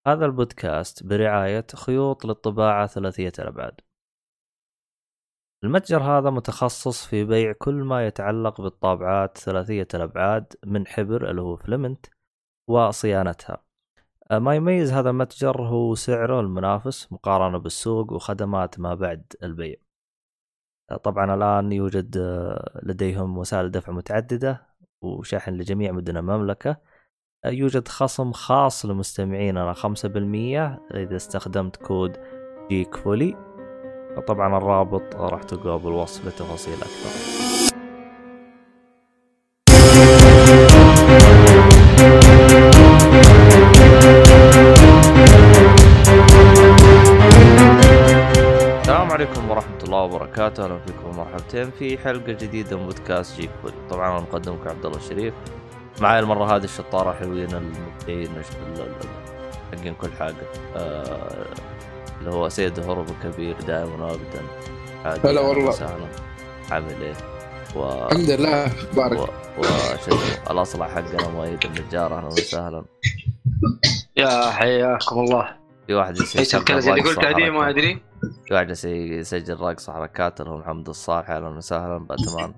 هذا البودكاست برعاية خيوط للطباعة ثلاثية الأبعاد. المتجر هذا متخصص في بيع كل ما يتعلق بالطابعات ثلاثية الأبعاد من حبر اللي هو فلمنت وصيانتها. ما يميز هذا المتجر هو سعره المنافس مقارنة بالسوق وخدمات ما بعد البيع. طبعا الآن يوجد لديهم وسائل دفع متعددة وشحن لجميع مدن المملكة. يوجد خصم خاص لمستمعيننا 5% إذا استخدمت كود جيك فولي. طبعا الرابط راح تلقاه بالوصف لتفاصيل أكثر. السلام عليكم ورحمة الله وبركاته. أهلا فيكم ومرحبتين في حلقة جديدة من بودكاست جيك فولي. طبعا أنا مقدمكم عبد الله الشريف. معي المرة هذه الشطارة حلوين المبدعين حقين كل حاجة اللي هو سيد هرب كبير دائما وابدا. هلا والله. عامل ايه؟ الحمد لله بارك. الاصلع حقنا مؤيد النجار. اهلا وسهلا. يا حياكم الله. في واحد يسجل اللي قلت عادي ما ادري. في واحد يسجل رقص حركات اللي هو محمد الصالح. اهلا وسهلا باتمان.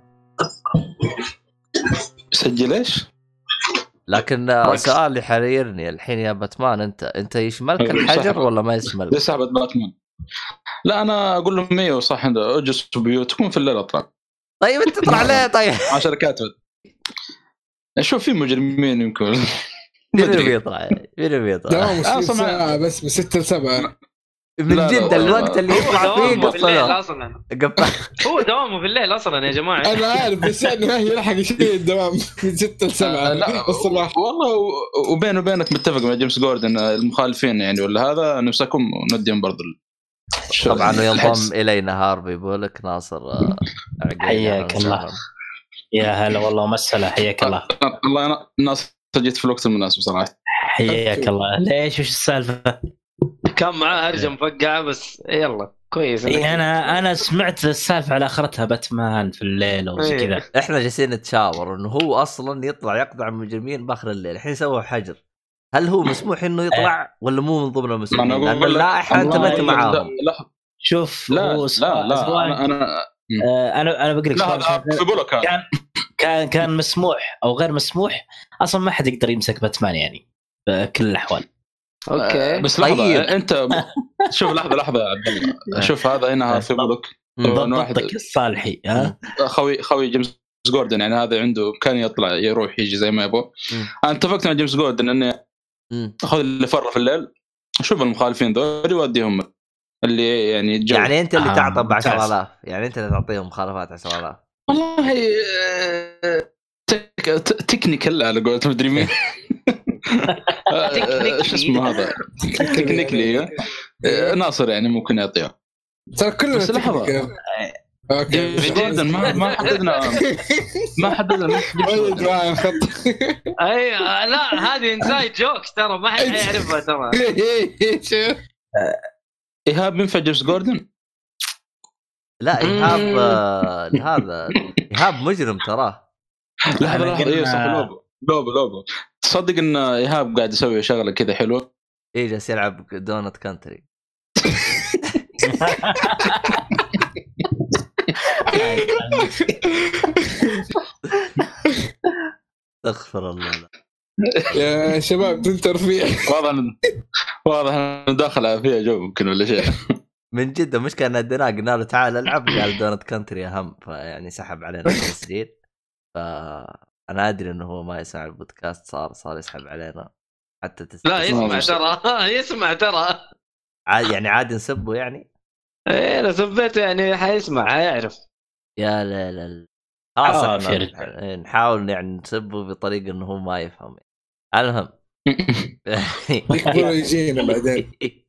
سجل ايش؟ لكن سؤال يحيرني الحين يا باتمان، انت يشملك الحجر ولا ما يشملك؟ لسه باتمان. لا انا اقول لهم 100 صح، اجلس بيوتكم في الليل اطلع. طيب انت تطلع ليه؟ طيب عشان كاتب اشوف في مجرمين يمكن. مين بيطلع؟ لا ساعة بس من 6 ل 7 من جد الوقت اللي يطلع فيه قفله اصلا. هو دوامه في الليل اصلا يا جماعه. انا عارف بس يعني ما هي لحق شيء الدوام من 6 ل 7 الصباح. والله وبينه وبينك متفق مع جيمس جوردن المخالفين يعني، ولا هذا نمسكهم ونديهم برضه. طبعا ينضم الينا هاربي بولك ناصر. حياك الله. يا هلا والله ومسهلا. حياك الله. الله انا ناصر جيت في الوقت المناسب صراحه. حياك الله. ليش وش السالفه؟ كان معاه هرجه مفقعه بس يلا كويس. انا سمعت السالفه على اخرتها باتمان في الليل وزي كذا. احنا جالسين نتشاور انه هو اصلا يطلع يقطع المجرمين باخر الليل. الحين سووا حجر، هل هو مسموح انه يطلع ولا مو من ضمن المسموحين؟ لان اللائحه انت ما انت معاهم. شوف لا انا بقول لك كان مسموح او غير مسموح، اصلا ما حد يقدر يمسك باتمان يعني بكل الاحوال. اوكي بس لحظه انت شوف لحظه يا عبد الله. شوف هذا هنا في بولك ضبطك الصالحي. خوي جيمس جوردن يعني هذا عنده كان يطلع يروح يجي زي ما يبغى. انا اتفقت مع جيمس جوردن اني اخذ اللي فر في الليل، اشوف المخالفين ذول يوديهم اللي يعني الجو. يعني انت اللي تعطب 10,000، يعني انت اللي تعطيهم مخالفات 10,000. والله تكنيكال على قولة مدري مين. ايش اسمه هذا تكنيكلي ناصر يعني ممكن يعطيها. ترى كله بس لحظه. اوكي جدا ما حددنا اي لا هذه انسايد جوكس ترى ما حد يعرفها ترى. إيهاب ينفع جيمس جوردن؟ لا إيهاب هذا إيهاب مجرم تراه. لحظة إيه صح. لوبو تصدق إن إيهاب قاعد يسوي شغلة كذا حلوة. إيه جالس يلعب دونت كانتري. أغفر الله. يا شباب تنترفيع. واضح إنه داخل فيها جو ممكن ولا شيء. من جد مش كان ندنا قلنا له تعال العب، قال دونت كانتري اهم، فيعني سحب علينا التسجيل. فانا ادري انه هو ما يسمع البودكاست، صار يسحب علينا حتى لا يسمع ترى. يسمع ترى يعني عادي نسبه يعني. ايه انا سبيته يعني حيسمع حيعرف. يا لا نحاول يعني نسبه بطريقه انه هو ما يفهم. المهم يجينا بعدين.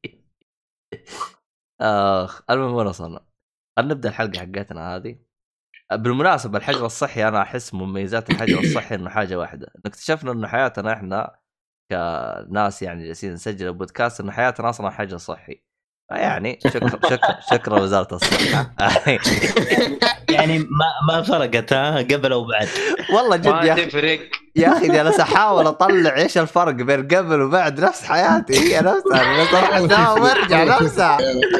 المهم وين وصلنا؟ خلينا نبدا الحلقه حقتنا هذه. بالمناسبه الحجر الصحي انا احس مميزات الحجر الصحي انه حاجه واحده، اكتشفنا انه حياتنا احنا كناس يعني جالسين نسجل بودكاست انه حياتنا اصلا حجر صحي. يعني شكرا وزاره الصحه. يعني ما فرقت قبل او بعد. والله جد ما تفرق يا اخي جالس احاول اطلع ايش الفرق بين قبل وبعد. نفس حياتي هي نفسها، بس اروح اداوم وارجع نفسها.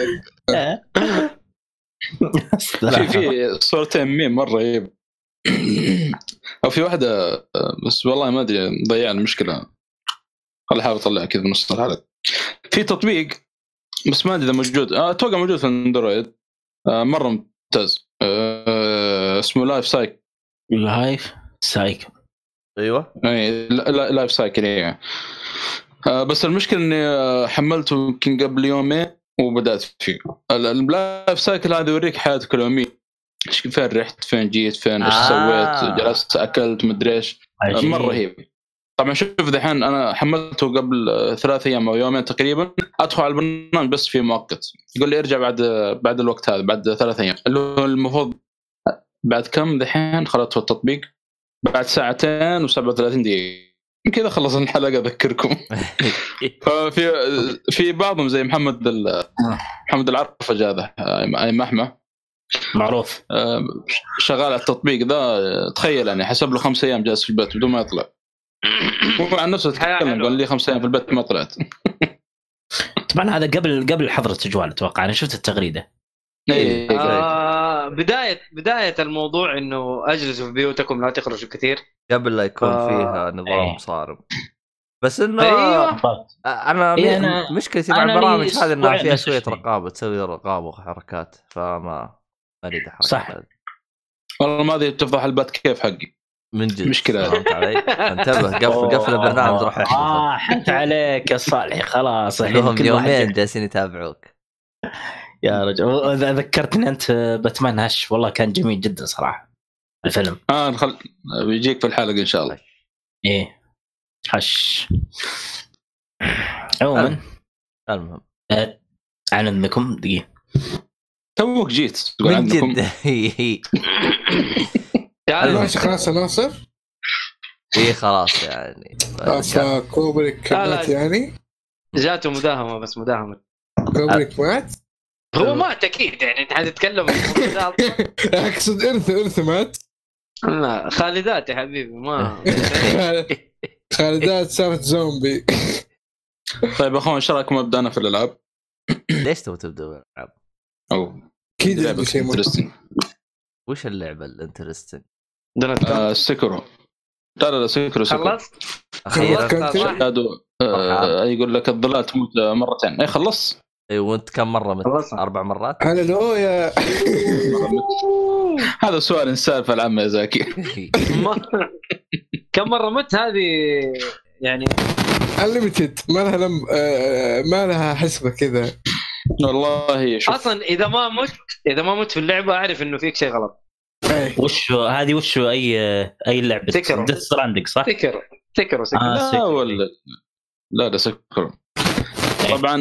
في صورتين ميم مره رهيب. او في واحده بس والله ما ادري ضيع المشكله، خل احاول اطلعها كذا بنص الحلقه. في تطبيق بس ما ادري اذا موجود، اتوقع موجود في اندرويد، مره ممتاز، اسمه لايف سايك. ايوه اي لايف سايكل يعني. بس المشكله اني حملته يمكن قبل يومين وبدات فيه. اللايف سايكل هذا يوريك حياتك اليوميه، فين رحت، فين جيت، فين ايش سويت، جلست اكلت مدري ايش، مره رهيب. طبعا شوف دحين انا حملته قبل 3 أيام او يومين تقريبا، ادخل على البرنامج بس في مؤقت يقول لي ارجع بعد الوقت هذا، بعد 3 أيام، اللي هو المفروض بعد كم دحين خلطت التطبيق بعد 2 و37 دقيقة كذا خلص الحلقة أذكركم. في بعضهم زي محمد العرفة هذا أي محمة معروف شغال على التطبيق ذا، تخيل يعني حسب له 5 أيام جالس في البيت بدون ما يطلع. هو عن نفسه تكلم قال لي 5 أيام في البيت ما طلعت. طبعا هذا قبل حظر التجوال اتوقع، انا شفت التغريده. بدايه الموضوع انه اجلسوا في بيوتكم لا تخرجوا كثير قبل لا يكون فيها نظام صارم. بس انه انا مشكلتي مع البرامج هذه انها فيها شويه رقابه، تسوي رقابه وحركات، فما اريد حركات. صح والله ما ادري تفضح البات كيف حقي من جد مشكله. فهمت علي؟ انتبه قفل البرنامج روح احذفه. حنت عليك يا صالح خلاص الحين كل يومين جالسين يتابعوك يا رجل. ذكرتني انت باتمان هش، والله كان جميل جدا صراحه الفيلم. بيجيك في الحلقه ان شاء الله. ايه هش عموما المهم عن اذنكم دقيقه توك جيت تقول عندكم ماشي خلاص ناصر. ايه خلاص يعني كوبريك كانت يعني جاته مداهمه، بس مداهمه كوبريك مات. هو مات اكيد يعني، انت حتتكلم اقصد ارث مات. لا خالدات يا حبيبي ما خالدات صارت زومبي. طيب اخوان ايش رايكم ابدا في الالعاب؟ ليش تبدا بالالعاب؟ او كذا شيء انترستنج. وش اللعبه الانترستنج؟ سيكرو. لا سيكرو خلصت اخيرا. يقول لك الظلال تموت مرتين. اي خلص. اي وانت كم مره مت؟ 4 مرات. هللويا. هذا سؤال انسان في العامة يا زاكي. كم مره مت هذه يعني؟ انليميتد ما لها حسبه كذا والله. شوف اصلا اذا ما مت في اللعبه اعرف انه فيك شيء غلط. وش هذه؟ وش اي لعبه؟ ديث ستراندنج صح؟ سكروا لا سكروا. طبعا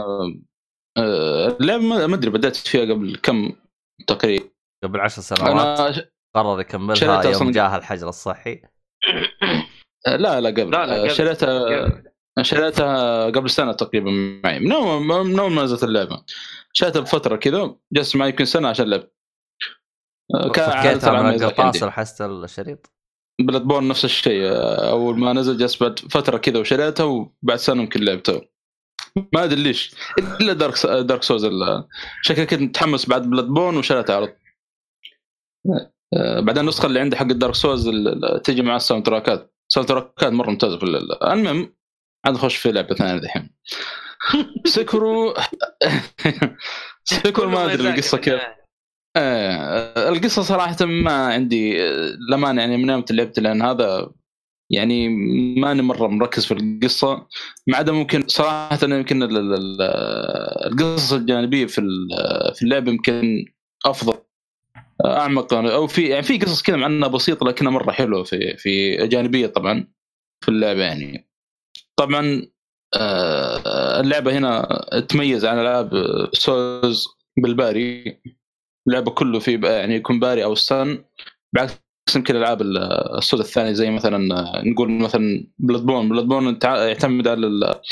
اللعبه ما ادري بدأت فيها قبل كم تقريبا، قبل 10 سنوات. قرر يكملها يوم جاه الحجر الصحي. لا قبل. شريتها قبل سنه تقريبا معي، من يوم ما نزلت اللعبه. شريتها بفتره كذا، جلست معي يمكن سنه عشان اللعبه. فكيتها من القفاص لحست الشريط. بلاد بورن نفس الشيء، اول ما نزل جلست بعد فتره كذا وشريتها، وبعد سنه يمكن لعبتها. ما ادري ليش الا دارك سوز شكلي كنت متحمس بعد بلاد بورن وشريتها عرض. بعدين النسخه اللي عندي حق الدارك سوز تيجي مع الساوند تراكات مره ممتازه في المهم عاد نخش في لعبه ثانيه الحين. سكرو ما ادري القصه كيف. القصه صراحه ما عندي لمان يعني، من يوم لعبت لان هذا يعني ماني مره مركز في القصه، ما عدا ممكن صراحه يمكن القصص الجانبيه في اللعبه يمكن افضل اعمق، او في قصص كذا معناها بسيطه لكنها مره حلوه في جانبيه طبعا في اللعبه يعني. طبعا اللعبه هنا تميز عن العاب سوز بالباري. اللعبه كله في يعني يكون باري او ستان، بعكس يمكن العاب السوز الثاني زي مثلا نقول مثلا بلاد بورن يعتمد على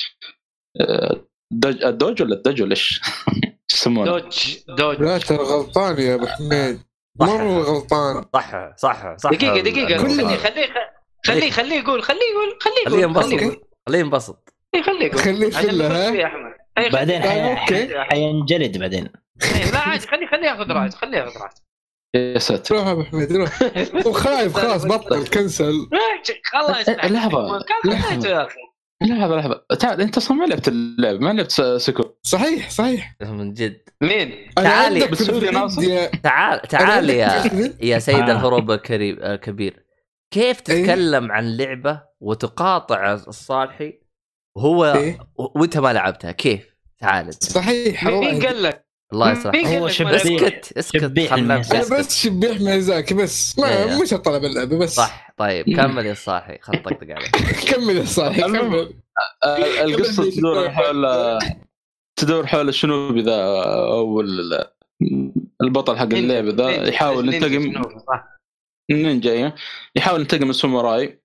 الدوج ولا الدج ولا ايش يسمونه؟ دوج. لا ترى غلطان يا ابو حميد، مره غلطان. صح دقيقه خليه يقول خليه ينبسط خليه عشان فيلا نفوز ها. فيه يا احمد. بعدين أوكي. حينجلد بعدين. لا عادي خليه ياخذ راحته. يا ساتر. روح ابو حميد روح. وخايف خلاص بطل كنسل. خلاص لحظة. لحظة تعال انت اصلا ما لعبت اللعبة، ما لعبت سكو. صحيح من جد. مين تعالي تعال يا سيد الهروب الكبير. كيف تتكلم عن لعبة وتقاطع الصالحي وهو وانت ما لعبتها؟ كيف؟ تعال صحيح. مين قال لك؟ الله يسامحك. هو اسكت خلنا انا بس شبيح ميزاكي بس ما مش طلب اللعبه بس. صح. طيب كمل يا صاحي، خل طقطق عليك. كمل يا صاحي كمل. القصة تدور حول الشنوبي ذا، او البطل حق اللعبة ذا يحاول ينتقم نينجا، يحاول ينتقم من الساموراي.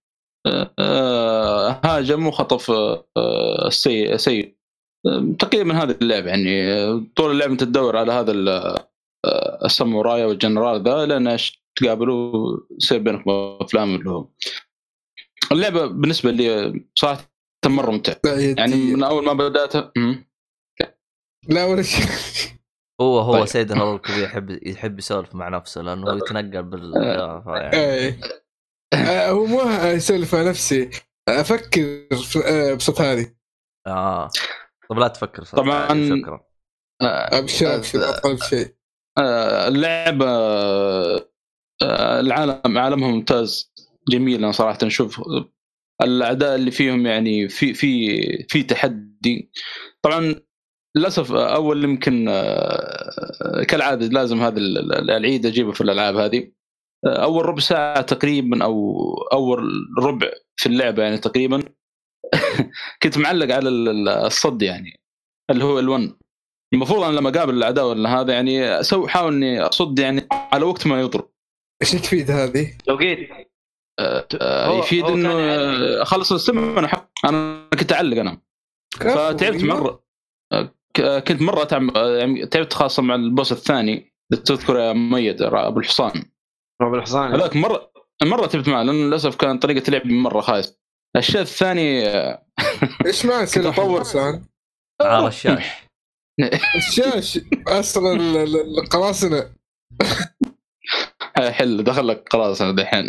هاجم وخطف السيد. تقريبا هذه اللعبة يعني طول اللعبة انت تدور على هذا الساموراي والجنرال ذا، لأن تقابلوا يصير بينكم أفلام. اللي هو اللعبة بالنسبة لي صراحة مرة ممتع يعني من أول ما بدأتها. لا ولا شيء. هو طيب. سيد الهروب الكبير يحب يسولف مع نفسه لأنه يتنقل يعني. هو ما يسولف مع نفسي، أفكر بصوت هذه. طب لا تفكر طبعا. شكرا. أبشر أطلب شيء. اللعبة العالم عالمها ممتاز جميل. أنا صراحة نشوف الأعداء اللي فيهم يعني في تحدي. طبعا للأسف أول يمكن كالعادة لازم هذا العيد أجيبه في الألعاب هذه. أول ربع ساعة تقريبا أو أول ربع في اللعبة يعني تقريبا كنت معلق على الصد يعني اللي هو الون. المفروض أنا لما قابل الأعداء ولا هذا يعني حاول إني أصد يعني على وقت ما يضرب. إيش تفيد هذه؟ توقيت يفيد إنه أخلص السم. أنا كنت أعلق أنا فتعبت مرة. كنت مرة تعبت خاصة مع البوس الثاني. تذكر يا ميد أبو الحصان هذاك مرة تعبت معه لأن للأسف كان طريقة لعب مرة خايس. الشيء الثاني إيش معنى سلاح الحصان؟ على الشاش أصلا القراصنة. حل دخل لك قراصنة دحين.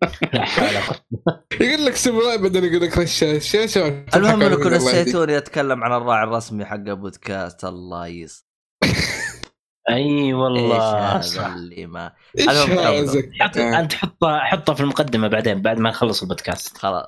يقول لك سمراء بدل يقول لك الشاشة. المهم انكم نسيتوني اتكلم عن الراعي الرسمي حق بودكاست. الله يس. اي والله ايش هذا اللي ما انت حطها في المقدمة بعد ما نخلص البودكاست. خلاص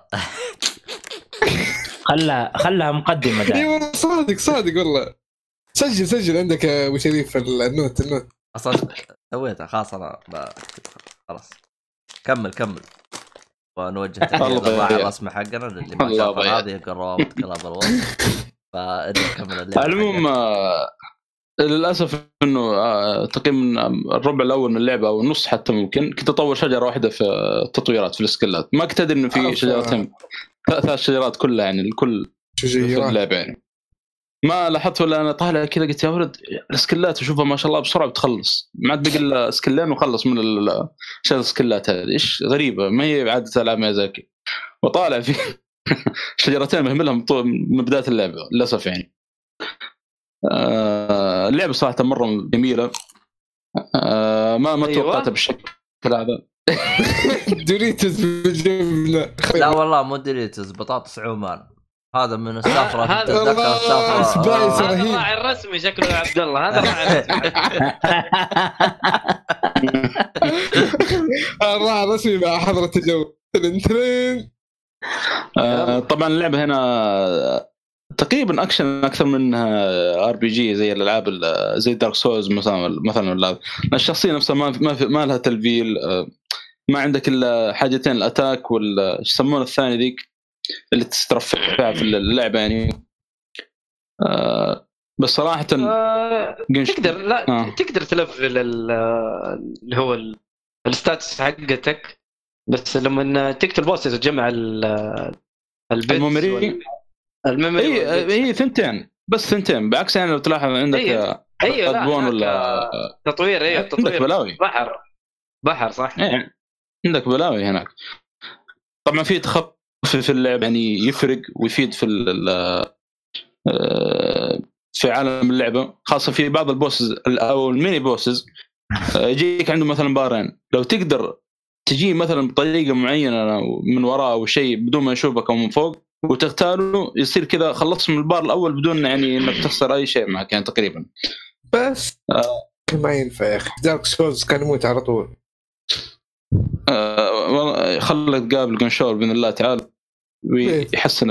خلها مقدمة ده. ايوه صادق والله. سجل عندك يا ابو شريف النوت اصلا سويتها خلاص. انا خلاص كمل ونوجه تحيه للراعي الرسمي حقنا اللي ما شاف هذه الروابط كلاب الوصف. فكمل اللعبه. المهم للاسف انه تقريبا الربع الاول من اللعبه او النص حتى ممكن كنت اطور شجره واحده في التطويرات في السكيلات. ما كنت ادري انه في شجرتين 3 شجرات كلها يعني الكل في اللعبه يعني. ما لاحظت ولا انا طالع كذا قلت يا ولد السكيلات اشوفها ما شاء الله بسرعه بتخلص. ما عاد بقى الا سكيلين وخلص من السكيلات هذه. ايش غريبه ما هي عاده العاب ميازاكي. وطالع في شجرتين مهملهم من بدايه اللعبه للاسف يعني. اللعبه صراحه مره جميله. ما توقعتها بالشكل هذا. دوريتوس بالجبنه. لا والله مو دوريتوس، بطاطس عمان. هذا من السفرة. هذا الراعي الرسمي شكله يا عبد الله. هذا الراعي الرسمي مع حضرة الجو. طبعا اللعبة هنا تقريبا اكشن اكثر من ار بي جي زي الالعاب زي دارك سولز مثلا. الشخصيه نفسها ما لها تلفيل. ما عندك الا حاجتين الاتاك ولا ايش يسمونه الثاني ذيك اللي تسترفع فيها في اللعبه يعني. بس صراحه تقدر تلفل اللي هو الستاتس حقتك بس لما تقتل بوس تجمع الميموري. هي ثنتين بس ثنتين بعكس يعني لو تلاحظ عندك أدوان ولا تطوير. عندك بلاوي بحر صح. عندك بلاوي هناك. طبعا في تخفف في اللعب يعني يفرق ويفيد في عالم اللعبه، خاصه في بعض البوسز او الميني بوسز. يجيك عنده مثلا بارين، لو تقدر تجي مثلا بطريقه معينه من وراء او شيء بدون ما يشوفك او من فوق وتغتاله، يصير كذا خلصت من البار الاول بدون يعني انك تخسر اي شيء معك يعني تقريبا. بس ما ينفع يا اخي، دارك سولز كان يموت على طول. والله خلك تقابل جنشور باذن الله تعالى ويحسن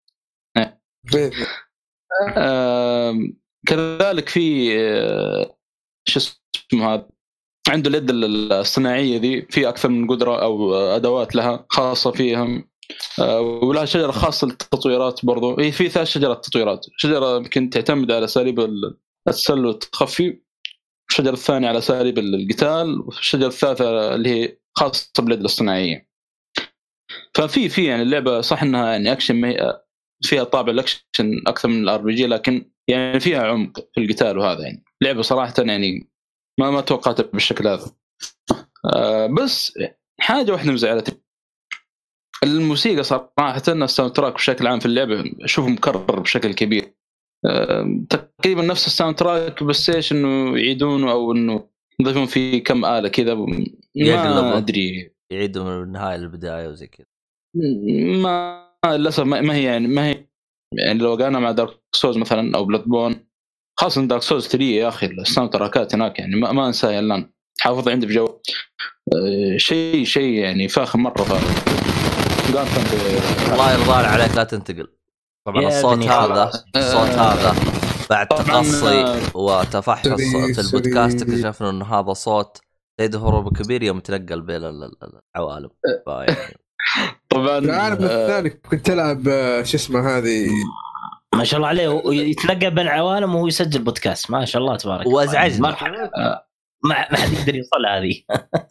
كذلك في شو اسمه هذا، عنده اليد الصناعيه ذي، في اكثر من قدره او ادوات لها خاصه فيهم، ولها شجره خاصه للتطويرات برضو. هي في 3 شجرات تطويرات، شجره يمكن تعتمد على اساليب السل والتخفي، الشجره الثانيه على اساليب القتال، والشجره الثالثه اللي هي خاصه باليد الصناعيه. ففي يعني اللعبه صح انها يعني اكشن، فيها طابع الاكشن اكثر من الار بي جي، لكن يعني فيها عمق في القتال، وهذا يعني لعبه صراحه يعني ما توقعتها بالشكل هذا. بس حاجه واحده مزعلتني، الموسيقى صراحه، الساوند تراك بشكل عام في اللعبه اشوفه مكرر بشكل كبير، تقريبا نفس الساوند تراك، بس ايش انه يعيدونه او انه يضيفون فيه كم آلة كذا، ما ادري، يعيدوا من النهايه للبدايه وزي كذا. ما للاسف ما هي يعني لو قانا مع دارك سولز مثلا او بلاد بون، خاصه دارك سولز 3 يا اخي الساوند تراكات هناك يعني ما انساها الان، حافظ عندي بجو شيء يعني فاخر مره. الله يرضى عليك لا تنتقل. طبعا الصوت هذا بعد تقصي وتفحص في البودكاست اكتشفنا انه هذا صوت سيد هروب كبير يوم تنقل بين العوالم. طبعا العالم الثاني كنت العب شو اسمه هذه، ما شاء الله عليه، يتنقل بين العوالم وهو يسجل بودكاست، ما شاء الله تبارك الله. وازعجنا ما حد يقدر يوصل هذه.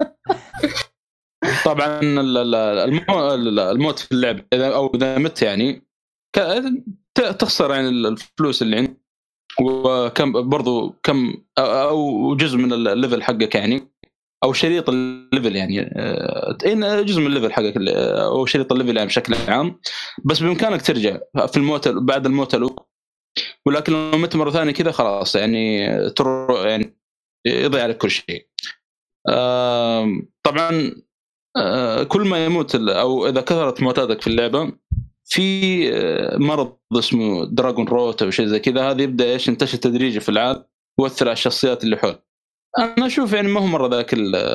طبعا الموت في اللعب او اذا مت يعني تخسر يعني الفلوس اللي عندك، وكم برضو كم او جزء من الليفل حقك يعني، او شريط الليفل يعني، ان جزء من الليفل حقك او شريط الليفل يعني بشكل عام. بس بامكانك ترجع في الموت بعد الموت الاولى، ولكن لو مت مره ثانيه كذا خلاص يعني تروح يعني يضيع عليك كل شيء. طبعا كل ما يموت او اذا كثرت موتاتك في اللعبه، في مرض اسمه دراغون روت او شيء زي كذا، هذا يبدا ايش ينتشر تدريجي في العالم ويؤثر على الشخصيات اللي حول. انا اشوف يعني ما هو مره ذاك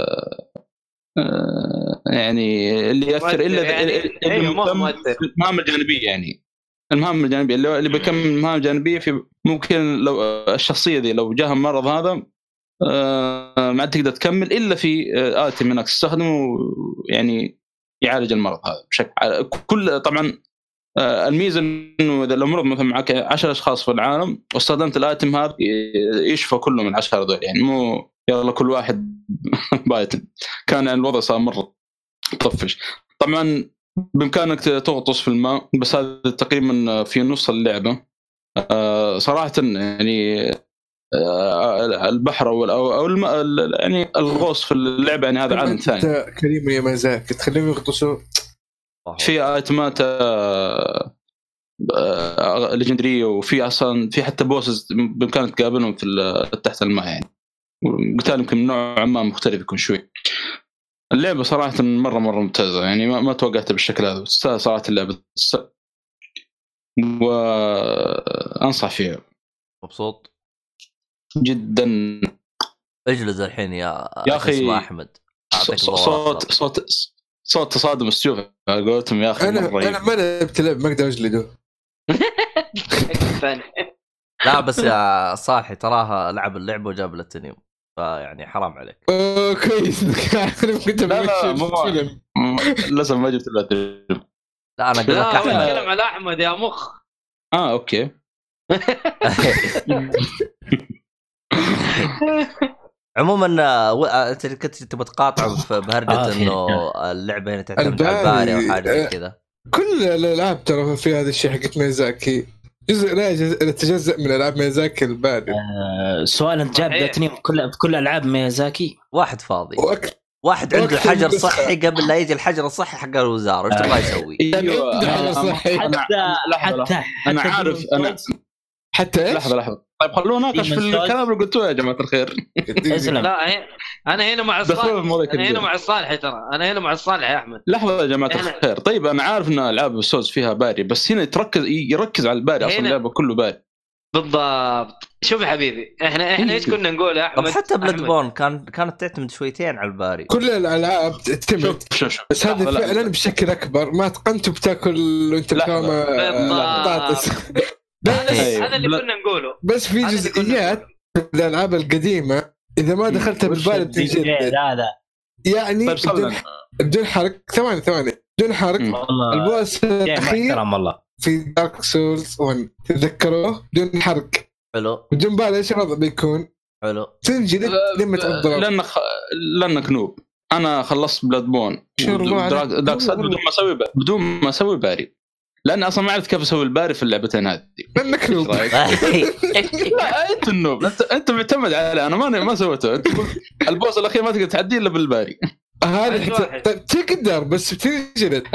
يعني اللي ياثر الا يعني المهام الجانبيه، يعني المهام الجانبيه اللي بكمل المهام الجانبيه في ممكن لو الشخصيه دي لو جاها المرض هذا ما تقدر تكمل الا في آتي منك تستخدمه يعني يعالج المرض هذا بشكل كل. طبعا الميزه انه اذا الامراض مثلا معك 10 اشخاص في العالم واستخدمت الآتم هذا يشفى كله من 10 هذول، يعني مو يلا كل واحد بايتم. كان يعني الوضع صار مره طفش. طبعا بامكانك تغطس في الماء، بس هذا تقريبا في نص اللعبه. صراحه يعني البحر او الماء يعني الغوص في اللعبه يعني هذا عالم ثاني. كريم يا مزاك تخليهم يغطسوا في ايتمات ليجندريه، وفي اصلا في حتى بوسز بامكانك تقابلهم في تحت الماء يعني، وقتال يمكن نوع ما مختلف يكون شوي. اللعبه صراحه مره ممتازه يعني ما توقعتها بالشكل هذا، صراحه اللعبه وانصح فيها. مبسوط جدا. اجلس الحين يا اخي اسمه احمد، صوت تصادم السيوف قلتهم يا اخي. انا ما لعبت لعب ما اقدر اجلده. لا بس يا صاحي تراها لعب اللعبه وجاب التنيم، فيعني حرام عليك. كويس كنت فيلم لازم ما جبت له. لا انا اقول لك احمد، اتكلم على احمد يا مخ. اوكي. عموما انت كنت تبغى تقاطع بهرجه انه اللعبه هنا تعتمد على الباري او حاجه زي كذا. كل الالعاب ترى في هذا الشيء حقت ميزاكي، جزء لا يتجزأ من العاب ميزاكي الباري. سؤال انت جاب تنيم في كل العاب ميزاكي واحد فاضي واحد عنده حجر صحي قبل لا يجي الحجر الصحي حق الوزاره ايش تبغى يسوي؟ حتى انا عارف انا حتى ايش؟ لحظه طيب خلونا ناقش في الكلام اللي قلتوه يا جماعه الخير. اسلم. لا انا هنا مع الصالح، انا هنا مع الصالح ترى، انا هنا مع الصالح يا احمد. لحظه يا جماعه الخير، طيب انا عارف ان العاب السوز فيها باري، بس هنا يركز على الباري، اصلا اللعبه كله باري. بالضبط. شوف يا حبيبي احنا ايش كنا نقول يا احمد؟ طب حتى بلاد بورن كانت تعتمد شويتين على الباري. كل الالعاب تعتمد، بس هذه فعلا بشكل اكبر ما تقنت بتاكل وانت كما بطاطس. هذا اللي كنا نقوله. بس في جزئيات في الالعاب القديمه اذا ما دخلتها بالباري بتنجلد يعني بدون حرق. ثواني بدون حرق. البوس الاخير في دارك سولز 1 تذكروه بدون حرق حلو بدون بالي ايش الوضع بيكون؟ حلو تنجلد لما تقدر لانك نوب. انا خلصت بلاد بون دارك سولز بدون ما اسوي باري، لأن أصلا ما عرفت كيف أسوي الباري في اللعبتين هذه. منك نوب. لا أنت النوب، أنت معتمد على أنا ما سويته. البوس الأخير ما تقدر تعدي إلا بالباري. هذا تقدر بس بتنجلد.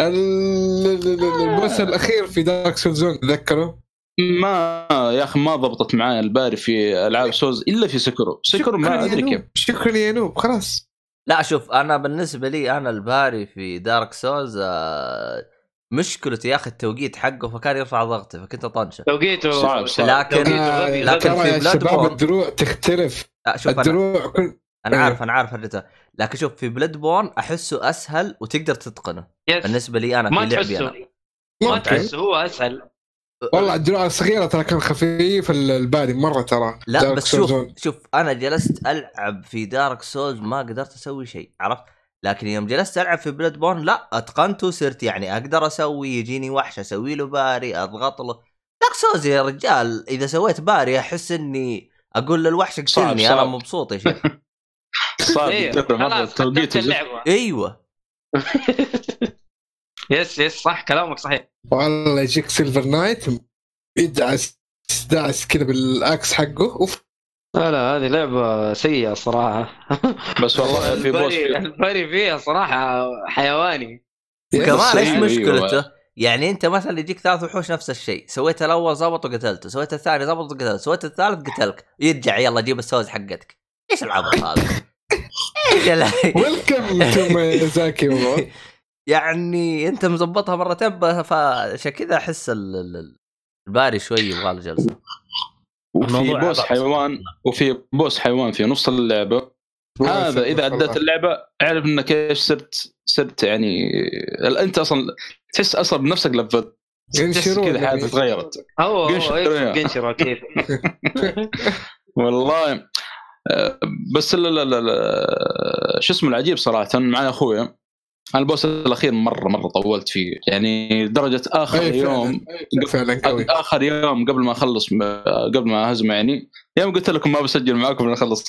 البوس الأخير في دارك سولز تذكره؟ ما يا أخي ما ضبطت معايا الباري في ألعاب سولز إلا في سكرو ما أدري كيف. شكرا يا نوب خلاص. لا شوف أنا بالنسبة لي أنا الباري في دارك سولز مشكلتي يا اخي التوقيت حقه، فكان يرفع ضغطي فكنت اطنشه توقيته صعب. لكن في بلاد بورن الدروع تختلف. شوف الدروع انا عارف هرجته، لكن شوف في بلاد بورن احسه اسهل وتقدر تتقنه. بالنسبه لي انا في لعبي انا ما تحسه هو اسهل والله. الدروع الصغيره ترى كان خفيف الباري مره ترى. لا بس شوف انا جلست العب في دارك سولز ما قدرت اسوي شيء عرفت، لكن يوم جلست ألعب في بلاد بورن لا أتقنته، صرت يعني أقدر أسوي يجيني وحش أسوي له باري أضغط له. دارك سولز يا رجال إذا سويت باري أحس إني أقول للوحش اقتلني أنا مبسوط يا شيخ. خلاص توقيت اللعبة. أيوة يس صح كلامك صحيح. والله يجيك سيلفر نايت يدعس كذا بالأكس حقه أوف. لا هذه لعبة سيئة صراحة. بس والله في بوس الباري فيها صراحة حيواني. كمان ايش مشكلته؟ يعني انت مثلا يجيك 3 وحوش نفس الشيء، سويت الاول ضبط وقتلته، سويت الثاني ضبط وقتلته، سويت الثالث قتلك، يرجع يلا جيب السوز حقتك. ايش العبط هذا؟ ويلكم تو ميازاكي والله. يعني انت مزبطها مرتين فعشان كذا احس الباري شوي يبغى له جلسه. وفي بوس حيوان في نص اللعبة. هذا إذا عدت اللعبة اعرف إنك إيش صرت يعني أنت أصلا تحس أصلا بنفسك لفت كذا حياتك تغيرت. جنشرو كيف والله. بس لا شو اسمه العجيب صراحة معي أخويا البوس الأخير مرة طولت فيه يعني درجة آخر يوم آخر يوم قبل ما أخلص قبل ما أهزم يعني يوم قلت لكم ما بسجل معاكم أنا أخلص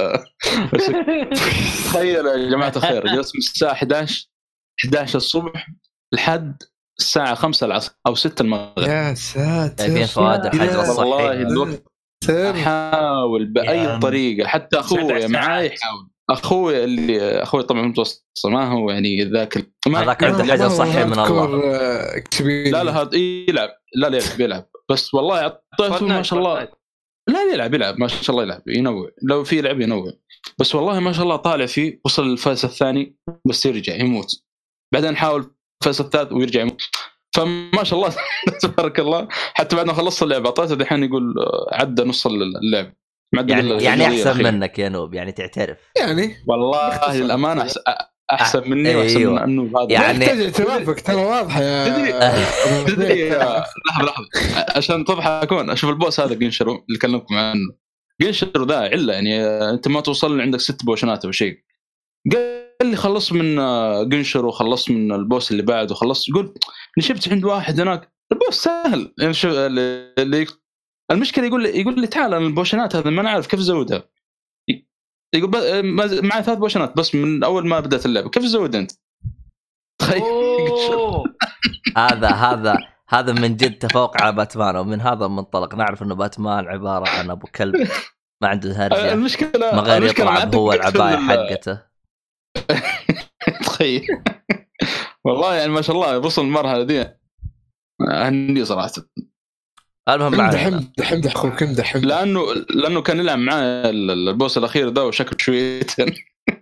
تخيل يا جماعة الخير جلست من الساعة 11 الصبح لحد الساعة 5 العصر أو 6 المغرب. يا ساتر في فوائد الحجر الصحي. والله الوقت أحاول بأي طريقة حتى أخوي معاي يحاول. أخوي طبعا متوسط ما هو يعني ذاك هذاك عنده حاجة صحية من الله. لا هذا يلعب بس والله أعطيته ما شاء الله لا يلعب ما شاء الله يلعب ينوع لو في لعب ينوع بس والله ما شاء الله طالع فيه وصل الفاز الثاني بس يرجع يموت بعدين نحاول الفاز الثالث ويرجع يموت فما شاء الله تبارك الله. حتى بعد ما خلصت اللعبة أعطيته دحين يقول عدى نص اللعب يعني أحسن منك يا نوب يعني تعترف يعني والله للأمانة أحسن مني وأحسن أيوه. من أنه هذا يعني توافق ترى واضحة يا تدري لحظة عشان تضحكون أشوف البوس هذا جنشرو اللي كلمكم عنه جنشرو ذا علة يعني أنت ما توصل عندك 6 بوشنات أو شيء قال لي خلص من جنشرو وخلص من البوس اللي بعده خلص يقول نشبت عند واحد هناك البوس سهل يعني شو اللي المشكلة يقول لي تعال أنا البوشنات هذا ما نعرف كيف زودها يقول معي 3 بوشنات بس من أول ما بدأت اللعبة كيف زود أنت هذا من جد تفوق على باتمان ومن هذا المنطلق نعرف إنه باتمان عبارة عن أبو كلب ما عنده هرجة المشكلة ما غير يطلع هو العباية حقته تخيل والله يعني ما شاء الله وصل المرحله دي هندي صراحه. المهم معنا حمد اخوك لانه كان يلعب معاه البوس الاخير ده وشكله شويتين.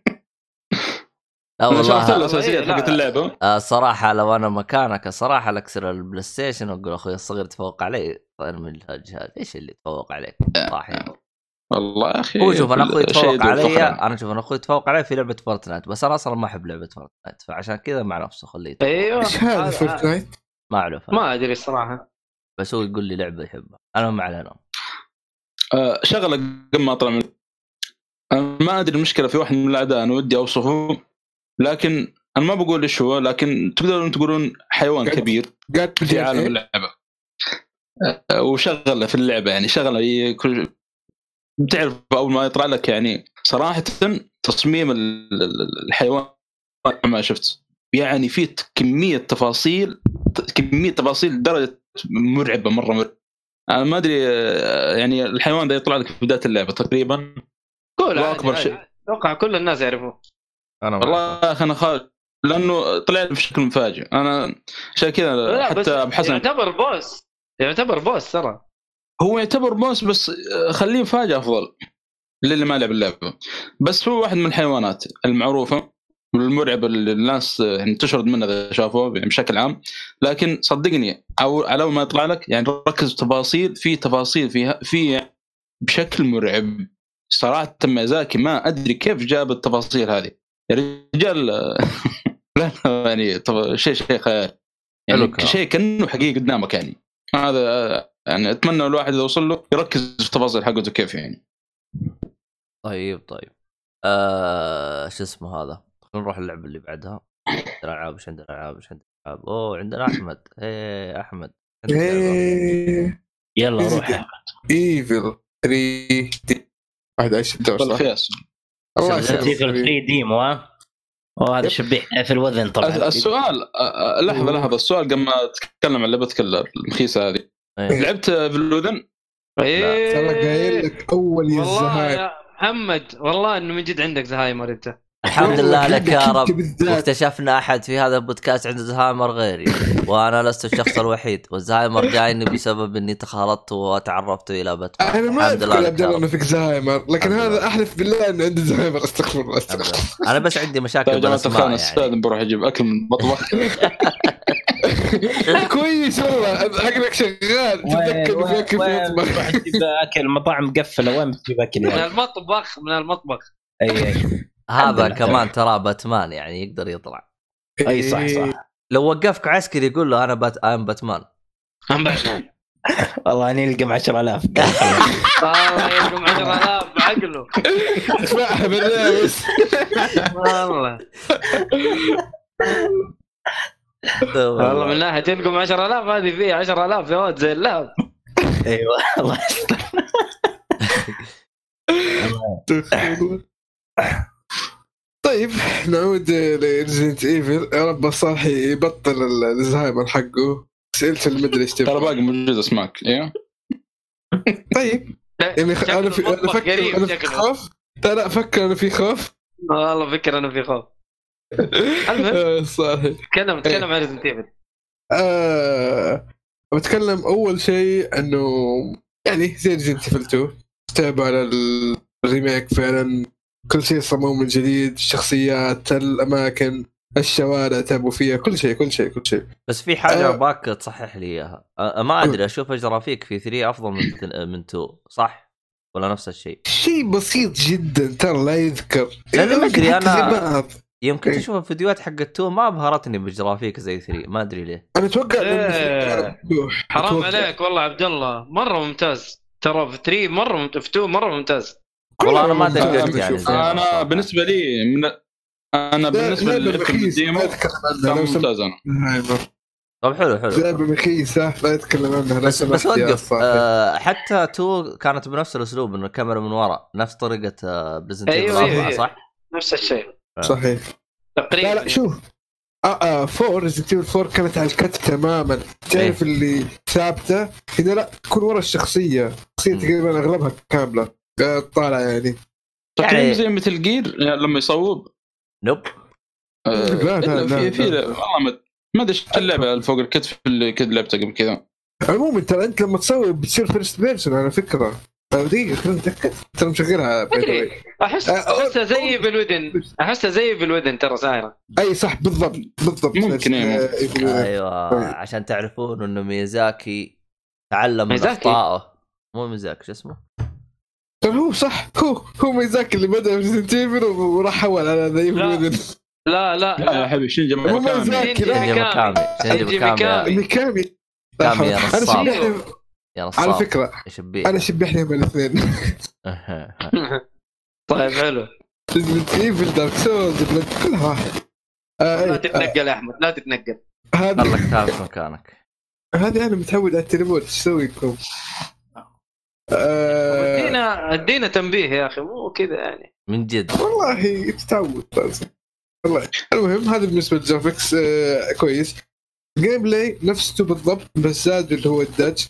انا شرحت له الاساسيات حقت اللعبه. الصراحه لو انا مكانك صراحه اكسر البلاي ستيشن واقول اخوي الصغير تفوق علي طير من الجهاز. ايش اللي تفوق عليك صح يعني. والله يا اخي هو شوف انا اخوي تفوق علي، انا شوف انا اخوي تفوق علي في لعبه فورتنايت، بس انا اصلا ما احب لعبه فورتنايت فعشان كذا مع نفسه خليه. ايوه ايش هذا فورتنايت؟ ما اعرف ما ادري الصراحه، بس هو يقول لي لعبه يحبها. انا ما علينا. شغله قبل ما اطلع من ما ادري المشكله في واحد من الاعداء انا ودي اوصفه، لكن انا ما بقول ايش هو، لكن تقدرون تقولون حيوان كبير في عالم اللعبه وشغله في اللعبه، يعني شغله بتعرف اول ما يطلع لك. يعني صراحه تصميم الحيوان ما شفت، يعني فيه كميه تفاصيل درجه مرعبه مره. انا ما ادري يعني الحيوان ده يطلع لك في بدايه اللعبه تقريبا. اكبر شيء اتوقع كل الناس يعرفوه. انا والله انا خالد لانه طلع بشكل مفاجئ. انا عشان كذا حتى ابو حسن يعتبر بوس ترى. هو يعتبر بوس بس خليه مفاجئ افضل للي ما لعب اللعبه. بس هو واحد من الحيوانات المعروفه والمرعبه اللي الناس يعني تشرد منها اذا شافوه بشكل عام. لكن صدقني على ما يطلع لك يعني ركز تفاصيل فيها بشكل مرعب صراحه. ميازاكي ما ادري كيف جاب التفاصيل هذه يا رجال. لا يعني شيء خيال يعني شيء كأنه حقيقي قدامك. يعني هذا يعني اتمنى الواحد اذا وصل له يركز في التفاصيل حقته كيف يعني. طيب شو اسمه هذا، خلينا نروح اللعبه اللي بعدها. العاب ايش عندنا؟ العاب اوه عندنا احمد. احمد يلا روح احمد. ايفل 3 واحد ايش والله خياس الله يسلمك. ايفل 3 ديمو وهذا شبيح في الوزن طبعا. السؤال لحظه السؤال قبل ما تتكلم عن لعبتك المخيسه هذه. لعبت في الوزن؟ ترى قايل لك اول يا الزهايمر يا محمد، والله انه من جد عندك زهايمر انت. الحمد لله لك يا رب. واكتشفنا احد في هذا البودكاست عنده زهايمر غيري وانا لست الشخص الوحيد، والزهايمر جايني بسبب اني تخالطت وتعرفت الى باتمان. انا ما ادري انه فيك زهايمر، لكن هذا احلف بالله انه عنده زهايمر. استغفر الله. انا بس عندي مشاكل بالاسماء يعني. استاذ بروح اجيب اكل من المطبخ. كويس والله عقلك شغال. تتذكر في اكل في المطبخ. تجيب اكل مطاعم مقفله وين بتجيب اكل من المطبخ اي هذا كمان ترى باتمان يعني يقدر يطلع. اي صح لو وقفك عسكري يقول له انا باتمان. والله اني يلقم 10,000 والله يلقم 10,000 بعقله. فاهم الناس والله والله من ناحيه يلقم 10,000 هذه فيه 10,000 يا ولد زي اللعب. ايوه الله طيب نعود لريزنت ايفل. يا رب صالح يبطل الزهايمر حقه. سئلت المدري ايش ترى باقي موجود اسماك. ايوه طيب يعني انا في خوف. لا فكر انا في خوف. والله فكر انا في خوف. المهم صحيح تكلم عن ريزنت ايفل. بتكلم اول شيء انه يعني زي ريزنت ايفل 2 تابع على الريميك فعلا. كل شيء صمموا من جديد، الشخصيات، الاماكن، الشوارع تابوا فيها كل شيء. بس في حاجه باك تصحح لي اياها. ما ادري اشوف الجرافيك في 3 افضل من 2 صح ولا نفس الشيء؟ شيء بسيط جدا ترى لا يذكر. لا ما ادري انا يمكن تشوف الفيديوهات حق 2 ما بهرتني بالجرافيك زي 3 ما ادري ليه. انا اتوقع حرام عليك والله عبد الله مره ممتاز ترى. في 3 مره ممتاز، في 2 مره ممتاز. والله انا ما دققت يعني. انا بالنسبه لي بالنسبه للديمو ممتاز. انا طب حلو لعبه مخيسه لا يتكلم عنها. بس وقف. حتى 2 كانت بنفس الاسلوب انه الكاميرا من وراء نفس طريقه بريزنت ايفل 4 صح؟ نفس الشيء صحيح تقريبا. لا شوف 4 ريزنت ايفل 4 كانت على الكت تماما. تعرف اللي ثابته هنا لا تكون ورا الشخصيه تقريبا اغلبها كامله طالع يعني تقريبا زي مثل جير لما يصوب نوب في والله ما ادري ايش اللعبه فوق الكتف اللي كنت لعبتها قبل كذا. عموما ترى انت لما تسوي بتصير فيرست بيرسون على فكره. دقيقه خلينا نتاكد ترى مشغلها. احسها زي بالودن ترى سايره. اي صح بالضبط ممكن ايوه عشان تعرفون انه ميازاكي تعلم من اخطائه. مو ميازاكي شو اسمه ترى هو صح هو ميازاكي اللي بدا ريزنت ايفل وراح حول على ذا الودن. لا يا حبيبي شنجي ميكامي يا نصاب. على فكرة أنا شبحني من الاثنين. طيب حلو. إيفل دارك سولز كلها واحد. لا تتنقل يا أحمد لا تتنقل. الله كتاب مكانك. هذه أنا متعود على التليفون إيش أسويكم؟ ادينا تنبيه يا أخي مو كذا يعني. من جد. والله تتعود والله. المهم هذا بالنسبة للجرافيكس كويس. جيم بلاي نفسه بالضبط بس زاد اللي هو الدج.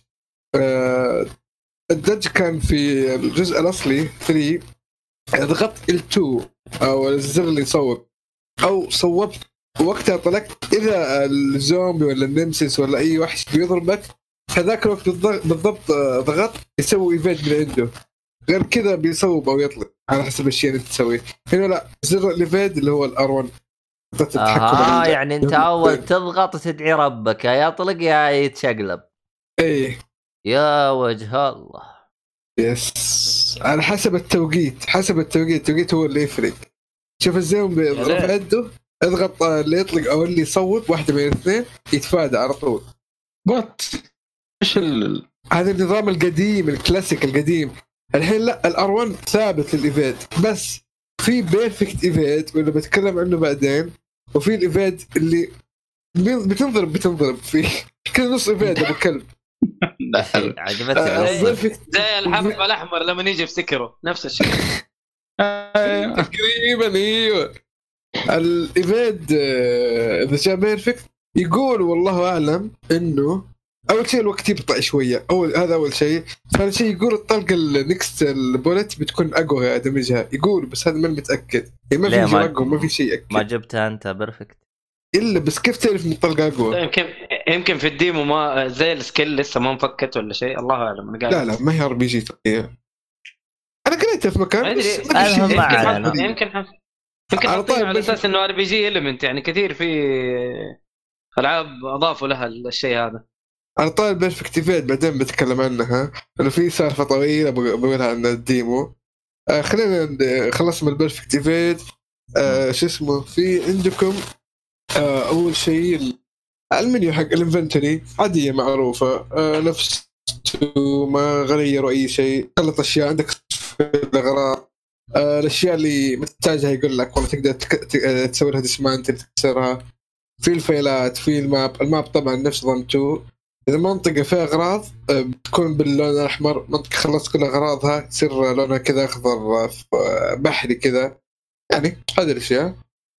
الدج كان في الجزء الأصلي 3 ضغط L2 أو الزر اللي يصوب أو صوبت وقتها طلقت إذا الزومبي ولا النمسيس ولا أي وحش بيضربك هذاك الوقت بالضبط ضغط يسوي إيفيد من عنده. غير كذا بيصوب أو يطلق على حسب الشيء اللي تسويه. هنا لا زر الإيفيد اللي هو الR1. يعني أنت أول تضغط تدعي ربك يا يطلق يا يتشقلب. إيه يا وجه الله. يس على حسب التوقيت هو اللي يفرق. شوف الزومبي رفع يده اضغط اللي يطلق او اللي يصوت واحده من الاثنين يتفادى على طول. ايش هذا النظام القديم الكلاسيك القديم. الحين لا الR1 ثابت للإيفيد بس في بيرفكت إيفيد واللي بتكلم عنه بعدين وفي الإيفيد اللي بتنضرب فيه كل نص إيفيد ابو كلب. عجبتني زي الحرف الأحمر لما يجي يفتكره نفس الشيء تقريبا. ايوه الإيفيد اذا جاء بيرفكت يقول والله اعلم انه اول شيء الوقت يبطأ شويه هذا اول شيء. ثاني شيء يقول الطلقه النكست البولت بتكون اقوى دمجها يقول بس هذا ما متاكد يعني ما في رقم ما في شيء اكيد. ما جبتها انت بيرفكت الا بس كيف تعرف ان الطلقه اقوى؟ يمكن في الديمو ما زي السكيل لسه ما مفكت ولا شيء الله اعلم. لا ما هي RPG تقريبا. انا قريتها في مكان بس يمكن على اساس انه RPG element يعني كثير في العاب اضافوا لها الشيء هذا. على طالب بيرفكت إيفيد بعدين بتكلم عنها انه في سالفه طويله بقولها عن الديمو. خلينا خلصنا من البيرفكت إيفيد. شو اسمه في عندكم اول شيء المنيو حق الانفنتوري عاديه معروفه نفس ما غيروا اي شيء. خلط اشياء عندك الاغراض الاشياء اللي محتاجها يقول لك والله تقدر تسوي لها ديسمانتل تكسرها. في الفايلات في الماب طبعا نفس ضم 2. اذا منطقه فيها اغراض بتكون باللون الاحمر. منطقه خلصت كل اغراضها تصير لونها كذا اخضر بحري كذا يعني هذه الاشياء.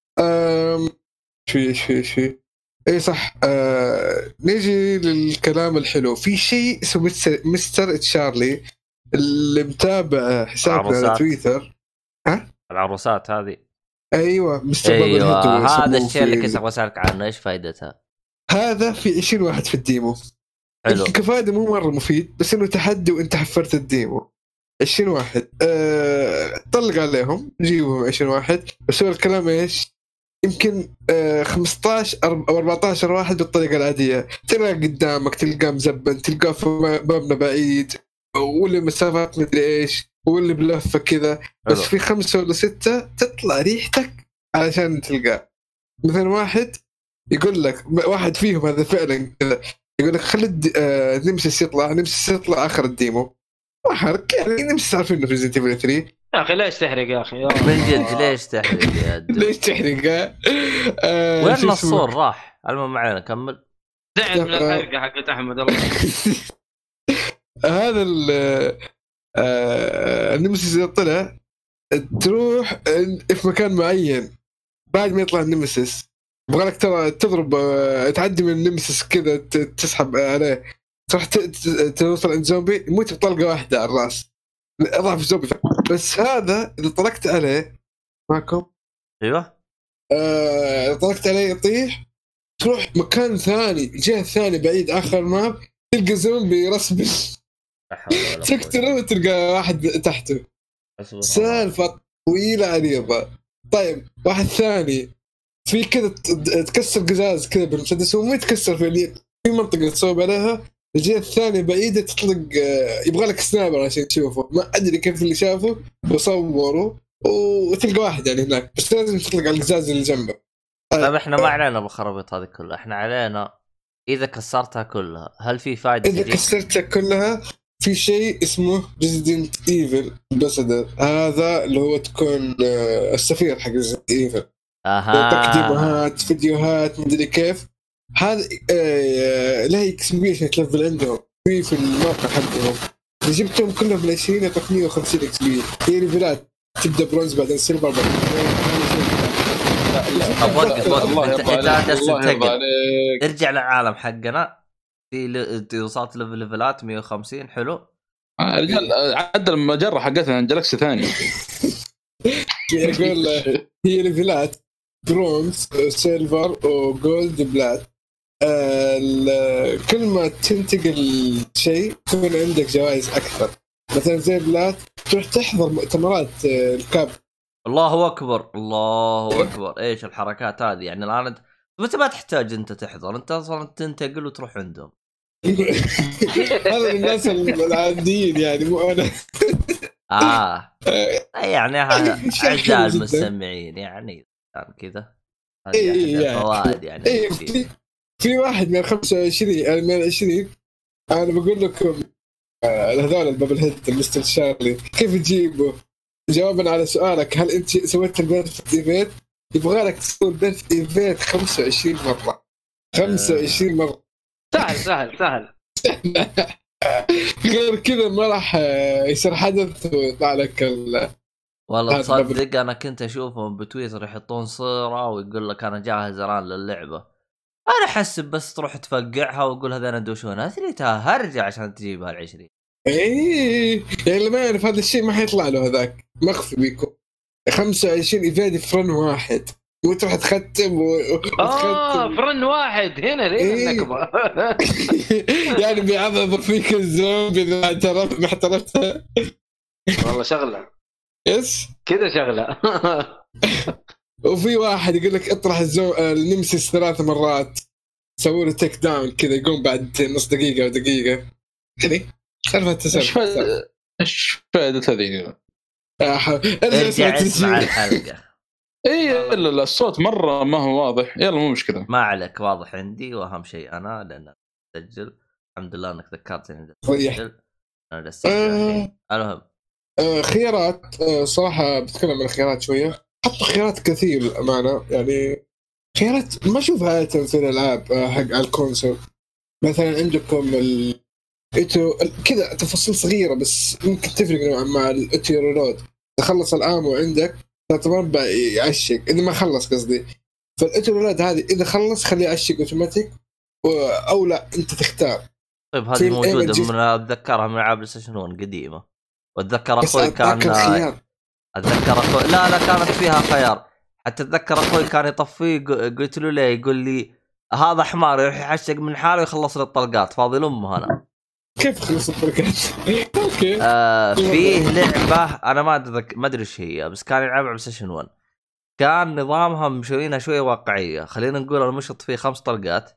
شوي اي صح. نيجي للكلام الحلو. في شيء اسمه مستر تشارلي اللي متابع حسابنا على تويتر. العروسات هذه ايوه هذا الشيء اللي كنت ابغى اسالك عنه ايش فائدتها. هذا في 20 واحد في الديمو. حلو كفايده مو مره مفيد بس انه تحدي وانت حفرت الديمو 20 واحد. طلق عليهم جيبهم 20 واحد بس هو الكلام ايش يمكن 15 أو 14 واحد بالطريقة العادية. تلقى قدامك تلقى مزبن تلقى في مبنى بعيد واللي مسافات مدري إيش واللي بلفة كذا بس في 5 ولا 6 تطلع ريحتك علشان تلقى. مثلا واحد يقول لك واحد فيهم هذا فعلا كذا يقول لك خلي نمسس يطلع آخر الديمو ما حرك يعني نمسس عارفين إنه في ريزنت إيفل 3. يا أخي ليش تحرق يا أخي من جد ليش تحرق يا ليش تحرق وين الصور راح المهم معنا كمل. زعل من الحرقة حقت أحمد الله. هذا النمسيس إذا طلع تروح في مكان معين بعد ما يطلع النمسيس يبغالك ترى تضرب تعدي من النمسيس كذا تسحب عليه تروح توصل عند زومبي يموت بطلقة واحدة على الراس اضعف زومبي. بس هذا اذا طلقت عليه معكم ايوه طلقت عليه يطيح، تروح مكان ثاني جهة ثاني بعيد آخر ماب تلقى زومبي رسمي تقتله وتلقى واحد تحته. سالفة طويلة عريضة. طيب واحد ثاني في كذا تكسر قزاز كذا بالمسدس وما يتكسر في منطقة تصوب عليها، الجهة الثانية بعيدة تطلق، يبغى لك سنايبر عشان تشوفه، ما أدري كيف اللي شافه وصوره وتلقى واحد يعني هناك، بس لازم تطلق على القزاز اللي جنبه. طيب احنا ما علينا بالخرابيط هذه كلها، احنا علينا إذا كسرتها كلها هل في فائدة؟ إذا كسرتها كلها في شيء اسمه Resident Evil Ambassador، هذا اللي هو تكون السفير حق Resident Evil. تقديمات فيديوهات مدري كيف، هذا له اكسبيريشن تلفل عندهم في الموقع حقهم، جبتهم كلهم بال20 يعطيك 150 اكسبيريشن. هي ليفلات تبدا برونز بعدين سيلفر بعدين ارجع للعالم حقنا في وصلت ليفلات 150 حلو. رجال عدل المجره حقتنا جالكسي ثاني. يقول هي ليفلات برونز سيلفر وجولد بلات. كل ما تنتقل شيء تكون عندك جوائز اكثر، مثلا زي بلات تروح تحضر مؤتمرات الكاب. الله اكبر الله اكبر، ايش الحركات هذه يعني؟ الان انت ما تحتاج انت تحضر، انت اصلا تنتقل وتروح عندهم. هذا الناس العاديين يعني مو انا. يعني اعزائي المستمعين يعني كذا فوائد يعني. في واحد من 25 يعني من 20 انا بقول لكم هذول البابل هيد المستر شارلي كيف تجيبه جوابا على سؤالك هل انت سويت البيرث ايفنت؟ يبغى لك تسوي البيرث ايفنت 25 مره 25 مره. سهل غير كذا ما راح يصير حدث ويطلع لك والله تصدق انا كنت اشوفهم بتويتر يحطون صورة ويقول لك انا جاهز الان للعبة، انا احسب بس تروح تفقعها ويقول هذا انا دوشون اثريتها هرجع عشان تجيبها ال20. ايه يعني اللي ما يعرف هذا الشيء ما حيطلع له، هذاك مخفي بيكون 25 ايفادي فرن واحد وتروح تختم فرن واحد هنا ليه النكبة. يعني بيعض فيك الزومبي اذا اعترفت ما احترفتها والله شغلة يس كذا شغلة. وفي واحد يقول لك اطرح النمسيس 3 مرات سووا له تيك داون كذا يقوم بعد نص دقيقة أو دقيقة يعني سالفة تسالفة. ايش فائدة هذه؟ ارجع اسمع الحلقة. ايه لا الصوت مرة ما هو واضح. يلا مو مشكلة ما عليك واضح عندي، واهم شيء انا لان اسجل الحمد لله انك ذكرتني اسجل انا اسجل. المهم خيارات صراحة بتكلم عن الخيارات شوية، حطوا خيارات كثير أمانة يعني خيارات ما أشوفها عادة في الألعاب حق على الكونسول. مثلا عندكم إتو كذا تفاصيل صغيرة بس ممكن تفرق نوعا مع الأوتو ريلود. تخلص الآمو عندك تتربع يعشق إذا ما خلص قصدي، فالأوتو ريلود هذه إذا خلص خليه يعشق أوتوماتيك أو لا أنت تختار. طيب هذه موجودة من أتذكرها من ألعاب PlayStation 1 قديمة، وأتذكر أخوي كان أتذكر أخوي لا كانت فيها خيار، حتى أتذكر أخوي كان يطفيه قلت له ليه، يقول لي هذا حمار يروح يحشق من حاله ويخلص لي الطلقات فاضي لأمه. أنا كيف خلص الطلقات؟ أوكي فيه لعبة أنا ما أدري إيش هي بس كان يلعبها PlayStation 1، كان نظامها مشوينها شوية واقعية، خلينا نقول المشط فيه 5 طلقات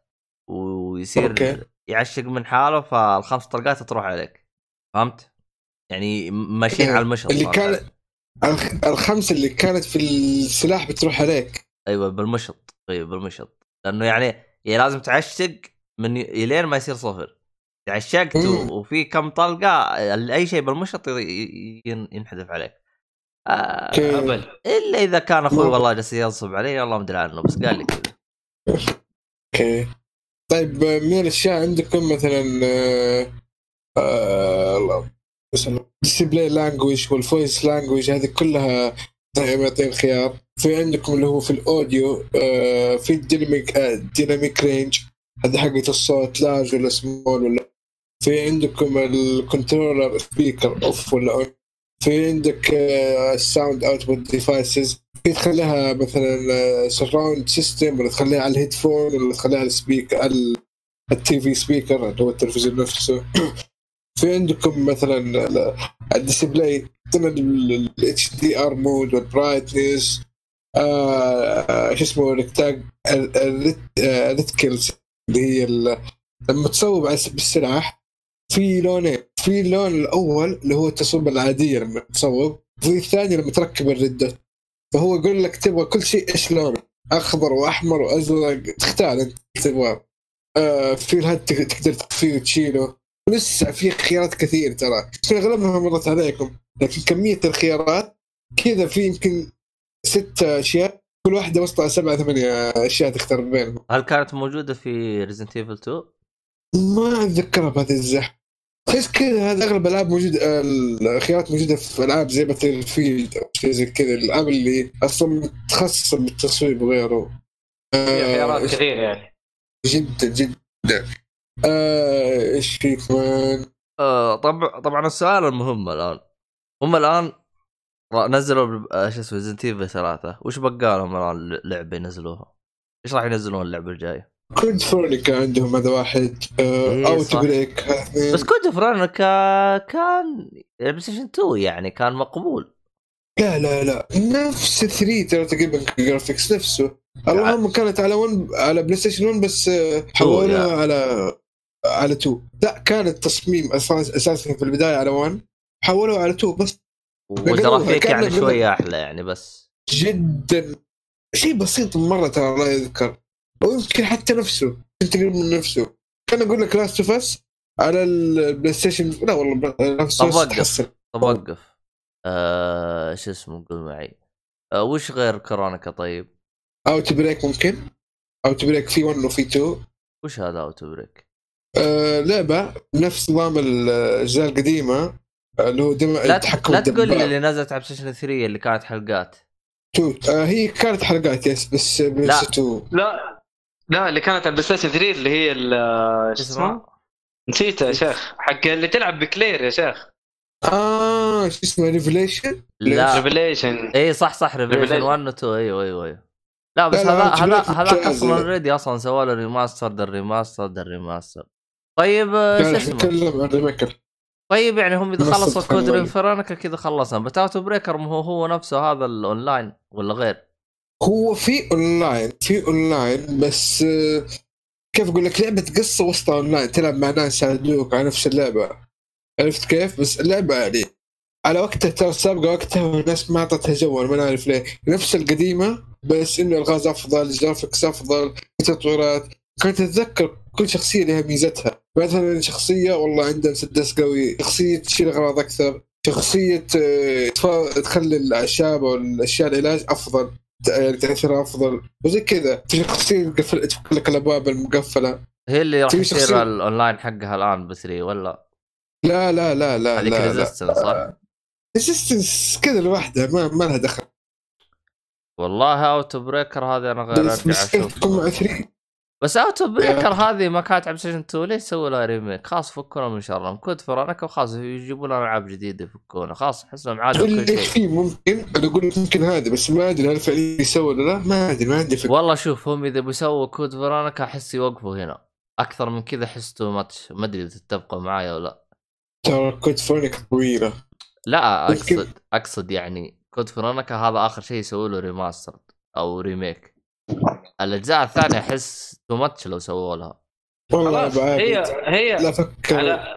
ويصير يعشق من حاله فال5 طلقات تروح عليك، فهمت؟ يعني ماشيين على المشط اللي كان ال5 اللي كانت في السلاح بتروح عليك. ايوه بالمشط، ايوه بالمشط، لانه يعني لازم تعشق من الين ما يصير 0 تعشقت وفي كم طلقه اي شيء بالمشط ينحذف عليك. الا اذا كان اخوي والله جالس ينصب علي والله ما ادري عنه بس قال لي كذا. اوكي طيب من الاشياء عندكم مثلا مثلا الديسبلاي لانجويج والفويس لانجويج هذه كلها يعطين خيار. في عندكم اللي هو في الاوديو في الديناميك رينج هذا حقة الصوت لارج ولا سمول، ولا في عندكم الكنترولر سبيكر اوف ولا اون، في عندك الساوند اوتبوت ديفايسز في تخليها مثلا سراوند سيستم، ولا تخليها على الهيدفون، ولا تخليها على السبيكر التي في سبيكر اللي هو التلفزيون نفسه. في عندكم مثلا الديسبلاي الاتش دي ار مود والبرايتنس، شو اسمه ريكتاج الريتكلز اللي هي لما تصوب بالسلاح في لونين، في اللون الاول اللي هو التصويب العاديه لما تصوب، وفي الثاني لما تركب الردة. فهو يقول لك تبغى كل شيء ايش لونه، اخضر واحمر وازرق، تختار انت تبغى. في الهد تقدر تخفيه وتشيله، ولسه في خيارات كثير ترى، اغلبها مرت عليكم، لكن كميه الخيارات كذا في يمكن 6 أشياء، كل واحدة وسطها 7-8 أشياء تختار بينهم. هل كانت موجودة في Resident Evil 2؟ ما أتذكرها بهذه الزحمة، بس كذا هذا أغلب الألعاب موجودة، الخيارات موجودة في ألعاب زي باتلفيلد أو شيء زي كذا، الألعاب اللي أصلا متخصصة بالتصوير وغيره. خيارات كثير يعني جدا جدا. إيش في كمان؟ طبعا السؤال المهم الآن، هم الآن نزلوا ايش اسمه Resident Evil 3، وش بقى لهم الان لعبه ينزلوها؟ ايش راح ينزلون اللعبه الجايه؟ كود فرونيكا عندهم هذا واحد، اوت بريك. بس كود فرونيكا كان بلاي ستيشن 2 يعني كان مقبول. لا نفس 3 ترى تقريبا الجرافيكس نفسه، اللهم كانت على 1 على بلاي ستيشن 1 بس حولوها على 2. لا كان التصميم اساسا في البدايه على 1، حولوها على 2 بس، وجرافيك يعني شويه احلى يعني، بس جدا شيء بسيط مره ترى لا يذكر، او يمكن حتى نفسه تقريبا من نفسه. كان اقول لك لاست اوف اس على البلاي ستيشن، لا والله طب وقف ايش اسمه قول معي، وش غير كرونيكا؟ طيب اوت بريك ممكن، اوت بريك في 1 وفي 2. وش هذا اوت بريك؟ لعبه نفس نظام الاجزاء القديمه اللي هو لا تقول لي اللي نزلت على بلاي ستيشن 3 اللي كانت حلقات. هي كانت حلقات يس، بس لا اللي كانت على البلاي ستيشن 3 اللي هي اسمه نسيتها يا شيخ، حق اللي تلعب بكلير يا شيخ. شو اسمه ريفيليشن؟ لا ريفيليشن اي صح ريفيليشن 1 و 2. ايوه لا بس هذا اصلا ريدي اصلا سوى له ريماستر. طيب ايش اسمه؟ طيب يعني هم اذا خلصوا كود ريفرانك كذا خلصنا. بتاوتو بريكر هو نفسه هذا الاونلاين ولا غير؟ هو في اونلاين بس كيف اقول لك، لعبه قصه وسطها اونلاين، تلعب مع ناس يساعدوك على نفس اللعبه، عرفت كيف؟ بس اللعبه يعني على وقتها ترى سابقه وقتها، والناس ما اعطتها جو، ما نعرف ليه، نفس القديمه بس انه الغاز افضل، الجرافيكس افضل، التطويرات. كنت اتذكر كل شخصيه لها ميزتها، مثلا شخصيه والله عندها مسدس قوي، شخصيه تشيل اغراض اكثر، شخصيه تخلي الاعشاب والاشياء العلاج افضل، يعني تاثيرها افضل، وزي كذا. في شخصيه تفك لك الابواب المقفله، هي اللي راح يصير الاونلاين حقها الان بثري ولا لا هذيك ريزيستنس صح؟ ريزيستنس كذا لوحدها ما لها دخل والله. اوتو بريكر هذه انا غير ارجع اشوف بس اوتو بريكر هذه ما كانت على بلايستيشن 2، ليش سووا لها ريميك؟ خلاص فكونا من شرهم، كود فرانك وخلاص يجيبوا لنا العاب جديده يفكونا، خلاص احسهم عادوا كل شيء. في ممكن انا اقول لك ممكن هذا، بس ما ادري هل فعليا يسووا ولا لا، ما ادري ما عندي فكره والله. شوف هم اذا بيسووا كود فرانك احس يوقفوا هنا، اكثر من كذا حسوا ماتش، ما ادري اذا تتفقوا معايا ولا لا. ترى كود فرانك طويله. لا اقصد يعني كود فرانك هذا اخر شيء يسووا له ريماستر او ريميك، الاجزاء الثانيه احس تو ماتش لو سووا لها. والله هي لا فكر على...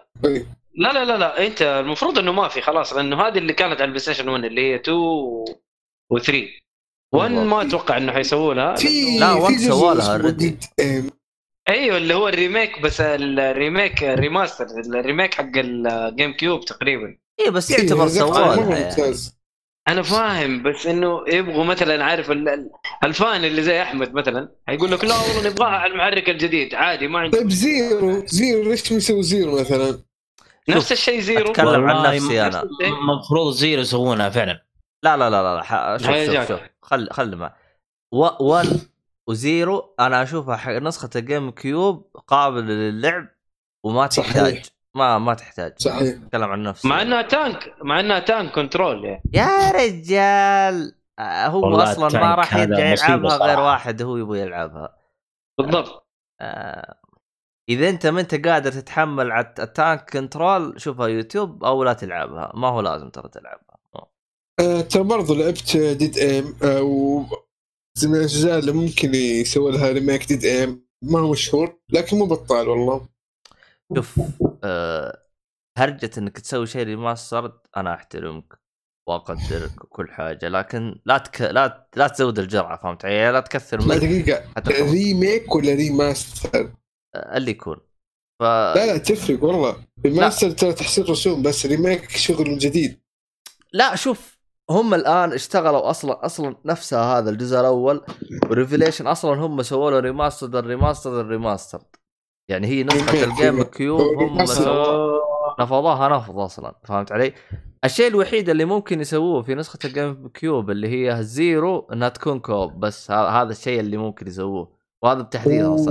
لا انت المفروض انه ما في خلاص، لانه هذه اللي كانت على البلاي ستيشن 1 اللي هي 2 و 3 1 ما اتوقع انه حيسووا لها. لا 1 سووا لها الردي. ايوه اللي هو الريميك، بس الريميك ريماستر، الريميك حق الجيم كيوب تقريبا. ايه بس يعتبر سووا لها. انا فاهم، بس انه يبغوا مثلا عارف الفان اللي زي احمد مثلا هيقول لك لا والله نبغاها على المحرك الجديد عادي ما عندي. طيب زيرو ليش يسوي زيرو مثلا؟ نفس الشيء زيرو. اتكلم عن نفسي انا، المفروض زيرو يسوونها فعلا. لا شوف خلي ما 1 وزيرو انا اشوفها نسخه الجيم كيوب قابل للعب وما تحتاج ما تحتاج. صحيح. اتكلم عن نفسي مع انها تانك كنترول يعني. يا رجال هو اصلا ما راح يرجع يلعبها غير واحد هو يبغى يلعبها بالضبط. اذا انت ما انت قادر تتحمل على التانك كنترول شوفها يوتيوب او لا تلعبها، ما هو لازم ترى تلعبها. ترى برضو لعبت ديد ايم زي من الأجزاء اللي ممكن يسوي لها ريميك. ديد ايم ما هو مشهور لكن مو بطال والله. شوف هرجة انك تسوي شيء ريماستر انا احترمك واقدرك كل حاجه، لكن لا تزود الجرعه، فهمت علي؟ لا تكثر من دقيقه ريميك ولا ريماستر اللي يكون لا تفرق والله. ريماستر ترى تحسين رسوم، بس ريميك شغل جديد. لا شوف هم الان اشتغلوا اصلا نفسها هذا الجزء الاول وريفيليشن اصلا هم سووا له ريماستر يعني هي نسخه الجيم كيوب هم نفضوها نفض اصلا، فهمت علي؟ الشيء الوحيد اللي ممكن يسووه في نسخه الجيم كيوب اللي هي الزيرو انها تكون كوب بس، هذا الشيء اللي ممكن يسووه، وهذا بتحديد اصلا.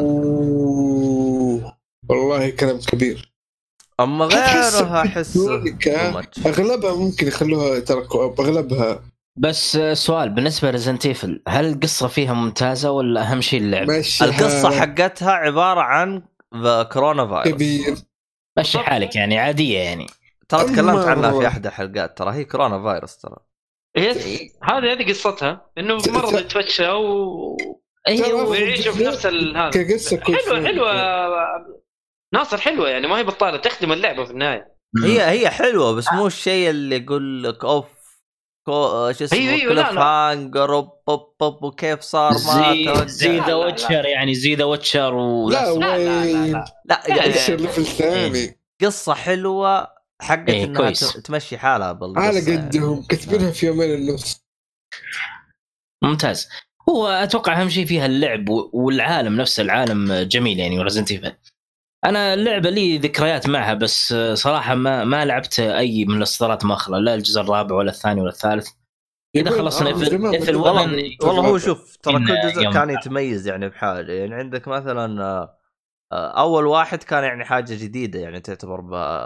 والله كلام كبير. اما غيرها احس اغلبها ممكن يخلوها ترى كوب اغلبها. بس سؤال بالنسبه لريزنت ايفل، هل القصه فيها ممتازه ولا اهم شيء اللعب؟ القصه حقتها عباره عن كورونا فايروس. ماشي حالك يعني عاديه يعني. ترى تكلمت عنها في احد الحلقات، ترى هي كورونا فايروس ترى. هذه قصتها انه مرض يتفشى ويعيشوا في نفس هذا. كقصه حلوه ناصر، حلوه يعني ما هي بطاله، تخدم اللعبه في النهايه. هي حلوه بس مو الشيء اللي يقول لك اوف شو اسمه كليف هانجر وكيف صار ما زي ذا ويتشر يعني زي ذا ويتشر لا ليفل ثاني. قصه حلوه حقت انها تمشي حالها على قدهم كتبينها في يومين النص. ممتاز. هو اتوقع اهم شيء فيها اللعب والعالم نفسه، العالم جميل يعني. وريزنت ايفل انا اللعبه لي ذكريات معها، بس صراحه ما لعبت اي من الاصدارات ماخره، لا الجزء الرابع ولا الثاني ولا الثالث. اذا خلصنا ايفل والله هو شوف ترى كل جزء كان يتميز يعني بحاجه. يعني عندك مثلا اول واحد كان يعني حاجه جديده، يعني تعتبر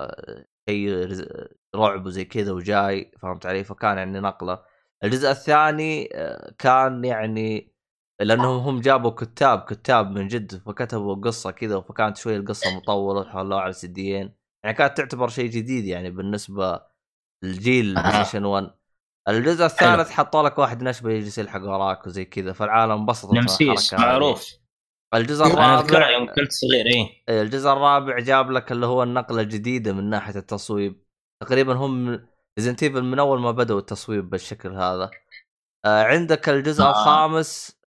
شيء رعب وزي كذا وجاي، فهمت علي؟ فكان يعني نقله. الجزء الثاني كان يعني لانهم هم جابوا كتاب من جد فكتبوا قصه كذا، فكانت شويه القصه مطوله وحلوها على سديين، يعني كانت تعتبر شيء جديد يعني بالنسبه للجيل بلايستيشن 1. الجزء الثالث حطوا لك واحد نشبه يجلس يلحق وراك وزي كذا، فالعالم انبسط نمسيس معروف. الجزء الرابع يوم كنت صغير الجزء الرابع جاب لك اللي هو النقله الجديده من ناحيه التصويب. تقريبا هم ريزنت ايفل من اول ما بدأوا التصويب بالشكل هذا. عندك الجزء الخامس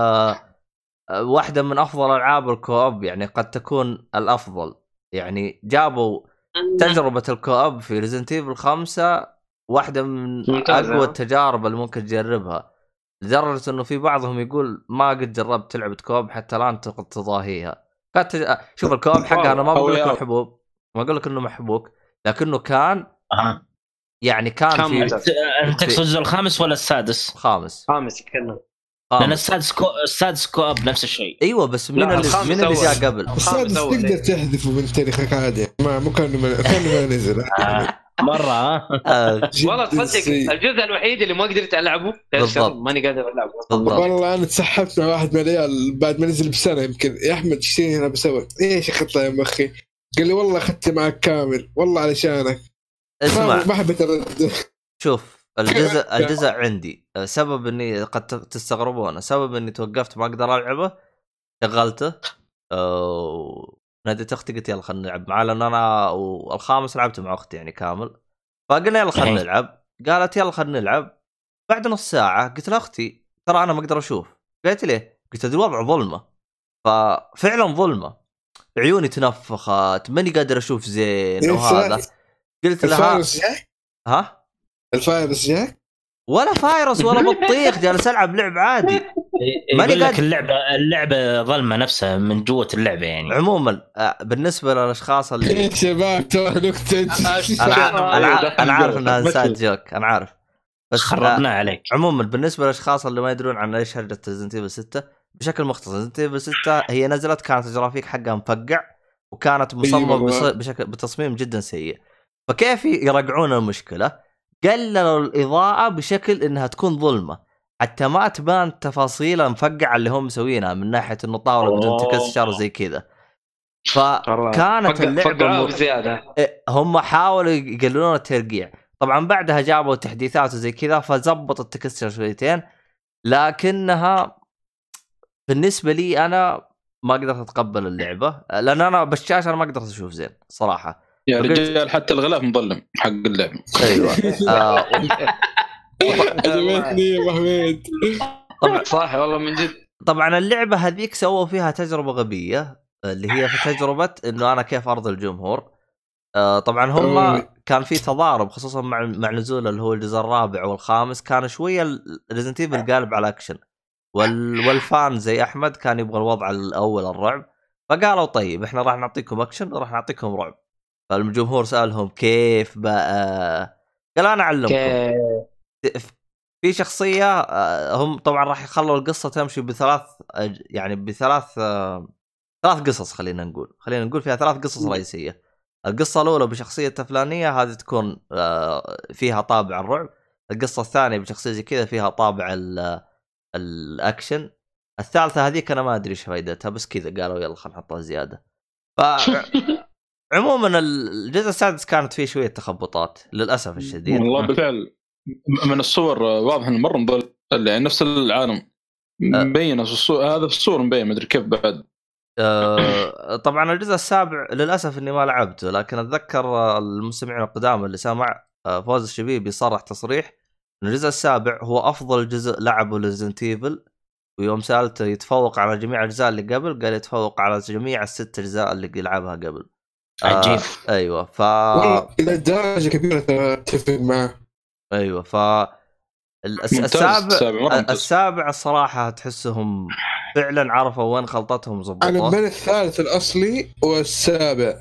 واحدة من أفضل ألعاب الكوب، يعني قد تكون الأفضل. يعني جابوا تجربة الكوب في ريزنت ايفل 5 واحدة من أقوى التجارب اللي ممكن تجربها، لدرجة إنه في بعضهم يقول ما قد جربت لعبة كوب حتى الآن تضاهيها. شوف الكوب حقها أنا ما بقول لك محبوب، ما أقول لك إنه محبوك، لكنه كان يعني كان في انت تقصد الجزء الخامس ولا السادس؟ خامس يتكلم. لأن السادس كوب نفس الشيء. ايوه بس من اللي جاء قبل؟ السادس تقدر تحذفه من تاريخك عادي، ما كان ما نزل مره. والله تصدق الجزء الوحيد اللي ما قدرت العبه ماني قادر العبه والله. انا تسحبت مع واحد من العيال بعد ما نزل بسنه يمكن، يا احمد اشتري هنا بسوي ايش اخطها يا اخي؟ قال لي والله اخذت معك كامل والله علشانك. اسمع ما حبيت ارد. شوف الجزء عندي سبب اني قد تستغربون، سبب اني توقفت ما اقدر العبه، شغلته ناديت اختي قلت يلا خلينا نلعب معاه، لان انا والخامس لعبته مع اختي يعني كامل، فقلنا يلا خلينا نلعب. قالت يلا خلينا نلعب. بعد نص ساعه قلت لاختي ترى انا ما اقدر اشوف. قالت ليه؟ قلت الوضع ظلمه، ففعلا ظلمه، عيوني تنفخت ماني قادر اشوف زين وهذا. قلت لها ها الفايروس جاك ولا فايروس ولا بطيخ، جالس العب لعب عادي. ماني لك اللعبه ظلمه نفسها من جوه اللعبه يعني. عموما بالنسبه للاشخاص اللي شباب انا عارف انها انسان جوك، انا عارف، بس خربنا عليك. عموما بالنسبه للاشخاص اللي ما يدرون عن ايش هرجه ريزنت ايفل 6 بشكل مختصر، ريزنت ايفل 6 هي نزلت كانت الجرافيك حقها مفقع وكانت مصممه بتصميم جدا سيء. فكيف يرجعون المشكله؟ قللوا الإضاءة بشكل إنها تكون ظلمة حتى ما تبان تفاصيل مفقعه اللي هم مسوينها من ناحيه انه طاوله بدون تكسر زي كذا. فكانت اللعبه بزياده. هم حاولوا يقللون الترقيع. طبعا بعدها جابوا تحديثات وزي كذا فزبط التكسر شويتين، لكنها بالنسبه لي انا ما قدرت اتقبل اللعبه لان انا بالشاشه انا ما قدرت اشوف زين صراحه يا رجال. حتى الغلاف مظلم حق اللعبه. ايوه عجبتني يا محمد. طبعا صح والله من جد. طبعا اللعبه هذيك سووا فيها تجربه غبيه اللي هي في تجربه انه انا كيف ارضي الجمهور. طبعا هم كان في تضارب خصوصا مع نزول اللي هو الجزء الرابع والخامس، كان شويه ريزنت ايفل قالب على اكشن، والفان زي احمد كان يبغى الوضع الاول الرعب، فقالوا طيب احنا راح نعطيكم اكشن وراح نعطيكم رعب. فالجمهور سالهم كيف بقى، قال انا اعلمكم. في شخصيه هم طبعا راح يخلوا القصه تمشي بثلاث يعني بثلاث قصص، خلينا نقول فيها 3 قصص رئيسيه. القصه الاولى بشخصيه فلانيه هذه تكون فيها طابع الرعب، القصه الثانيه بشخصيه زي كذا فيها طابع الاكشن، الثالثه هذيك انا ما ادري ايش فائدتها بس كذا قالوا يلا خلينا نحطها زياده. عموما الجزء السادس كانت فيه شويه تخبطات للاسف الشديد. والله بالفعل من الصور واضح انه مره مضل يعني نفس العالم مبين الصور، هذا في الصور مبين ما ادري كيف بعد. طبعا الجزء السابع للاسف اني ما لعبته، لكن اتذكر المستمعين القدامى اللي سمع فوز الشبيب يصرح تصريح ان الجزء السابع هو افضل جزء لعبه لريزنت ايفل، ويوم سالته يتفوق على جميع الاجزاء اللي قبل قال يتفوق على جميع ال6 اجزاء اللي لعبها قبل. عجيب. ايوه الى درجه كبيره اتفق معه. ايوه السابع الصراحه تحسهم فعلا عرفوا وين خلطتهم زبطوها. انا بين الثالث الاصلي والسابع.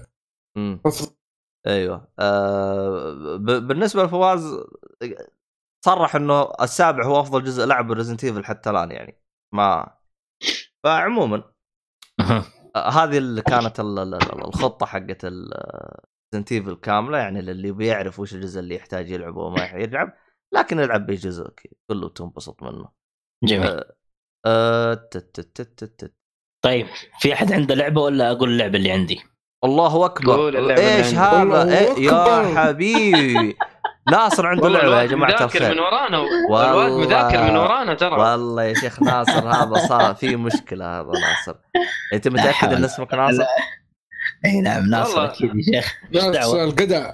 ايوه بالنسبه لفواز صرح انه السابع هو افضل جزء لعبه ريزنت ايفل حتى الان يعني ما. فعموما هذه اللي كانت الخطه حقت ريزنت ايفل كامله، يعني اللي بيعرف وش الجزء اللي يحتاج يلعبه وما يلعب، لكن يلعب بجزء كله تنبسط منه. جميل. طيب في احد عنده لعبه ولا اقول اللعبه اللي عندي؟ الله اكبر ايش هذا يا حبيبي ناصر عنده لعبه يا جماعه الخير. من ورانا والواد مذاكر من ورانا ترى. والله يا شيخ ناصر هذا صار في مشكله. هذا ناصر انت متاكد ان اسمك ناصر؟ اي نعم ناصر اكيد يا شيخ. ناصر القدع.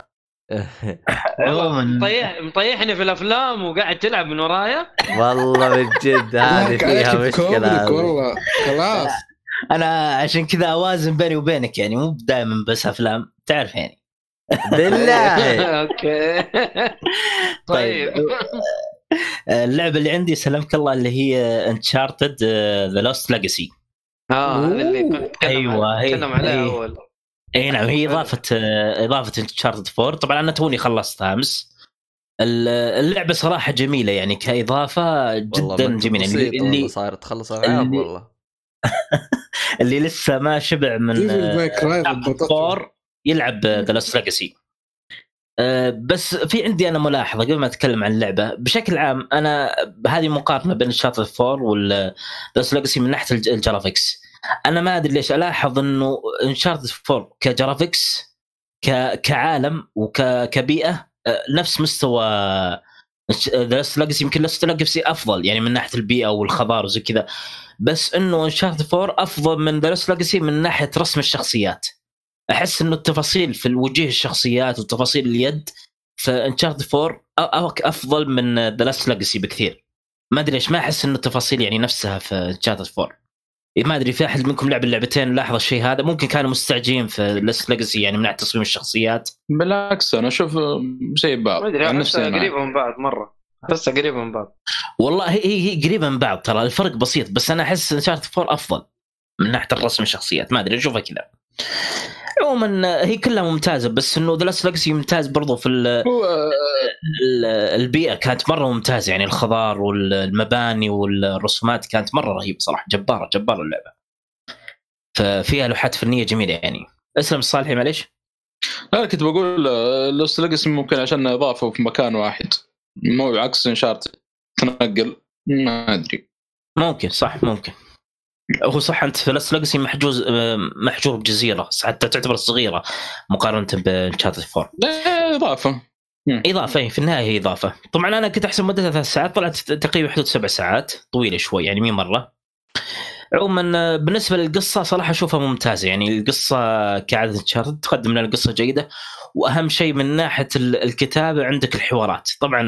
مطيحني في الافلام وقاعد تلعب من ورايا والله من جد هذه فيها مشكله والله. خلاص انا عشان كذا اوازن بيني وبينك يعني مو دائما بس افلام تعرف يعني. بالله. اوكي طيب اللعبه اللي عندي سلمك الله اللي هي انشارتد ذا لوست ليجاسي. اللي ايوه تكلم عليها اول. اي نعم هي اضافه انشارتد 4. طبعا انا توني خلصتها امس. اللعبه صراحه جميله يعني كاضافه جدا جميله يعني اللي صاير تخلص العاب والله. اللي لسه ما شبع من 4 يلعب ذا لوست ليجاسي. بس في عندي انا ملاحظه قبل ما اتكلم عن اللعبه بشكل عام. انا هذه مقارنه بين انشارتد 4 وذا لوست ليجاسي من ناحيه الجرافيكس. انا ما ادري ليش الاحظ انه انشارتد 4 كجرافيكس كعالم وكبيئه نفس مستوى ذا لوست ليجاسي. يمكن لوست ليجاسي افضل يعني من ناحيه البيئه والخضار وزي كذا، بس انه انشارتد 4 افضل من ذا لوست ليجاسي من ناحيه رسم الشخصيات. احس انه التفاصيل في الوجه الشخصيات وتفاصيل اليد في انشارتد 4 افضل من ذا لوست ليجاسي بكثير. ما ادري ليش ما احس انه التفاصيل يعني نفسها في انشارتد 4. ما ادري في احد منكم لعب اللعبتين لاحظ الشيء هذا؟ ممكن كانوا مستعجلين في لوست ليجاسي يعني من ناحيه تصميم الشخصيات. بالعكس انا اشوف شيء بعض يعني نفسها قريبه من بعض مره. بس قريبه من بعض والله هي قريبه من بعض ترى الفرق بسيط. بس انا احس انشارتد 4 افضل من ناحيه الرسم الشخصيات. ما ادري اشوفها كذا. عموما هي كلها ممتازه بس انه ذا لوست ليجاسي ممتاز برضو في البيئه كانت مره ممتازه يعني الخضار والمباني والرسومات كانت مره رهيبه صراحه. جباره اللعبه. ففيها لوحات فنيه جميله يعني. اسلم الصالحي معليش. انا كنت بقول لوست ليجاسي ممكن عشان اضافه في مكان واحد مو عكس انشارت تنقل ما ادري ممكن صح ممكن هو صح. انت في لاست ليجاسي محجور بجزيره حتى تعتبر صغيره مقارنه بانشارتد 4. اضافه في النهايه هي اضافه. طبعا انا كنت احسب مدتها 3 ساعات طلعت تقريبا حدود 7 ساعات طويله شوي يعني 100 مره. عموما بالنسبه للقصه صراحه اشوفها ممتازه يعني القصه كعاده انشارتد تقدم لنا قصه جيده واهم شيء من ناحيه الكتابه عندك الحوارات. طبعا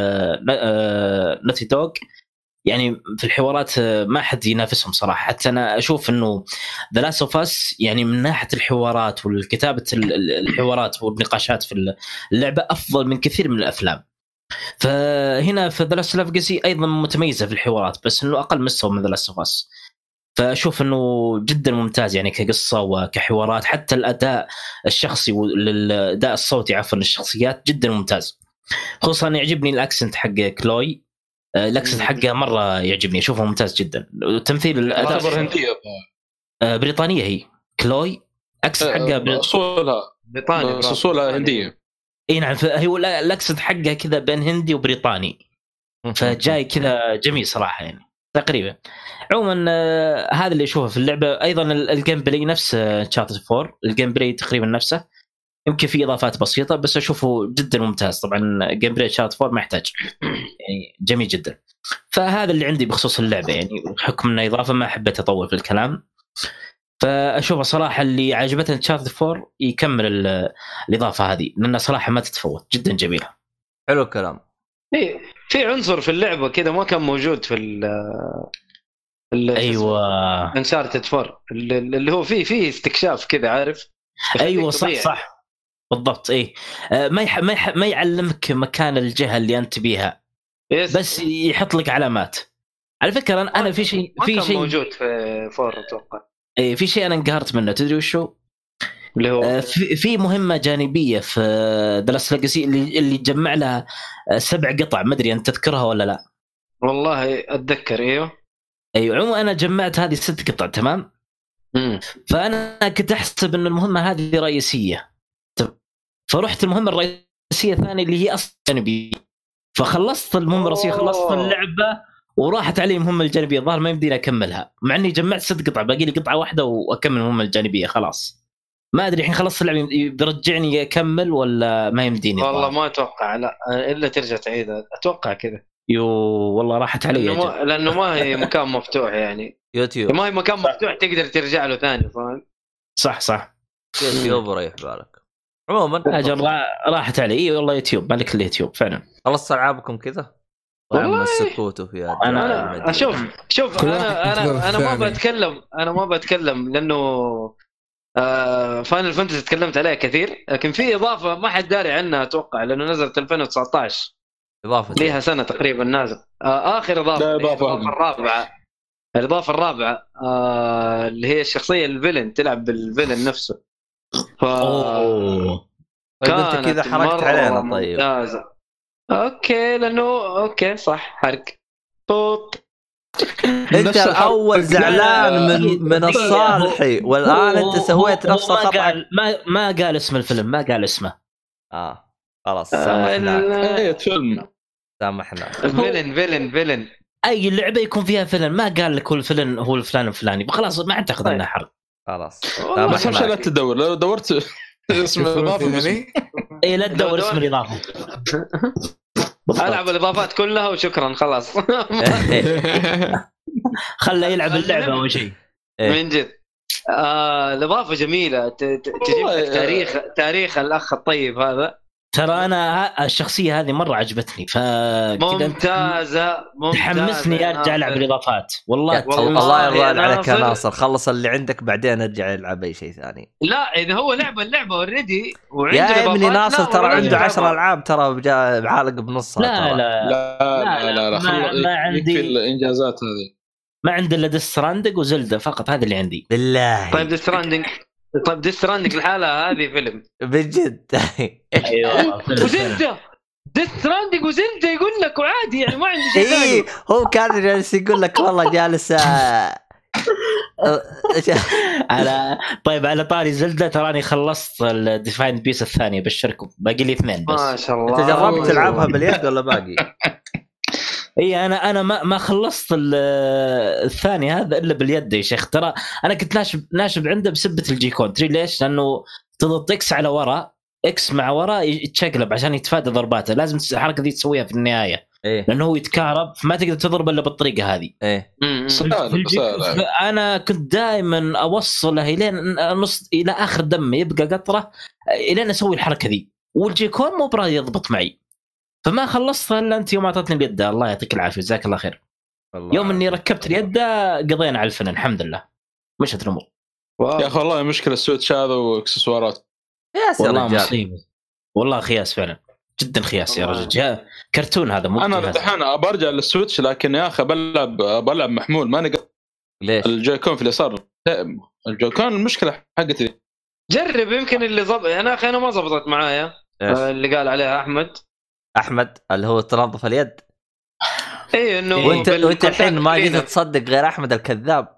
نوتي دوغ يعني في الحوارات ما حد ينافسهم صراحه. حتى انا اشوف انه ذا لاست اوف اس يعني من ناحيه الحوارات والكتابه الحوارات والنقاشات في اللعبه افضل من كثير من الافلام. فهنا في ذا لاست اوف اس ايضا متميزه في الحوارات بس انه اقل مستوى من ذا لاست اوف اس. فاشوف انه جدا ممتاز يعني كقصه وكحوارات حتى الاداء الشخصي والاداء الصوتي عفوا الشخصيات جدا ممتاز. خصوصا يعجبني الاكسنت حق كلوي. الاكسنت حقها مره يعجبني اشوفه ممتاز جدا. تمثيل الاداء هنديه بريطانيه هي كلوي اكسنت حقها اصولها هنديه. اي نعم هو الاكسنت حقها كذا بين هندي وبريطاني فجاي كذا جميل صراحه يعني تقريبا. عموما هذا اللي اشوفه في اللعبه. ايضا الجيم بلاي نفس تشارتر 4 الجيم بلاي تقريبا نفسه يمكن في اضافات بسيطه بس اشوفه جدا ممتاز. طبعا جيم بلاي تشارتر 4 ما يحتاج يعني جميل جدا. فهذا اللي عندي بخصوص اللعبه يعني بحكم انها اضافه ما حبيت اطول في الكلام. فاشوفها صراحه اللي عجبتني تشارتر 4 يكمل الاضافه هذه لانها صراحه ما تتفوت جدا جميله. حلو الكلام. في عنصر في اللعبه كذا ما كان موجود في ايوه انشارتد 4 اللي هو فيه استكشاف كذا عارف. ايوه صح بالضبط. ايه ما يعلمك مكان الجهه اللي انت بيها بس يحط لك علامات. على فكره انا في شيء موجود في 4 اتوقع. ايه في شيء انا انقهرت منه تدري وشو اللي هو في مهمه جانبيه في ذا لاست ليجاسي اللي جمع لها 7 قطع ما ادري انت تذكرها ولا لا. والله اتذكر ايوه عموما انا جمعت هذه 6 قطع تمام. فانا كنت احسب ان المهمه هذه رئيسيه فرحت المهمه الرئيسيه الثانيه اللي هي اصلا جانبيه فخلصت المهمه الرئيسيه خلصت اللعبه وراحت علي المهمه الجانبيه الظاهر ما يمديني اكملها مع اني جمعت 6 قطع باقي لي قطعه واحده واكمل المهمه الجانبيه خلاص. ما ادري الحين خلصت اللعبه بيرجعني اكمل ولا ما يمديني والله ما اتوقع لا الا ترجع تعيدها اتوقع كذا. والله راحت علي لانه ما هي مكان مفتوح يعني يوتيوب ما هي مكان مفتوح تقدر ترجع له ثاني فاهم. صح يوتيوب ريح بالك. عموما اجل راحت علي والله يوتيوب مالك اليوتيوب فعلا. خلصت العابكم كذا والله السكوت فيها. انا شوف انا ما بتكلم لانه فاينل فانتسي تكلمت عليها كثير لكن في اضافه ما حد داري عنها اتوقع لانه نزلت 2019 اضافه ليها سنه تقريبا نازل. اخر الاضافه الرابعه اللي هي الشخصيه الفيلن تلعب بالفيلن نفسه. انت كذا حركت علينا. طيب ممتازة. اوكي لانه اوكي صح حرق طوط. انت الاول زعلان من الصالحي والان انت سويت نفس الخطا. ما قال اسم الفيلم ما قال اسمه. خلاص سامحناك. فيلم سامحنا. فيلن اي لعبه يكون فيها فيلن ما قال لك هو الفيلن هو الفلان الفلاني خلاص ما اعتقد انه حرق. خلاص بس مش لا تدور لو دورت اسم الاضافه يعني اي لا تدور اسم الاضافه العب الاضافات كلها وشكرا خلاص. خله يلعب اللعبه اول شيء من جد. الاضافه جميله تجيب لك تاريخ الاخ الطيب هذا. ترى انا الشخصيه هذه مره عجبتني ممتازه تحمسني ارجع العب الاضافات. والله الله يرضى عليك يا ناصر خلص اللي عندك بعدين ارجع العب اي شيء ثاني. لا اذا هو اللعبه اوريدي يا ابني ناصر ترى عنده 10 العاب ترى بعالق بنصها. لا ما عندي الانجازات هذه ما عندي الا ديستراندنج وزلدة فقط هذا اللي عندي بالله. طيب ديستراندنج الحالة هذه فيلم بجد. ايوه وزلدة ديستراندنج وزلدة يقول لك وعادي يعني ما عندي شيء ثاني. هو كان جالس يقول لك والله جالس على طاري زلدة تراني خلصت الديفاين بيس الثانية بشركم باقي لي 2 بس. ما شاء الله. انت جربت تلعبها باليد ولا باقي؟ اي انا ما خلصت الثاني هذا الا باليد يا شيخ. ترى انا كنت ناشب عنده بسبه الجيكون. تري ليش؟ لانه تضغط اكس على وراء، اكس مع وراء يتشقلب عشان يتفادى ضرباته. لازم الحركه دي تسويها في النهايه لانه هو يتكهرب، فما تقدر تضرب الا بالطريقه هذه. انا كنت دائما اوصله الين نص الى اخر دم يبقى قطره الين اسوي الحركه ذي، والجيكون مو براضي يضبط معي. فما خلصت الا انت يوم اعطتني اليد. الله يعطيك العافيه، جزاك الله خير. يوم اني ركبت اليد قضينا على الفن الحمد لله، مشت الامور. يا اخي والله مشكله السويتش هذا واكسسوارات والله مصيبه، والله خياس فعلا جدا خياس يا رجل. جاء كرتون هذا مو انا الحين برجع للسويتش، لكن يا اخي بلعب محمول ماني ليش الجويكون في اليسار. الجويكون المشكله حقتي. جرب يمكن اللي ضبط. انا اخي انا ما ضبطت معايا اللي قال عليها احمد اللي هو تنظف اليد. ايه انه وانت الحين ما جيت تصدق غير احمد الكذاب.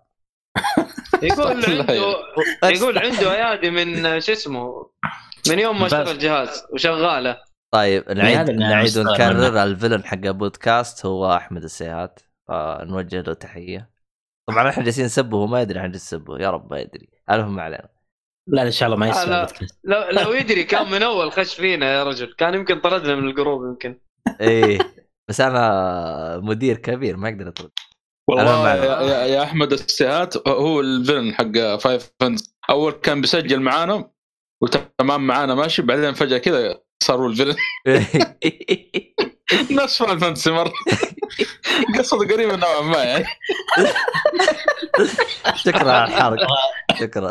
يقول عنده ايادي من شو اسمه من يوم ما اشترى الجهاز وشغاله. طيب نعيد ونكرر الفيلن حق بودكاست هو احمد السيهات، نوجه له تحيه. طبعا احنا جالسين نسبه وما يدري عن نسبه، يا رب ما يدري. المهم علينا. لا ان شاء الله ما يسمع. لو يدري كان من اول خش فينا يا رجل، كان يمكن طردنا من الجروب يمكن. ايه بس انا مدير كبير ما اقدر اطرد والله. يا احمد السيهات هو الفيلن حق فايف فنز. اول كان بيسجل معانا وتمام معانا ماشي، بعدين فجاه كذا صاروا الفيلن. نفس فايف فنز مره. قصة قريبة نوعا ما يعني. شكرا على الحركة. شكرا.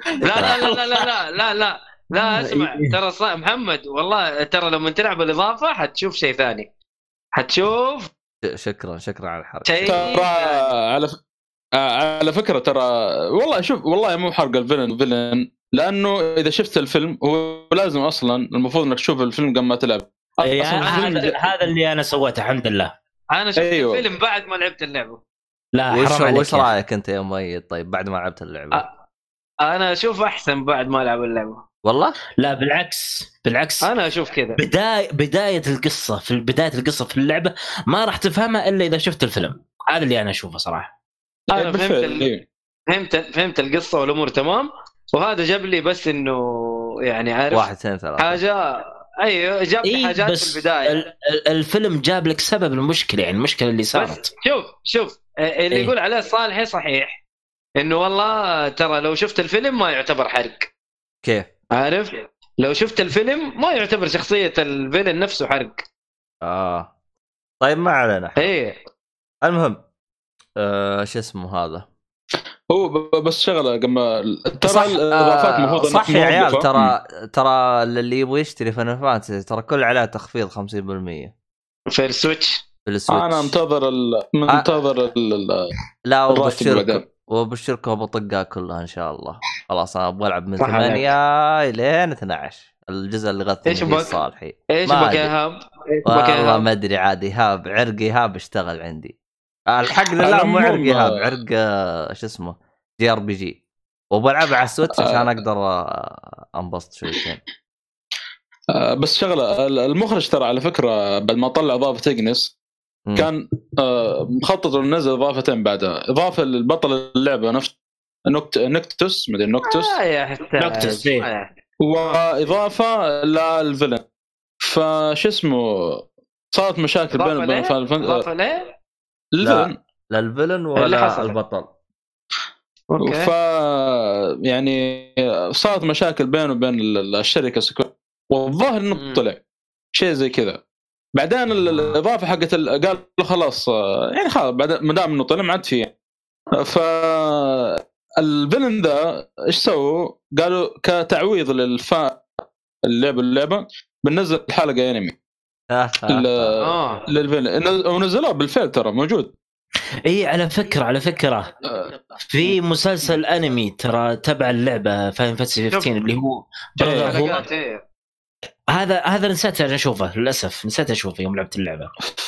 لا اسمع، ترى محمد والله ترى لما تلعب الإضافة حتشوف شيء ثاني، حتشوف. شكرا على الحركة. ترى على فكرة ترى والله شوف والله مو حرق الفيلن، لأنه إذا شفت الفيلم هو لازم أصلا المفروض إنك تشوف الفيلم قبل ما تلعب. هذا اللي أنا سويته الحمد لله. أنا شفت الفيلم بعد ما لعبت اللعبة. لا وش رأيك أنت يا مؤيد؟ طيب بعد ما لعبت اللعبة أنا أشوف أحسن بعد ما ألعب اللعبة. والله لا بالعكس أنا أشوف كذا. بداية القصة في اللعبة ما راح تفهمها إلا إذا شفت الفيلم. هذا اللي أنا أشوفه صراحة. أنا فهمت القصة والأمور تمام، وهذا جاب لي بس إنه يعني عارف 1 2 3 حاجة. أيوة جاب لي حاجات في البداية. الفيلم جاب لك سبب المشكلة، يعني المشكلة اللي صارت. شوف اللي يقول عليه صالحي صحيح، إنه والله ترى لو شفت الفيلم ما يعتبر حرق. كيف عارف؟ لو شفت الفيلم ما يعتبر شخصية الفيلن نفسه حرق. طيب ما علينا. ايه المهم شو اسمه هذا هو بس شغله ترى الاضافات مفروض صح يا عيال. ترى اللي يبغى يشتري فاينل فانتسي ترى كل عليه تخفيض 50% في السويتش. انا منتظر لا وبشركم بطقها كلها ان شاء الله. خلاص انا ابغى العب من 8 الى 12 الجزء اللي غثني فيه صالحي. ايش بك يا هاب؟ والله ما ادري عادي. هاب عرقي هاب اشتغل عندي الحق. لا مو عرقي هاب، عرق شو اسمه JRPG، وبلعبها على السويتش عشان اقدر انبسط شويتين. بس شغله المخرج ترى على فكره بعد ما طلع اضافه إجنس كان مخطط انه ينزل اضافتين بعدها، اضافه للبطل اللعبه نفس نكتوس مدري نكتوس واضافه للفيلن. فش اسمه صارت مشاكل بين اضافه لا الفيلن ولا البطل. ف يعني صارت مشاكل بينه وبين الشركه والظاهر انه طلع شيء زي كذا. بعدين الاضافه حقت قال خلاص يعني خلاص بعد ما دام انه طلع ما عاد فيه. فالفيلن ذا ايش سووا؟ قالوا كتعويض اللعبه بننزل حلقه انمي للفيلن، ونزلوه بالفعل ترى موجود. اي على فكره في مسلسل انمي ترى تبع اللعبه فاين فانتسي 15 اللي هو هذا نسيت اشوفه للاسف، نسيت اشوفه يوم لعبت اللعبه.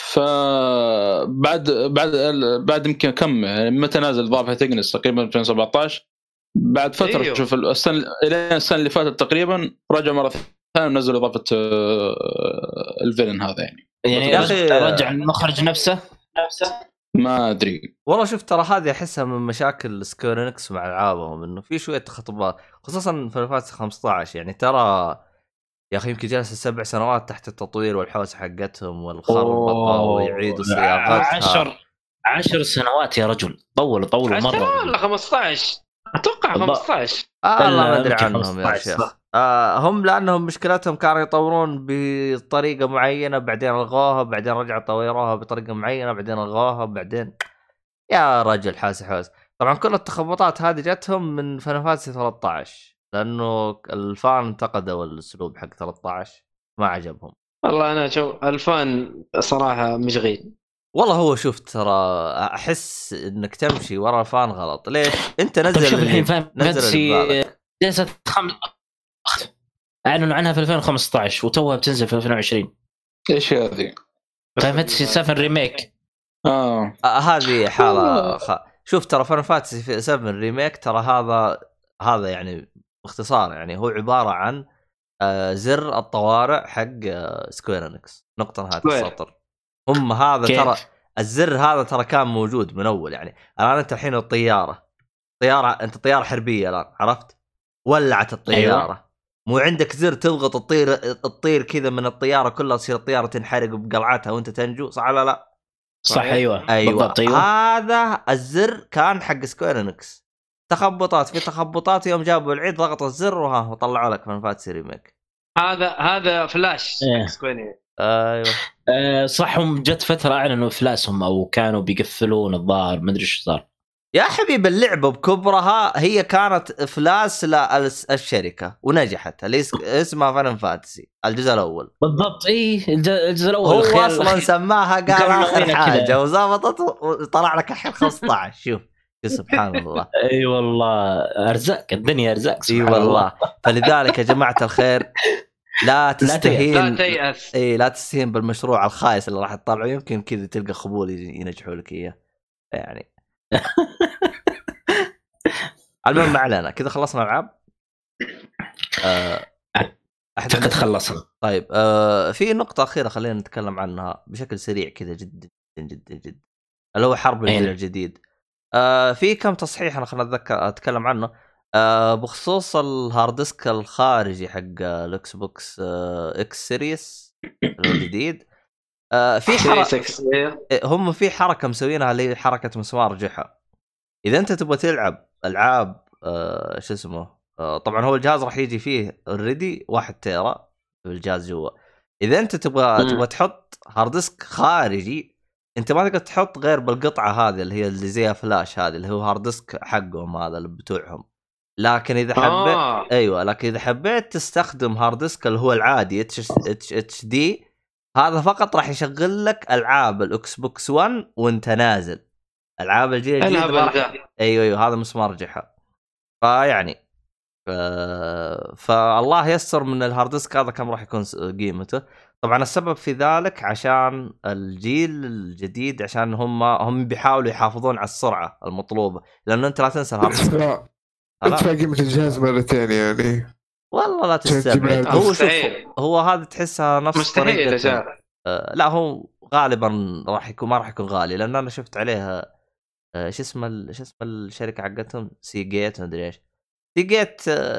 بعد يمكن كم متى نازل اضافه إجنس تقريبا 2017 بعد فتره. شوف السنه اللي فاتت تقريبا رجع مره ثانيه نزل اضافه الفيلن هذا. يعني يا اخي رجع المخرج نفسه ما ادري والله. شفت ترى هذه احسها من مشاكل سكويرينكس مع العابهم، انه في شويه تخطبات خصوصا في فانتسي 15. يعني ترى يا اخي يمكن جالس 7 سنوات تحت التطوير والحوسه حقتهم والخربطه ويعيدوا صياغتها. 10 سنوات يا رجل، طولوا مره. ولا 15 اتوقع 15. الله ما ادري عنهم يا شيخ. هم لانهم مشكلتهم كانوا يطورون بطريقه معينه، بعدين الغوها، بعدين رجعوا طوروها بطريقه معينه، بعدين الغوها، بعدين يا رجل حاس. طبعا كل التخبطات هذه جتهم من فاينل فانتسي 13 لانه الفان انتقدوا الاسلوب حق 13 ما عجبهم. والله انا شوف الفان صراحه مشغيل. والله هو شفت ترى احس انك تمشي ورا الفان غلط. ليش انت نزل الحين فانتسي جلست اعلنوا عنها في 2015 وتوها بتنزل في 2020. ايش هذه؟ فانتسي 7 ريميك. هذه حاله شوف ترى فاينل فانتسي 7 ريميك ترى هذا يعني باختصار يعني هو عباره عن زر الطوارئ حق سكويرينكس نقطه نهايه السطر. هم هذا كيف؟ ترى الزر هذا ترى كان موجود من اول. يعني انت الحين الطياره انت طياره حربيه الان عرفت، ولعت الطياره. أيوة. مو عندك زر تضغط تطير كذا من الطياره كلها تصير الطياره تنحرق بقلعتها وانت تنجو، صح ولا لا؟ صح. ايوه بالضبط. هذا الزر كان حق سكويرينكس. في تخبطات يوم جابوا العيد ضغطوا الزر وطلعوا لك من فانتسي ريميك. هذا فلاش سكويرينكس. ايوه صح. هم جت فتره اعلنوا فلاسهم او كانوا بيقفلون الظاهر، ما ادري ايش صار. يا حبيب اللعبه بكبرها هي كانت فلاس للشركه ونجحت، اللي اسمها فاينل فانتسي الجزء الاول. بالضبط. الجزء الاول هو اصلا سماها قال اخر حاجه وزبطت وطلع لك الحين 15. شوف سبحان الله. اي والله ارزاق، الدنيا ارزاق. اي والله. فلذلك يا جماعه الخير لا تستهين، لا تستهين بالمشروع الخايس اللي راح تطلعه. يمكن كذا تلقى قبول ينجحوا لك اياه يعني. المهم ما علينا كذا، خلصنا العاب. اعتقد خلصنا. طيب في نقطه اخيره خلينا نتكلم عنها بشكل سريع كذا جدا جدا جدا، اللي هو حرب الجيل الجديد. في كم تصحيح انا خلنا اتكلم عنه بخصوص الهارد ديسك الخارجي حق الاكس بوكس اكس سيريس الجديد. في حركه هم في حركه مسوينها اللي هي حركه مسمار جحا. اذا انت تبغى تلعب العاب شو اسمه طبعا هو الجهاز راح يجي فيه اوريدي 1 تيرا بالجهاز جوا. اذا انت تبغى تحط هارد ديسك خارجي انت ما تقدر تحط غير بالقطعه هذه اللي هي اللي زي فلاش، هذه اللي هو هارد ديسك حقهم هذا اللي بتوعهم. لكن اذا حبيت ايوه لكن اذا حبيت تستخدم هارد ديسك اللي هو العادي اتش دي، هذا فقط راح يشغل لك العاب الاكس بوكس 1 وانت نازل. العاب الجيل الجديد ايوه هذا مسمار جحا. فيعني فالله يسر من الهارد ديسك هذا كم راح يكون قيمته. طبعا السبب في ذلك عشان الجيل الجديد، عشان هم بيحاولوا يحافظون على السرعه المطلوبه، لانه انت لا تنسى الهارد ديسك ادفع قيمه الجهاز مرتين يعني. والله لا تستبعد. هو هذا تحسها نفس طريقه. لا هو غالبا ما راح يكون غالي، لان انا شفت عليها ايش اسم الشركه حقتهم سي جيت ما ادري ايش. سي جيت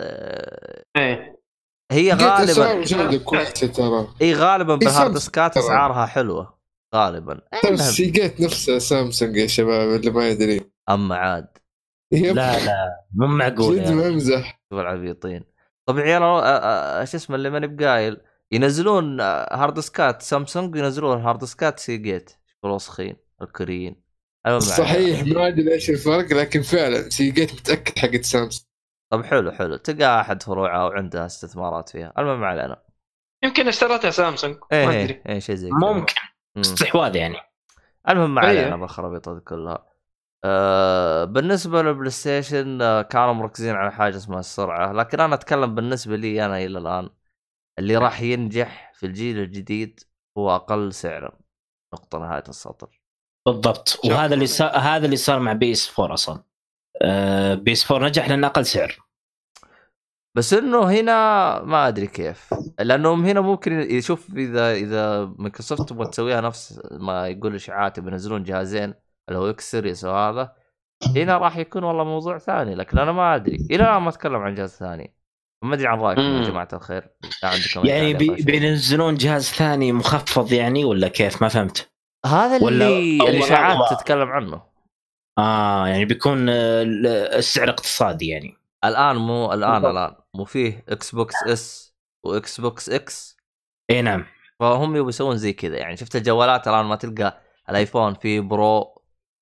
هي غالبا غالبا بالهارد ديسكات اسعارها حلوه غالبا. سي جيت نفس سامسونج يا شباب اللي ما يدري. اما عاد لا مو معقول يعني. ممزح والعبيطين. طب عيال ايش اسمه اللي ماني بقايل ينزلون هارد ديسكات سامسونج وينزلون هارد ديسكات سي جيت الوسخين الكوريين. صحيح ما ادري ايش الفرق، لكن فعلا سي جيت متاكد حقت سامسونج. طب حلو تلقى احد فروعها وعندها استثمارات فيها. المهم علينا يمكن اشترتها سامسونج ما ادري ايه شيء زي ممكن استحواذ يعني. المهم علينا بالخرابيط كلها. بالنسبه للبلاي ستيشن كانوا مركزين على حاجه اسمها السرعه، لكن انا اتكلم بالنسبه لي انا الى الان اللي راح ينجح في الجيل الجديد هو اقل سعرا نقطه نهايه السطر. بالضبط. وهذا اللي صار مع بي اس 4 اصلا. بي اس 4 نجح لان اقل سعر. بس انه هنا ما ادري كيف، لانهم هنا ممكن يشوف اذا مايكروسوفت تبغى تسويها نفس ما يقول اشاعات بينزلون جهازين اللي هو اكس سيريس، وهذا هنا راح يكون والله موضوع ثاني. لكن انا ما ادري الى الان ما اتكلم عن جهاز ثاني، ما ادري عن رايكم يا جماعه الخير. عندكم يعني بينزلون جهاز ثاني مخفض يعني ولا كيف؟ ما فهمت. هذا اللي الاشاعات تتكلم عنه. يعني بيكون السعر اقتصادي يعني. الان مو فيه اكس بوكس اس واكس بوكس اكس. اي نعم، فهم يبغوا يسوون زي كذا. يعني شفت الجوالات الان ما تلقى الايفون في برو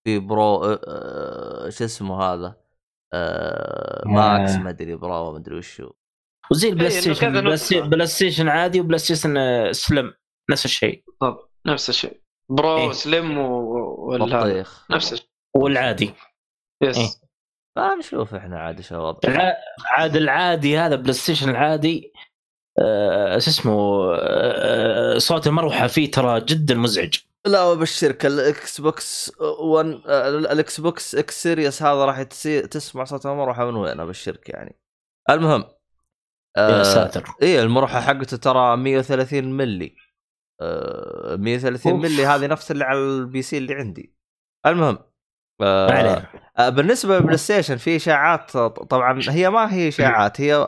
شو اسمه هذا ماكس ما ادري برو ما ادري وشو، وزي البلاي ستيشن عادي وبلاي ستيشن سلم نفس الشيء. طب نفس الشيء برو سلم والبطيخ نفس الشيء والعادي. يس فنشوف احنا عاد شو وضع عاد العادي. هذا بلاي ستيشن العادي اسمه صوت المروحه فيه ترى جدا مزعج. لا بالشركه الاكس بوكس 1 الاكس بوكس اكس سيريس هذا راح تسمع صوت المروحه من وين بالشركه يعني. المهم يا ساتر. ايه المروحه حقته ترى 130 ملي 130 ملي هذه نفس اللي على البي سي اللي عندي. المهم بالنسبه للبلاي ستيشن في اشاعات طبعا هي ما هي اشاعات، هي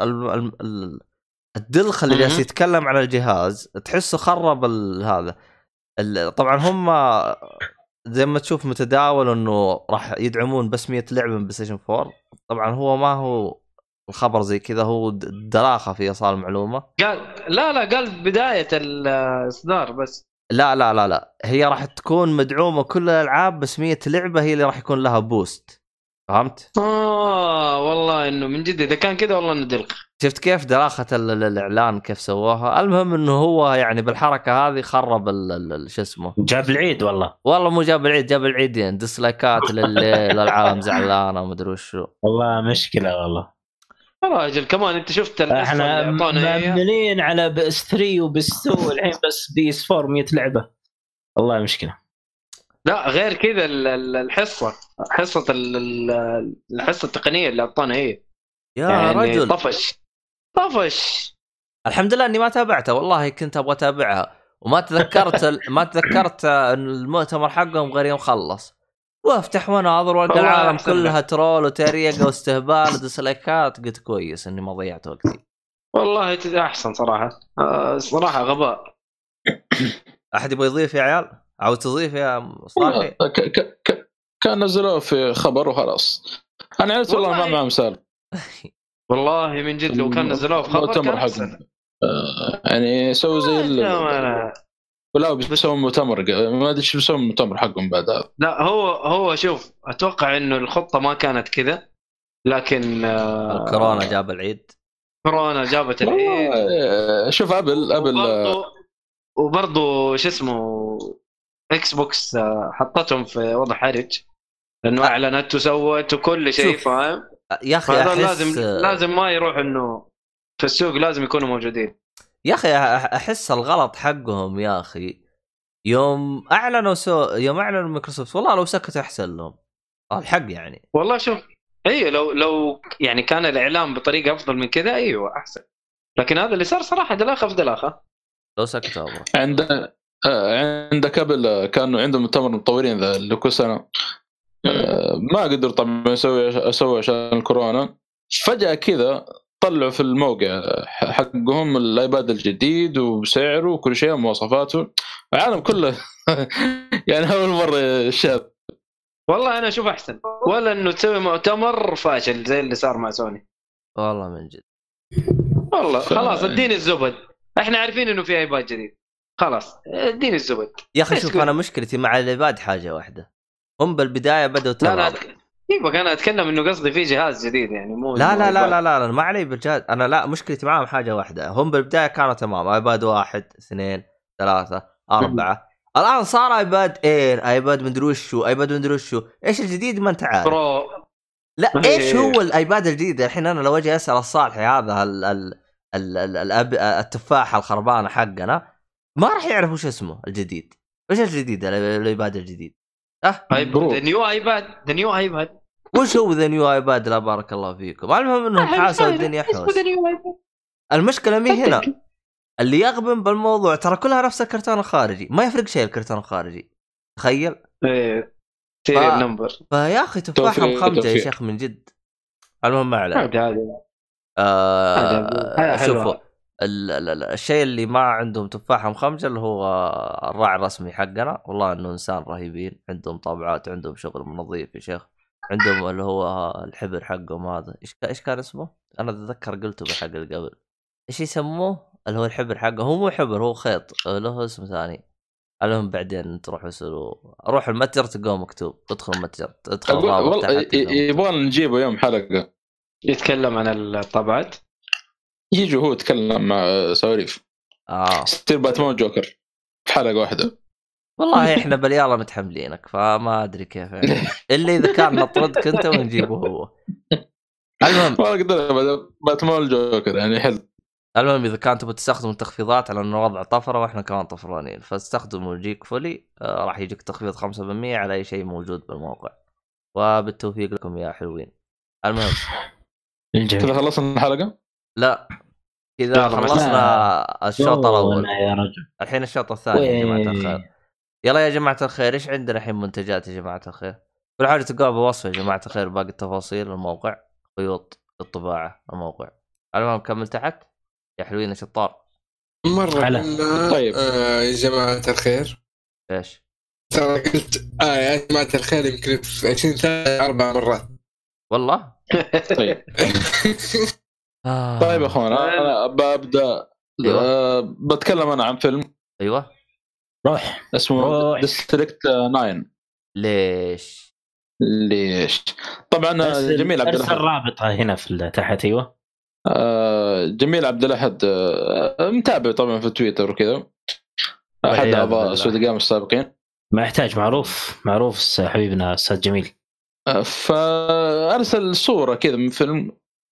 الدلخ اللي جالس يتكلم على الجهاز تحسه خرب هذا. طبعا هم زي ما تشوف متداول انه راح يدعمون بس 100 لعبه من بلاي ستيشن 4. طبعا هو ما هو الخبر زي كذا، هو دراخه في ايصال المعلومه. قال بدايه الاصدار بس. لا هي راح تكون مدعومه كل الالعاب بس 100 لعبه هي اللي راح يكون لها بوست. فهمت؟ والله انه من جد اذا كان كذا والله ندلق. شفت كيف دراخه الاعلان كيف سواها. المهم انه هو يعني بالحركه هذه خرب شو اسمه، جاب العيد. والله مو جاب العيد، جاب العيدين ديسلايكات للعالم زعلانه وما ادري وشو. والله مشكله والله يا راجل. كمان انت شفت احنا مبنيين على بي اس 3 وبس 2 الحين بس بي اس 4 100 لعبه. والله مشكله. لا غير كذا حصه التقنيه اللي اعطانا هي يا يعني رجل طفش. الحمد لله اني ما تابعتها، والله كنت ابغى اتابعها وما تذكرت ان المؤتمر حقهم غير يوم خلص، وافتح وناظر والقى العالم كلها ترول وتريقه واستهبال وديسلايكات. قلت كويس اني ما ضيعت وقتي. والله احسن صراحه. صراحه غباء. احد يبغى يضيف يا عيال؟ عاوز تضيف يا صاحبي؟ كان نزلوه في خبر وخلاص. انا عرفت والله ما معه مثال. والله من جد لو كان نزلوه في خبر كان احسن. يعني سووا زي ولا بيسووا مؤتمر ما ادري ايش بيسووا المؤتمر حقهم بعد هذا. لا هو شوف اتوقع انه الخطه ما كانت كذا، لكن الكورونا جاب العيد. كورونا جابت العيد. شوف ابل وبرضه شو اسمه اكس بوكس حطتهم في وضع حرج لانه اعلنت وسوت وكل شيء. فاهم يا اخي؟ لازم ما يروح انه في السوق، لازم يكونوا موجودين. يا اخي احس الغلط حقهم يا اخي يوم اعلنوا مايكروسوفت. والله لو سكتوا احسن لهم الحق يعني. والله شوف لو يعني كان الاعلام بطريقه افضل من كذا ايوه احسن، لكن هذا اللي صار صراحه دلاخه في دلاخه. لو سكتوا عندك قبل كانوا عندهم مؤتمر مطورين ذا اللي كل سنه ما قدروا طبعا يسوي عشان الكورونا. فجاه كذا طلعوا في الموقع حقهم الايباد الجديد وسعره وكل شيء ومواصفاته. العالم كله يعني اول مره شاب. والله انا اشوف احسن ولا انه تسوي مؤتمر فاشل زي اللي صار مع سوني. والله من جد والله خلاص اديني الزبد. احنا عارفين انه في ايباد جديد، خلاص اديني الزبد يا اخي. شوف انا مشكلتي مع الايباد حاجه واحده، هم بالبدايه بدأوا تمام. يبقى انا اتكلم انه قصدي في جهاز جديد يعني مو لا ما علي بالجهاز. انا لا مشكلتي معهم حاجه واحده، هم بالبدايه كانوا تمام ايباد 1 2 3 4 الان صار ايباد ايباد مدري وشو ايباد مدري وشو. ايش الجديد ما انت عارف؟ لا ايش هو الايباد الجديد الحين؟ انا لو اجي اسال الصالحي هذا التفاحه الخربانه حقنا ما راح يعرف وش اسمه الجديد. ايش الجديد الايباد الجديد؟ نيو ايباد وش هو ذا نيو ايباد؟ لا بارك الله فيكم. المهم انهم حاسوا الدنيا حوس. المشكله مي هنا اللي يغبن بالموضوع، ترى كلها نفس الكرتون الخارجي، ما يفرق شيء الكرتون الخارجي، تخيل. سيريال نمبر. فيا اخي تفاحه مخمجه يا شيخ من جد. المهم ما عليه. شوفوا الشيء اللي ما عندهم تفاحه مخمجه اللي هو الراعي الرسمي حقنا، والله انه انسان رهيبين، عندهم طابعات، عندهم شغل نظيف يا شيخ، عندهم اللي هو الحبر حقهم هذا ايش كان اسمه؟ انا اتذكر قلته بالحق اللي قبل، ايش يسموه اللي هو الحبر حقه، هو مو حبر هو خيط له اسم ثاني. المهم بعدين تروح اسألوا، روح المتجر تلقاه مكتوب، ادخل المتجر ادخل الرابط تحت. يبغى نجيبه يوم حلقه يتكلم عن الطابعات، يجي هو يتكلم مع سواليف ستير باتمان جوكر في حلقه واحده. والله احنا باليالا متحملينك، فما ادري كيف يعني. اللي اذا كان نطردك انت ونجيبه هو. المهم ما اقدر باتمان الجوكر يعني حلو. المهم اذا كنتوا بتستخدموا التخفيضات على انه وضع طفره واحنا كمان طفرانين، فاستخدموا جيك فولي، راح يجيك تخفيض 5% على اي شيء موجود بالموقع. وبالتوفيق لكم يا حلوين. المهم كذا خلصنا الحلقه؟ لا كذا خلصنا الشوط الاول يا رجل. الحين الشوط الثاني يا جماعه الخير. يلا يا جماعه الخير، ايش عندنا الحين منتجات يا جماعه الخير؟ كل حاجه تلقاها بوصف يا جماعه الخير، باقي التفاصيل الموقع، خيوط الطباعه الموقع. المهم كمل تحت يا حلوين الشطار مرة طيب يا جماعة الخير ايش؟ ترى قلت يا جماعة الخير يمكن في 20 ثانية 4 مرات والله. طيب طيب يا اخوان انا ببدا. بتكلم انا عن فيلم. ايوه روح اسمه ديستريكت 9. ليش طبعا جميل عبد الأحد الرابط هنا في تحت. ايوه جميل عبد الأحد متابع طبعا في تويتر وكذا، احد اعضاء سود قام السابقين، ما يحتاج، معروف حبيبنا استاذ جميل. فارسل صوره كذا من فيلم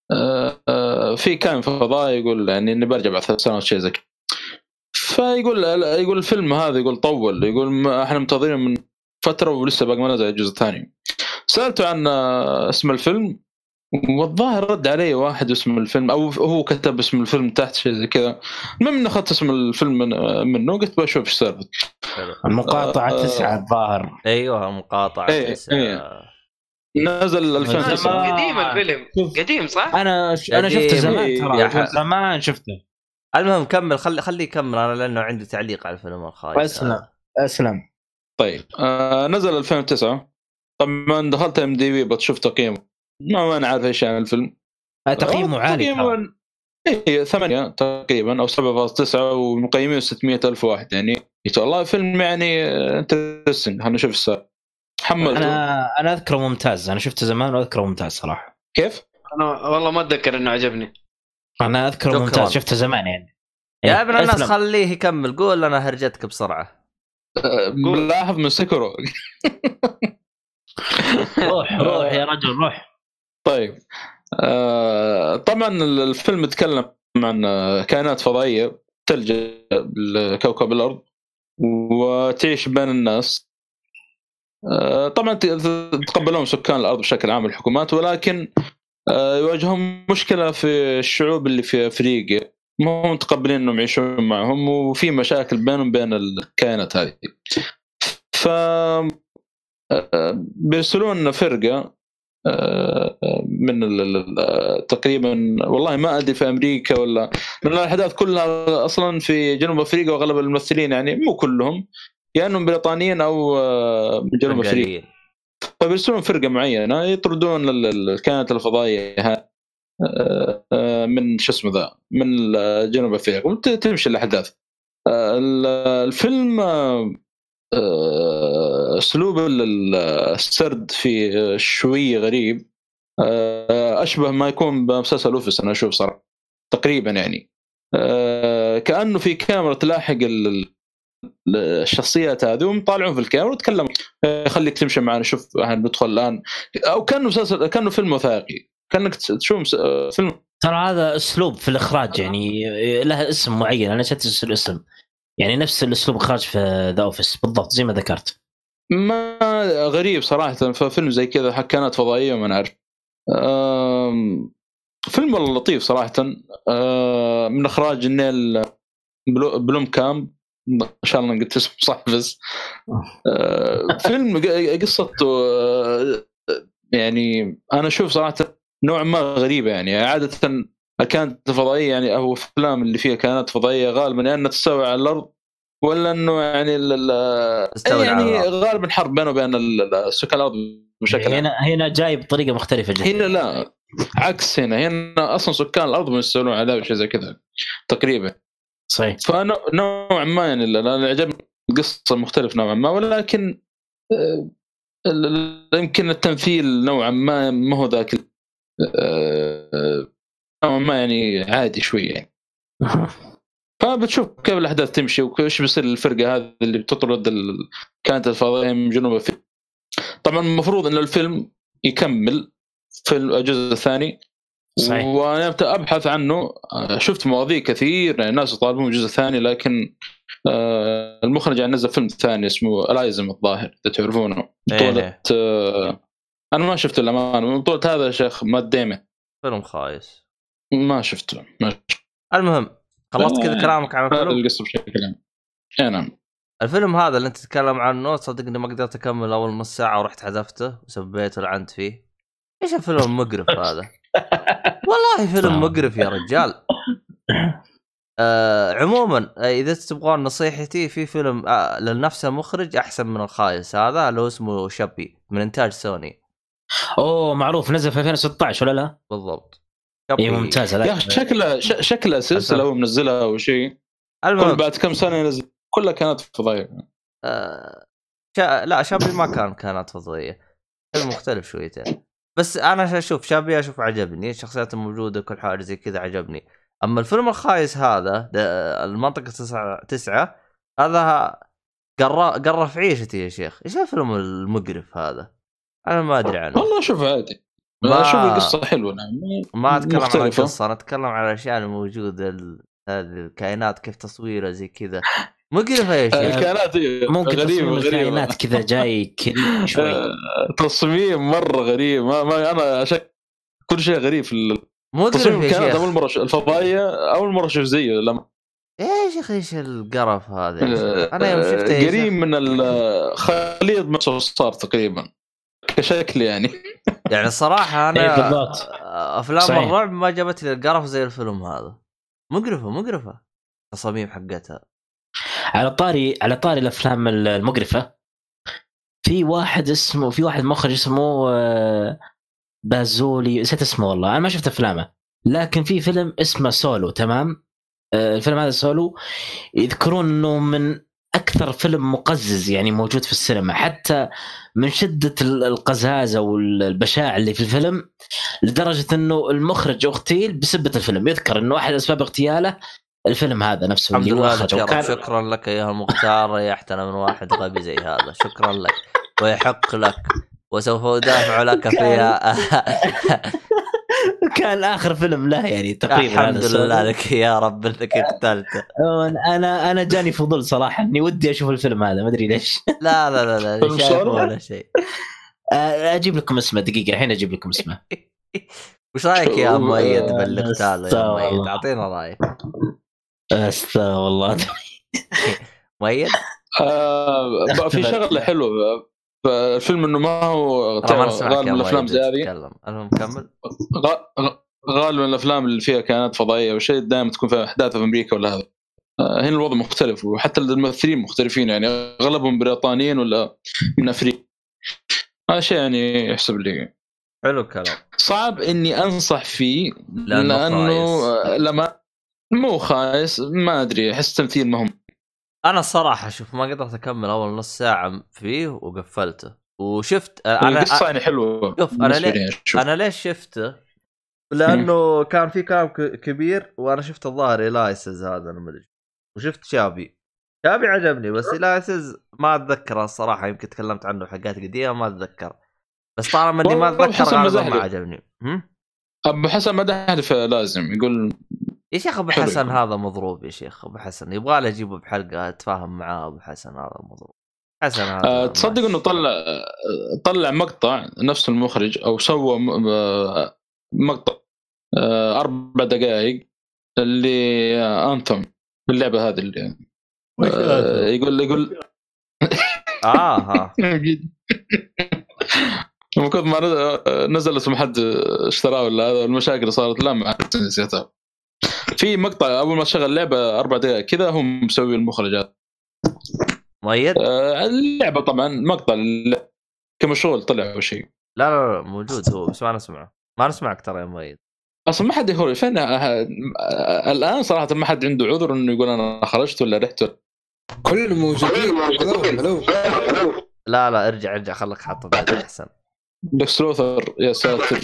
في كان فضائي يقول يعني اني برجع بعد 3 سنوات شيء زي كذا. فيقول الفيلم هذا يقول طول، يقول احنا منتظرين من فتره ولسه باقي ما نزل الجزء الثاني. سالته عن اسم الفيلم والظاهر رد علي واحد اسم الفيلم او هو كتب اسم الفيلم تحت شيء زي كذا. المهم اني اخذت اسم الفيلم منه، قلت بشوف ايش سالفه. المقاطعه 9 الظاهر. ايوه مقاطعه 9 نزل 2009. قديم الفيلم قديم صح؟ انا شفته زمان ترى، زمان شفته. المهم كمل، خليه يكمل انا لانه عندي تعليق على الفيلم الخايس. اسلم. طيب نزل 2009. طبعا دخلت MDB بتشوف تقييمه، ما انا عارف ايش عن الفيلم. تقييمه عالي، 8 تقريبا او 7.9 ومقيمين 600,000 واحد. يعني والله فيلم يعني انترستنج. خلينا نشوف السؤال. حمد انا اذكره ممتاز، انا شفته زمان واذكره ممتاز صراحه. كيف؟ انا والله ما اتذكر انه عجبني. انا اذكره ممتاز، شفته زمان يعني. يا ابن الناس خليه يكمل، قول انا هرجتك بسرعه. لاحظ من سكره. روح يا رجل روح. طيب طبعا الفيلم يتكلم عن كائنات فضائيه تلجأ لكوكب الارض وتعيش بين الناس. طبعا تقبلهم سكان الارض بشكل عام الحكومات، ولكن يواجههم مشكله في الشعوب اللي في افريقيا، ما هم متقبلين انهم يعيشون معهم وفي مشاكل بينهم بين الكائنات هذه. ف بيرسلون فرقه من تقريبا والله ما ادري في امريكا ولا، لان الاحداث كلها اصلا في جنوب افريقيا واغلب الممثلين يعني مو كلهم يا انهم بريطانيين او من جنوب افريقيا. فبيرسلون فرقه معينه يطردون الكائنات الفضائيه من شو اسمه ذا من جنوب افريقيا وتمشي الاحداث. الفيلم اسلوب السرد في شويه غريب، اشبه ما يكون بمسلسل اوفيس. انا اشوف صراحه تقريبا يعني كانه في كاميرا تلاحق الشخصيات هذه ومطالعون في الكاميرا وتكلم خليك تمشي معنا شوف ندخل الان، او كانه مسلسل كانه فيلم وثائقي كانك تشوف فيلم. ترى هذا اسلوب في الاخراج يعني له اسم معين، انا نسيت الاسم، يعني نفس الاسلوب اخراج في ذا اوفيس بالضبط زي ما ذكرت. ما غريب صراحه فيلم زي كذا حكانات فضائيه ما نعرف. فيلم والله لطيف صراحه. من اخراج النيل بلوم كام ان شاء الله قلت اسمه صح. بس فيلم قصته يعني انا اشوف صراحه نوع ما غريبه. يعني عاده الكائنات الفضائيه يعني او افلام اللي فيها كائنات فضائيه غالبا يعني تستوي على الارض ولا انه يعني يعني غالبا حرب بينه وبين السكان الارض بشكل هنا جاي بطريقه مختلفه جدا. هنا لا عكس، هنا اصلا سكان الارض يستولون على شيء زي كذا تقريبا. صحيح. فنوعا ما يعني انا عجبني القصه مختلف نوعا ما، ولكن يمكن التمثيل نوعا ما هو ذاك نوعا ما يعني عادي شويه يعني. فبتشوف كيف الاحداث تمشي وكيف بيصير الفرقه هذه اللي بتطرد كانت الفضائيه من جنوب افريقيا. طبعا المفروض ان الفيلم يكمل في الجزء الثاني. صحيح. وانا ابحث عنه، شفت مواضيع كثير يعني الناس يطالبون الجزء الثاني، لكن المخرج يعني نزل فيلم ثاني اسمه الايزم الظاهر تعرفونه بطولة انا ما شفته الامانه. بطولة هذا شيخ مات ديمون. فيلم خايس ما شفته. المهم خلصت كذا كلامك عن الفيلم. القصه بشكل عام نعم. الفيلم هذا اللي انت تتكلم عنه صدقني ما قدرت اكمل اول نص ساعه ورحت حذفته وسبيته ولعنت فيه. ايش الفيلم المقرف هذا؟ والله فيلم مقرف يا رجال. عموما اذا تبغون نصيحتي في فيلم لنفس المخرج احسن من الخايس هذا اللي هو اسمه شابي من انتاج سوني. معروف نزل في 2016 ولا لا؟ بالضبط. اي ممتاز. يا شكله سلسله هو منزلها او شيء. كل بعد كم سنه ينزل كلها كانت فضائيه. لا شابي ما كانت فضائيه، فيلم مختلف شويتين. بس انا اشوف شابي عجبني، الشخصيات الموجوده كل حاجه زي كذا عجبني. اما الفيلم الخايس هذا المنطقه 9 هذا قرف عيشتي يا شيخ. ايش الفيلم المقرف هذا؟ انا ما ادري عنه والله. شوف عادي ما اشوف القصه حلوه. ما اتكلم عن القصه، انا اتكلم عن الاشياء الموجوده هذه الكائنات كيف تصويرها زي كذا مقرفه يا شيخ. الكائنات ممكن غريبه الكائنات كذا جاي كذا شوي تصميم مره غريب. ما انا كل شيء غريب في التصميم. الكائنات اول مره الفضائيه اول مره اشوف زيه. لما يا شيخ ايش القرف هذا انا يوم شفته قريب من الخليط ما صار تقريبا كشكل يعني الصراحه انا افلام صحيح. الرعب ما جابت لي القرف زي الفيلم هذا. مقرفه تصاميم حقتها. على طاري الافلام المقرفه، في واحد مخرج اسمه بازولي، نسيت اسمه والله، انا ما شفت افلامه، لكن في فيلم اسمه سولو. تمام. الفيلم هذا سولو يذكرون انه من اكثر فيلم مقزز يعني موجود في السينما، حتى من شده القزازه والبشاعه اللي في الفيلم، لدرجه انه المخرج اغتيل بسبه الفيلم. يذكر انه احد اسباب اغتياله الفيلم هذا نفسه اللي هو أخرجه. شكرا لك ايها المختار، ريحتنا من واحد غبي زي هذا. شكرا لك ويحق لك وسوف ادافع لك فيها. كان آخر فيلم له يعني تقريبا. الحمد لله لك يا رب انك قتلته. انا جاني فضول صراحه اني ودي اشوف الفيلم هذا، ما ادري ليش. لا شايفه ولا شيء. اجيب لكم اسمه دقيقه، الحين اجيب لكم اسمه. وش رايك يا مؤيد بالقتال يا مؤيد؟ اعطينا رايك. والله مؤيد في شغله حلوه الفيلم انه ما هو غالبا الافلام زي هذه. انا مكمل. غالبا الافلام اللي فيها كائنات فضائيه وشيء دائما تكون فيها احداث في امريكا ولا هذا. هنا الوضع مختلف، وحتى الممثلين مختلفين يعني اغلبهم بريطانيين ولا من افريقيا. هذا شيء يعني يحسب لي حلو الكلام. صعب اني انصح فيه لانه لما مو خايس ما ادري احس تمثيل مهم. انا الصراحه شوف ما قدرت اكمل اول نص ساعه فيه وقفلته وشفت القصه يعني حلوه. انا ليش شفته؟ لانه كان في كلام كبير وانا شفت الظاهر إلايسز هذا انا ما ادري، وشفت شابي عجبني، بس إلايسز ما اتذكره الصراحه، يمكن تكلمت عنه حاجات قديمه ما اتذكر، بس طالما اني ما اتذكر غالبا ما عجبني. ابو حسن مدح لازم يقول يا شيخ ابو حسن هذا مضروب يا شيخ. ابو حسن يبغى له اجيبه بحلقه اتفاهم معاه. ابو حسن هذا مضروب حسنا تصدق انه طلع مقطع نفس المخرج او سوى مقطع 4 دقائق اللي انثم في اللعبه هذه اللي يقول ممكن ما نزلت ما حد اشتراه ولا هذا المشاكل اللي صارت لا ما نسيتها. في مقطع اول ما شغل اللعبه 4 دقائق كذا هم مسوي المخرجات مؤيد اللعبه طبعا مقطع كمشغول طلع او شيء. لا موجود هو بس ما نسمعك ترى يا مؤيد اصلا ما حد يقول فين الان صراحه ما حد عنده عذر انه يقول انا خرجت ولا رحت كل موجودين. لا ارجع خليك حاطه بعد احسن. دكستروثر يا ساتر.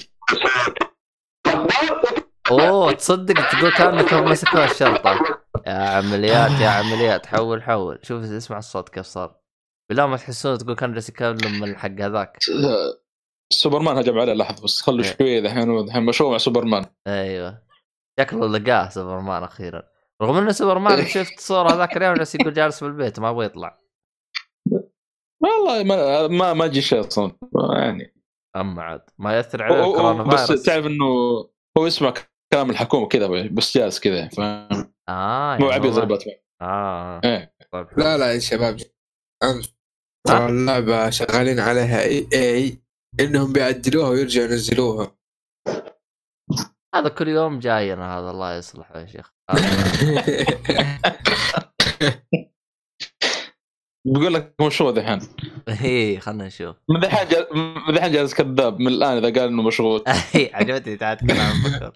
تصدق تقول كانك مسكوا الشرطه يا عمليات حول شوف اسمع الصوت كيف صار بلا ما تحسون تقول كان جالس يكلم من الحق هذاك سوبرمان هجم عليه لحظه بس خلوا شويه الحين مشروع مع سوبرمان. ايوه شكله لقاه سوبرمان اخيرا رغم انه سوبرمان شفت صوره هذاك اليوم جالس يقول جالس في البيت ما ابغى يطلع. والله ما جي شيء اصلا يعني اما عاد ما ياثر على الكورونا فايروس. بس تعرف انه هو يسمع كلام الحكومه كذا بس جالس كذا مو عبيط زي باتمان. إيه. طيب. لا يا شباب ترى اللعبه شغالين عليها اي انهم بيعدلوها ويرجعوا ينزلوها. هذا كل يوم جاينا هذا الله يصلحه يا شيخ. بقول لك مشغول الحين. خلنا نشوف. من ذحين جالس كذاب من الان اذا قال انه مشغول. عجبتني تعال كلام بكر.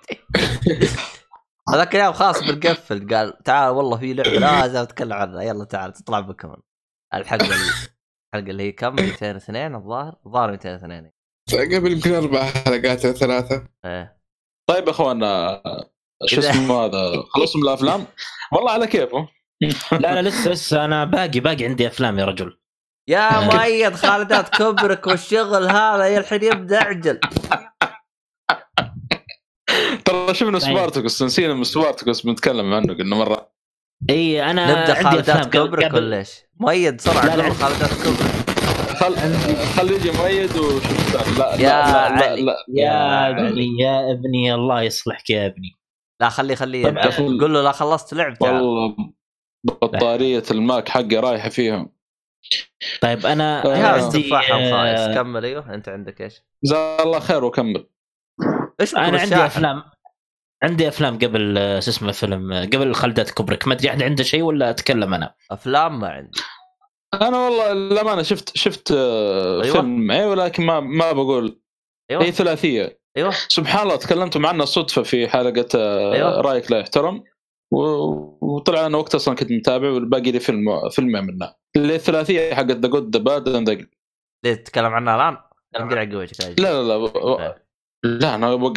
هذاك اليوم خاص بالقفل قال تعال والله في لعبه لازم اتكلم عنها يلا تعال تطلع بكمان الحلقه اللي هي كم 202 الظاهر 202 قبل يمكن 4 حلقات أو 3. ايه طيب يا اخوانا شو اسمه هذا خلصوا من الافلام والله على كيفه. لا لسه انا باقي عندي افلام يا رجل يا مؤيد خالدات كبرك والشغل هذا الحين يبدا اعجل. ترى شفنا سبارتكوس نسينا من سبارتكوس بنتكلم عنه قلنا مره. اي انا نبدا خالدات كبرك ولا ايش؟ مؤيد بسرعه نبدا خالدات كبرك. خلي يجي مؤيد وشوف. لا يا ابني الله يصلحك يا ابني. لا خلي قول له لا خلصت لعبتي والله بطاريه الماك حقي رايحه فيها. طيب انا عندي تفاحه خايس كمل. ايوه انت عندك ايش؟ جزاه الله خير وكمل. ايش انا عندي افلام قبل اسمه فيلم قبل خالدات كبرك. ما ادري احد عنده شيء ولا اتكلم انا؟ افلام ما عندي انا والله لما انا شفت فيلم ولكن ما بقول. هي ثلاثيه. سبحان الله تكلمتم عنها صدفه في حلقه رايك لا يحترم وطلع انا وقت اصلا كنت متابع والباقي لي فيلم منها اللي الثلاثيه حقت ذا جود ذا باد اند ذا. ليه تتكلم عنها الان؟ نقرا قوتك. لا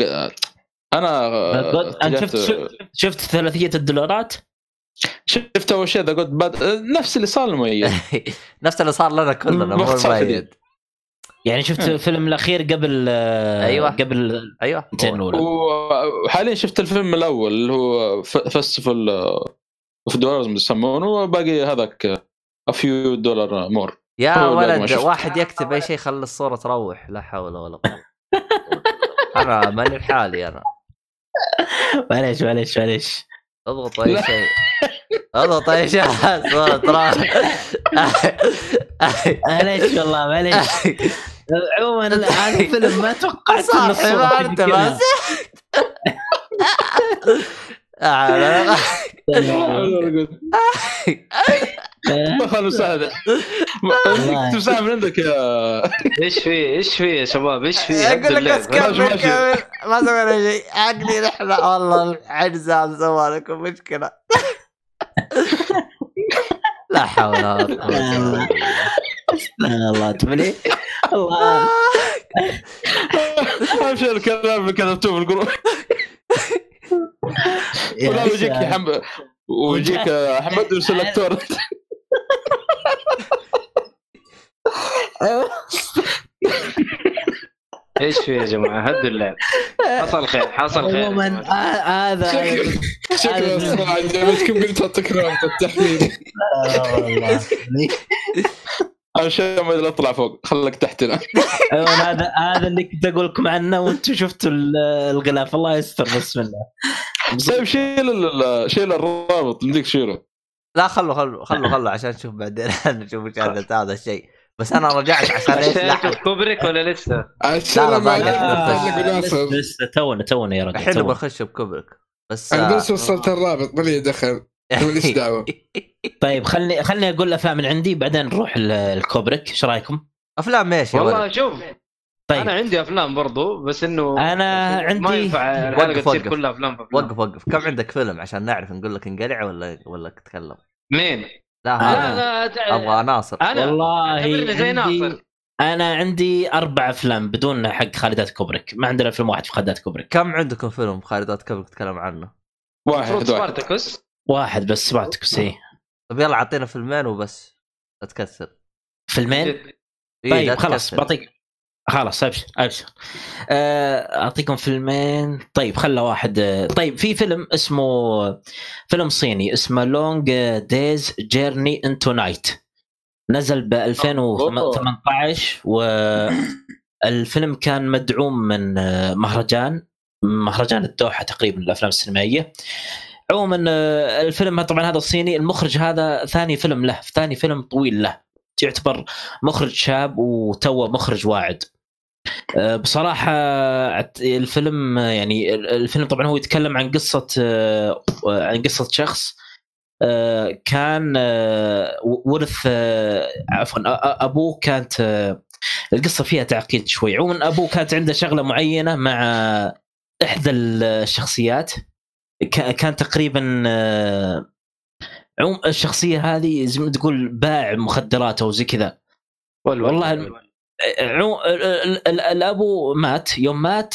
انا شفت ثلاثيه الدولارات. شفت اول شيء ذا جود باد نفس اللي صار لمؤيد. نفس اللي صار لنا كلنا مو مؤيد. يعني شفت الفيلم الاخير قبل قبل 200 الاولى وحاليا شفت الفيلم الاول اللي هو فيستيفال اوف دولارز يسمونه وباقي هذاك افيو دولار مور. يا ولد واحد يكتب اي شيء خلي الصوره تروح لا حول ولا قوه. انا ماني بحالي انا. معليش اضغط اي شيء صوره تروح. معليش والله معليش. عموما هذا الفيلم ما توقعت ان الصوره انت ما خلوا ساعده تساهم من عندك يا ايش في يا شباب ايش في؟ اقول لك كمل ما سوينا شيء عقلي رحله والله عجزان سوى لكم مشكله. لا حول ولا قوه الا الله تبني الله. امشي الكلام اللي كتبتوه في الجروب ولا ويجيك يا حمد ويجيك احمد السلكتور. ايش في يا جماعه؟ هدوا اللعب. حصل خير عموما هذا شكرا صراحه عجبتكم قلت تكرار التحليل. عشان ما اطلع فوق خليك تحتنا. ايوه هذا اللي كنت اقول لكم عنه وانتم شفتوا الغلاف. الله يستر بسم الله. طيب شيل الرابط بديك شيله. لا خلوا عشان نشوف بعدين نشوف ايش هذا الشيء. بس انا رجعت عشان اشتريت كوبريك ولا لسه؟ لسه تونا يا رجل. الحين بخش بكوبريك بس انا بس وصلت الرابط مالي دخل ماليش دعوه. طيب خلني اقول افلام من عندي بعدين نروح الكوبريك. ايش رايكم؟ افلام ماشي والله شوف. طيب. انا عندي افلام برضو بس انه انا عندي ما ينفع الحلقه تصير كلها افلام. وقف كم عندك فيلم عشان نعرف نقول لك انقلع ولا تتكلم. مين؟ لا ابغى ناصر. والله زي ناصر. انا عندي 4 أفلام بدون حق خالدات كوبريك. ما عندنا فيلم واحد في خالدات كوبريك. كم عندكم فيلم خالدات كوبريك تتكلم عنه؟ واحد بس سبارتكوس. طب يلا عطينا فيلمين وبس لا تكسر. فيلمين؟ طيب خلاص بعطيك. خلاص ابشر اعطيكم فيلمين. طيب خلى واحد. طيب في فيلم اسمه فيلم صيني اسمه لونج دايز جيرني انتو نايت. نزل ب 2018 والفيلم كان مدعوم من مهرجان الدوحة تقريبا للأفلام السينمائية. عموما الفيلم طبعا هذا الصيني. المخرج هذا ثاني فيلم طويل له. يعتبر مخرج شاب وتوه مخرج واعد. بصراحة الفيلم يعني الفيلم طبعا هو يتكلم عن قصة شخص كان ورث عفوا أبوه. كانت القصة فيها تعقيد شوي. عموما أبوه كانت عنده شغلة معينة مع إحدى الشخصيات. كان تقريبا الشخصية هذه زي ما تقول باع مخدرات أو زي كذا. والله الأبو مات. يوم مات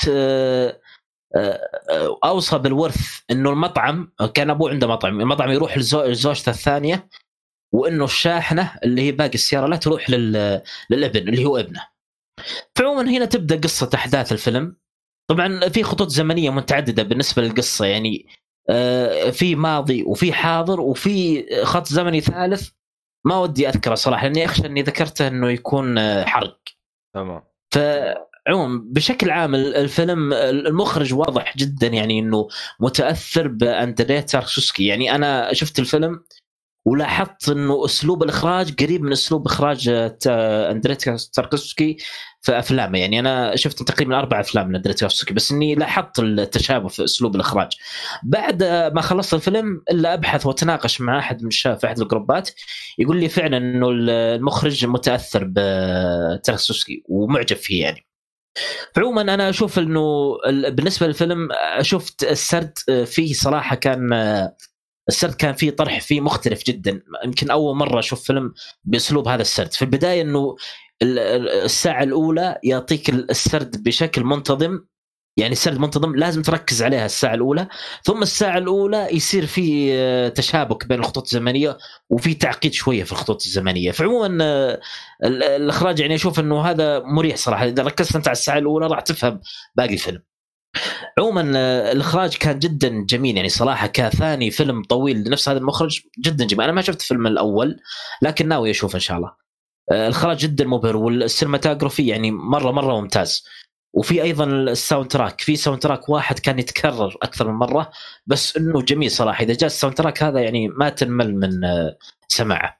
أوصى بالورث إنه المطعم كان أبوه عنده المطعم يروح لزوجته الثانية وإنه الشاحنة اللي هي باقي السيارة لا تروح للابن اللي هو ابنه. فعموما هنا تبدأ قصة أحداث الفيلم. طبعا في خطوط زمنية متعددة بالنسبة للقصة يعني في ماضي وفي حاضر وفي خط زمني ثالث ما ودي أذكره صراحة لأني أخشى أني ذكرته أنه يكون حرق. تمام. فعموم بشكل عام الفيلم المخرج واضح جدا يعني أنه متأثر بأندريه تاركوفسكي. يعني أنا شفت الفيلم ولاحظت أنه أسلوب الإخراج قريب من أسلوب إخراج أندريه تاركوفسكي في أفلامه. يعني أنا شفت تقريبا 4 أفلام من أندريه تاركوفسكي بس إني لاحظت التشابه في أسلوب الإخراج. بعد ما خلصت الفيلم إلا أبحث وتناقش مع أحد من الشباب في أحد الجروبات يقول لي فعلا إنه المخرج متأثر بتاركوفسكي ومعجب فيه يعني. عموما أنا أشوف إنه بالنسبة للفيلم شفت السرد فيه صراحة السرد كان فيه طرح فيه مختلف جدا. يمكن أول مرة أشوف فيلم بأسلوب هذا السرد. في البداية إنه الساعة الأولى يعطيك السرد بشكل منتظم. يعني السرد منتظم لازم تركز عليها الساعة الأولى. ثم الساعة الأولى يصير في تشابك بين الخطوط الزمنية وفي تعقيد شوية في الخطوط الزمنية. فعموما الإخراج يعني أشوف أنه هذا مريح صراحة. إذا ركزت أنت على الساعة الأولى راح تفهم باقي الفيلم. عموما الإخراج كان جدا جميل يعني صراحة. كثاني فيلم طويل لنفس هذا المخرج جدا جميل. أنا ما شفت الفيلم الأول لكن ناوي أشوف إن شاء الله. الإخراج جدا مبهر والسينماتوغرافي يعني مرة ممتاز. وفي أيضا الساوند تراك. في ساوند تراك واحد كان يتكرر أكثر من مرة بس إنه جميل صراحة. إذا جاء الساوند تراك هذا يعني ما تنمل من سماعه.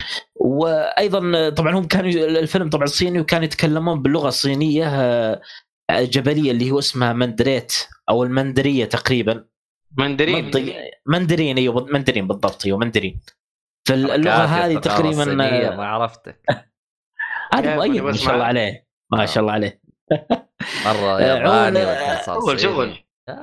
وأيضا طبعا هم كانوا الفيلم طبعا صيني وكانوا يتكلمون باللغة الصينية جبلية اللي هو اسمها مندريت أو المندرية تقريبا. مندرين أيوة مندرين بالضبط. أيوة مندرين. فاللغة هذه تقريبا ما عرفتك. هذا مؤيد ما شاء الله عليه. ما شاء الله عليه. مرة ياباني شغل.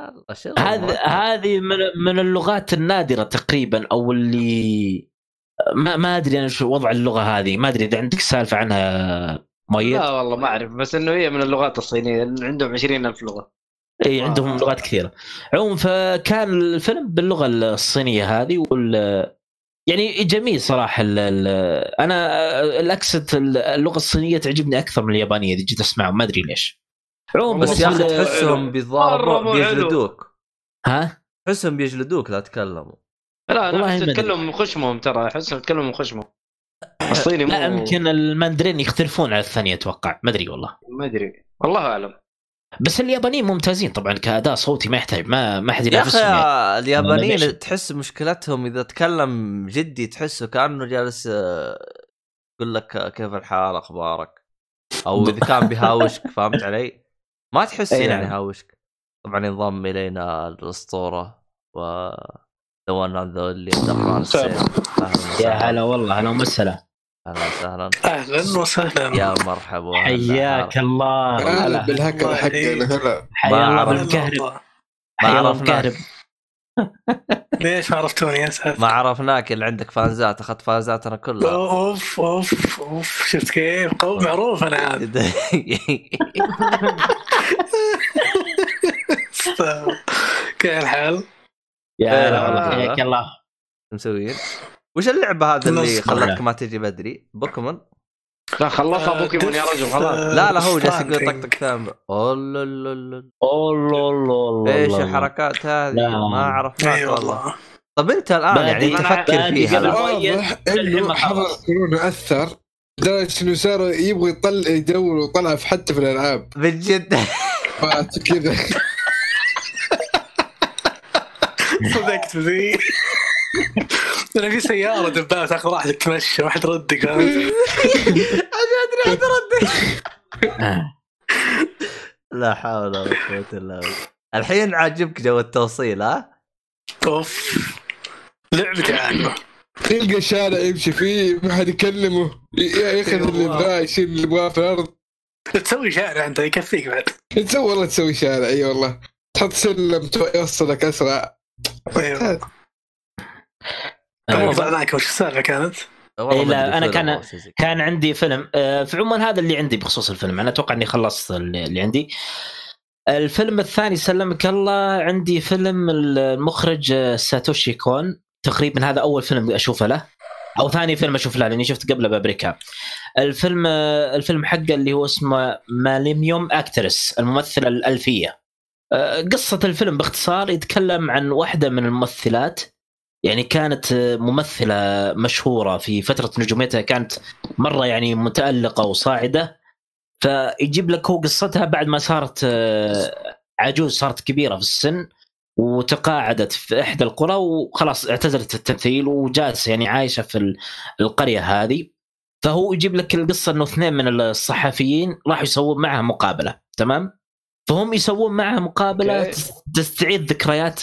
هذه من اللغات النادرة تقريبا أو اللي ما أدري أنا شو وضع اللغة هذه. ما أدري إذا عندك سالفة عنها مؤيد. لا والله ما أعرف بس إنه هي من اللغات الصينية. عندهم 20,000 لغة. اي عندهم لغات كثيره. عموما فكان الفيلم باللغه الصينيه هذه يعني جميل صراحه. انا الاكسنت اللغه الصينيه تعجبني اكثر من اليابانيه اذا جيت اسمعهم ما ادري ليش. عموما بس يا اخي تحسهم بيجلدوك. ها تحسهم بيجلدوك لا تكلموا. لا انا اتكلم من خشمهم ترى. احسهم يتكلموا من خشمهم. الصيني لا يمكن الماندرين يختلفون على الثانيه اتوقع ما ادري والله اعلم. بس اليابانيين ممتازين طبعا كأداء صوتي ما يحتاج ما حد ينافسهم يا اخي يعني. اليابانيين تحس مشكلتهم اذا تكلم جدي تحسه كأنه جالس يقول لك كيف الحال اخبارك او اذا كان بيهاوشك فهمت علي ما تحس يعني هاوشك. طبعا ينضم الينا الاسطوره ودوان ذولي الدخان السيف. يا هلا والله هلا وسهلا. اهلا وسهلا يا مرحبا حياك الله. هلا بالهكر حقنا. هلا حيا الله بالمكهرب. ما عرفناك ليش عرفتوني يا ساتر؟ ما عرفناك اللي عندك فانزات اخذت فانزاتنا كلها. اوف شفت كيف قوي معروف انا عاد. كيف الحال يا هلا حياك الله. مسويين وش اللعبه هذا اللي خلتك ما تجي بدري؟ بوكيمون؟ لا خلصها بوكيمون يا رجل خلاص. لا هو جالس يقول طقطق ثامر. الله ايش الحركات هذه ما عرفناك والله. طب انت الان يعني تفكر فيها واضح انه حظر كورونا اثر لدرجه انه صاروا يبغوا يدوروا طلع في حتى في الالعاب بالجد كذا. صدقت ذي. أنا في سيارة دبابة تأخذ واحد تمشي واحد ردك أدري لا حول ولا قوة إلا بالله. الحين عاجبك جو التوصيل ها؟ أوف لعبتي عاجبة. تلقى شارع يمشي فيه ما حد يكلمه ياخذ اللي يبغاه يشيل اللي يبغاه في الأرض. تسوي شارع أنت يكفيك بعد. تسوي والله تسوي شارع أي والله تحط سلم يوصلك أسرع. أيوة. معك وش السالفة كانت؟ لا أنا كان عندي فيلم في عموما هذا اللي عندي بخصوص الفيلم. أنا أتوقع إني خلصت اللي عندي. الفيلم الثاني سلمك الله عندي فيلم المخرج ساتوشي كون. تقريبا هذا أول فيلم أشوفه له أو ثاني فيلم أشوف له لأني شفت قبله بأمريكا. الفيلم حقه اللي هو اسمه مالينيوم أكترس الممثلة الألفية. قصة الفيلم باختصار يتكلم عن واحدة من الممثلات يعني كانت ممثلة مشهورة في فترة نجوميتها كانت مرة يعني متألقة وصاعدة. فيجيب لك هو قصتها بعد ما صارت عجوز صارت كبيرة في السن وتقاعدت في إحدى القرى وخلاص اعتزلت التمثيل وجالسة يعني عايشة في القرية هذه. فهو يجيب لك القصة إنه 2 من الصحفيين راح يسوون معها مقابلة تمام. فهم يسوون معها مقابلة تستعيد ذكريات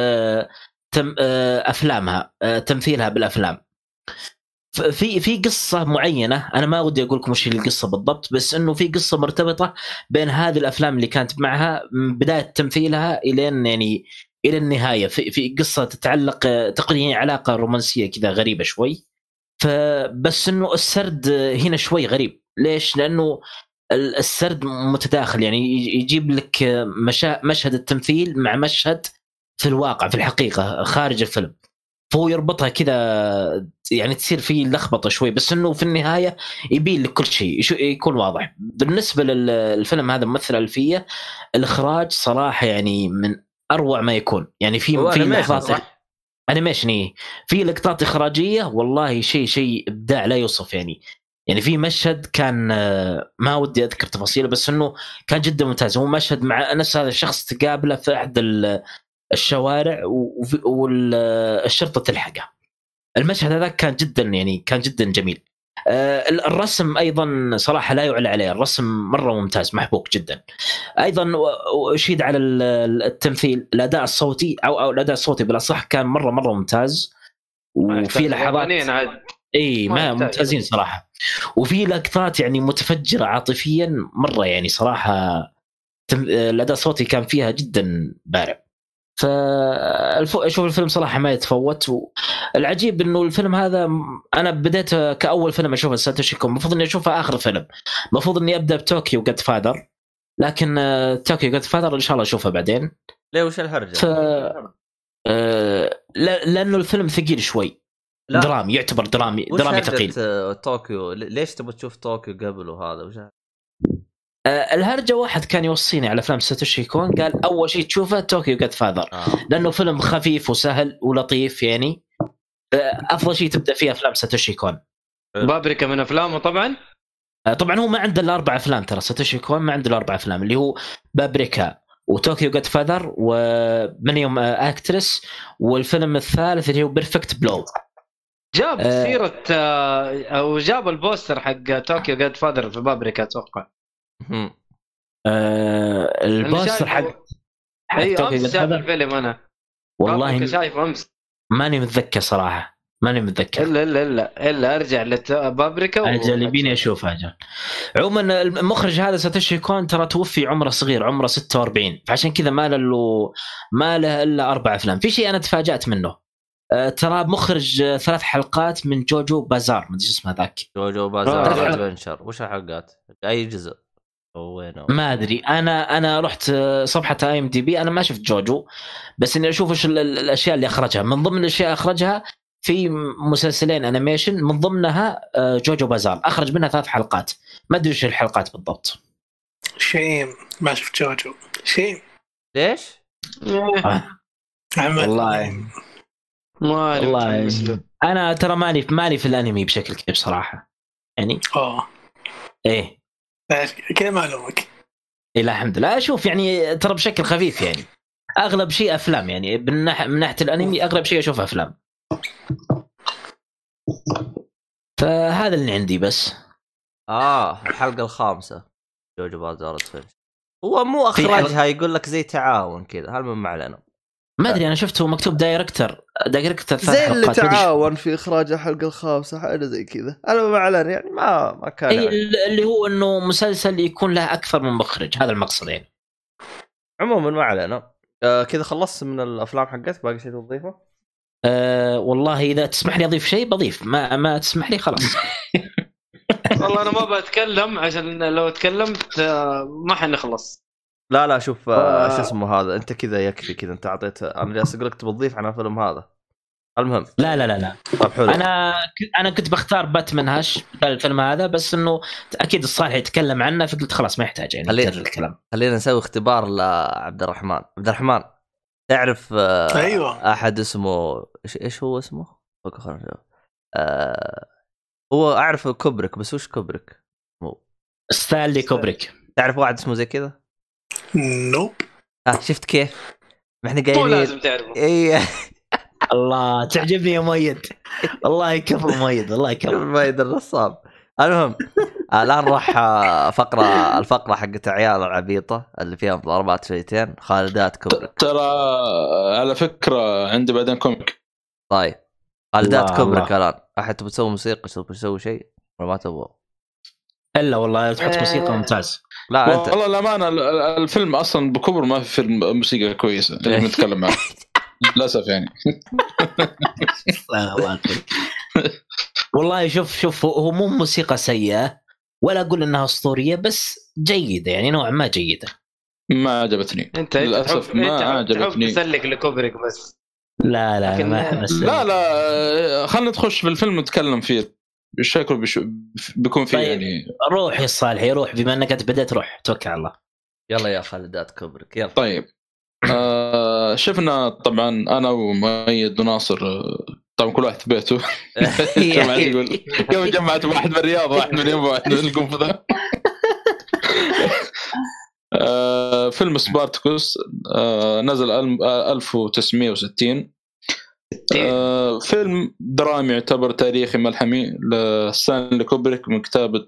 أفلامها تمثيلها بالأفلام. في قصة معينة أنا ما ودي أقول لكم وش القصة بالضبط بس إنه في قصة مرتبطة بين هذه الأفلام اللي كانت معها من بداية تمثيلها إلى النهاية. في قصة تتعلق تقريبا علاقة رومانسية كذا غريبة شوي. فبس إنه السرد هنا شوي غريب. ليش؟ لأنه السرد متداخل يعني يجيب لك مشهد التمثيل مع مشهد في الواقع في الحقيقة خارج الفيلم. فهو يربطها كذا يعني تصير فيه لخبطة شوي بس إنه في النهاية يبين لك كل شيء يكون واضح. بالنسبة للفيلم هذا ممثلة ألفية الإخراج صراحة يعني من أروع ما يكون. يعني في لحظات أنيميشن في لقطات إخراجية والله شيء إبداع لا يوصف. يعني في مشهد كان ما ودي أذكر تفاصيله بس إنه كان جدا ممتاز. هو مشهد مع نفس هذا الشخص تقابله في أحد الشوارع والشرطة تلحقه. المشهد هذا كان جدا جميل. الرسم أيضا صراحة لا يعلى عليه. الرسم مرة ممتاز محبوك جدا. أيضا أشيد على التمثيل الأداء الصوتي أو الأداء الصوتي بالأصح كان مرة ممتاز. وفي لحظات ما ممتازين صراحة. وفي لقطات يعني متفجرة عاطفيا مرة يعني صراحة الأداء الصوتي كان فيها جدا بارع. فأشوف الفيلم صراحة ما يتفوت. والعجيب إنه الفيلم هذا أنا بديت كأول فيلم أشوفه ساتوشي كون. المفروض إني أشوفه آخر فيلم. المفروض إني أبدأ بتوكيو جاد فادر لكن توكيو جاد فادر إن شاء الله أشوفه بعدين. ليه وش الهرجة؟ لأنه الفيلم ثقيل شوي. درامي يعتبر درامي ثقيل. طوكيو ليش تبغى تشوف طوكيو قبل وهذا وش الهرجة؟ واحد كان يوصيني على أفلام ساتوشي كون قال أول شيء تشوفه توكيو جاد فادر لأنه فيلم خفيف وسهل ولطيف يعني أفضل شيء تبدأ فيه أفلام ساتوشي كون. بابريكا من افلامه طبعا. طبعا هو ما عنده الا 4 افلام ترى، ساتوشي كون ما عنده الا 4 افلام اللي هو بابريكا وطوكيو جاد فاذر ومن يوم اكترس، والفيلم الثالث اللي هو بيرفكت بلو. جاب سيرة او جاب البوستر حق طوكيو جاد فاذر في بابريكا اتوقع. البوستر حق طوكيو جاد فاذر الفيلم انا والله شايف امس، ماني متذكر صراحه، ماني متذكر. الا ارجع لبابريكا اجل يبيني اشوف اجل. عموما المخرج هذا ساتوشي كون ترى توفي عمره صغير، عمره 46، فعشان كذا ما له الا 4 افلام. في شيء انا تفاجأت منه، ترى مخرج 3 حلقات من جوجو بازار، ما ادري اسمه ذاك جوجو بازار ادفنشر. وش الحلقات؟ اي جزء وينه؟ ما ادري. انا رحت صفحه IMDb، انا ما شفت جوجو، بس اني اشوف ايش الاشياء اللي اخرجها. من ضمن الاشياء اخرجها في مسلسلين انيميشن، من ضمنها جوجو بازار، اخرج منها 3 حلقات. ما ادري ايش الحلقات بالضبط. شيم ما شفت جوجو. شيم ليش؟ والله انا ترى مالي في الانمي بشكل كبير صراحه يعني. ايه كيف معلومك؟ إيه الحمد لله. اشوف يعني ترى بشكل خفيف يعني، اغلب شيء افلام يعني، من ناحيه الانمي اغلب شيء اشوف افلام. فهذا اللي عندي بس. الحلقه الخامسة جوجو بازار ادفنشر، هو مو اخراجها يقول لك زي تعاون كذا، هل من معلنه؟ ما ادري، انا شفته مكتوب دايركتر زي اللي تعاون في اخراج الحلقه الخامسه، حاجه زي كذا. انا ما اعلن يعني، ما كان اللي هو انه مسلسل يكون له اكثر من مخرج، هذا المقصد يعني. عموما ما علينا. كذا خلصت من الافلام حقتك، باقي شيء تضيفه؟ والله اذا تسمح لي اضيف شيء بضيف، ما تسمح لي خلاص. والله انا ما بتكلم عشان لو تكلمت ما حنخلص. لا شوف شو اسمه هذا، انت كذا يكفي كذا، انت اعطيت. انا جالس اقول لك تبغى تضيف عن الفيلم هذا. المهم لا طيب حلو. انا كنت بختار باتمان هاش الفيلم هذا، بس انه اكيد الصالح يتكلم عنه، فقلت خلاص ما يحتاج يعني الكلام. خلينا نسوي اختبار لعبد الرحمن. تعرف ايوه احد اسمه ايش هو اسمه؟ هو اعرف كوبريك، بس وش كوبريك؟ ستانلي كوبريك. تعرف واحد اسمه زي كذا؟ نوب. شفت كيف ما احنا قايلين؟ لازم تعرفه. ايه الله تعجبني يا مؤيد. الله يكفر مؤيد، الله يكفر مؤيد الرصاب. المهم الان راح الفقره حقت عيال العبيطه اللي فيها ضربات شويتين. خالدات كوبريك ترى على فكره عندي بعدين كوميك. طيب خالدات كوبريك الان احد تبغى تسوي موسيقى، تسوي شيء ولا ما تبغى؟ الا والله تحط موسيقى ممتاز. لا انت والله الامانه الفيلم اصلا بكبر ما في فيلم موسيقى كويسه اللي نتكلم عنه للاسف يعني. والله شوف هو مو موسيقى سيئه ولا اقول انها اسطوريه، بس جيده يعني، نوعا ما جيده. ما عجبتني انت للاسف، ما عجبتني. تسلك لكوبريك بس. لا لا خلينا نخش في الفيلم نتكلم فيه. شكله بيكون فيه طيب. يعني روح يا صالح، يروح بما انك انت بدأت، روح توكل على الله. يلا يا خالدات كوبريك يلا. طيب شفنا طبعا انا ومؤيد وناصر، طبعا كل واحد في بيته. يوم جمعت واحد من الرياض، واحد من يوم، واحد من القنفذة. فيلم سبارتكوس نزل 1960. فيلم درامي يعتبر تاريخي ملحمي لستانلي كوبريك من كتابة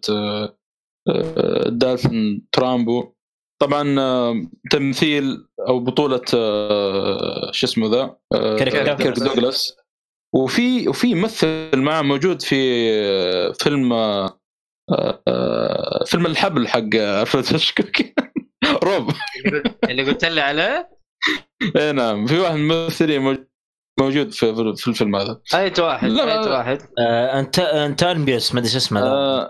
دالفن ترامبو. طبعا تمثيل أو بطولة شو اسمه ذا كيرك دوغلاس، وفي ممثل معه موجود في فيلم الحبل حق ألفريد هيتشكوك. روب اللي قلت لي عليه. نعم في واحد ممثل موجود في الفيلم هذا. اي واحد انتونيوس ما ادري ايش اسمه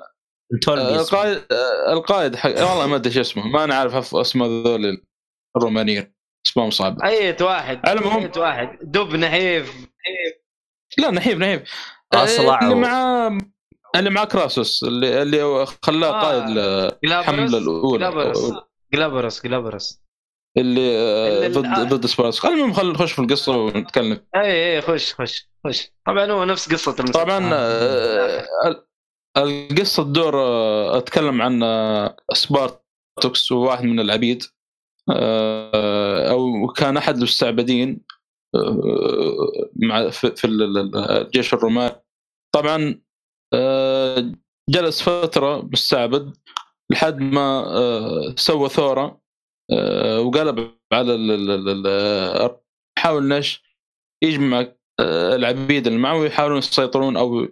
القائد حق والله ما ادري ايش اسمه، ما انا عارف اسمه ذول الرومانيين اسمهم صعب. اي واحد دب نحيف. لا نحيف اصلع اللي مع كراسوس اللي خلاه قائد الحمله الاولى. جلابرس اللي ضد سبارتكوس. المهم خلينا نخش في القصه ونتكلم. اي خش. طبعا هو نفس قصه طبعا القصة الدور أتكلم عن سبارتوكس، وواحد من العبيد أو كان أحد المستعبدين مع في الجيش الروماني. طبعا جلس فترة مستعبد لحد ما سوى ثورة وقلب على حاول نش يجمع العبيد اللي معه ويحاولون يسيطرون أو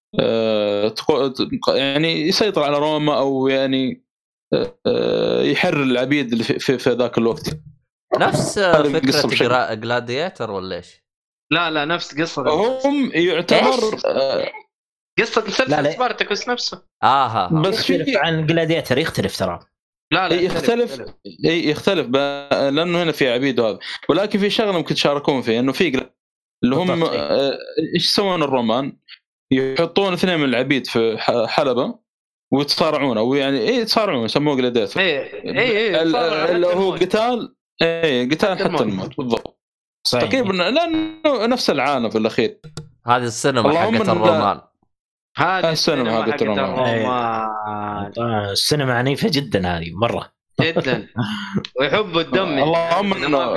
يعني يسيطر على روما أو يعني يحرر العبيد اللي في ذاك الوقت. نفس فكرة جلادياتر ولا إيش؟ لا نفس قصة هم يعتبر قصة مسلسل سبارتاكوس نفسه. بس في عن جلادياتر يختلف ترى. لا يختلف لأنه هنا في عبيد هذا، ولكن في شغلة ممكن تشاركون فيه إنه في اللي هم إيش سوون الرومان يحطون 2 من العبيد في حلبة ويتصارعون أو يعني يتصارعون يسموه جلادياتر. اللي هو قتال حتى الموت بالضبط. تقريبا لأنه نفس العالم في الأخير. هذه السينما حقت الرومان. هذه السينما حقت الرومان. السينما عنيفة جدا هذه مرة جدا ويحبوا الدم. اللهم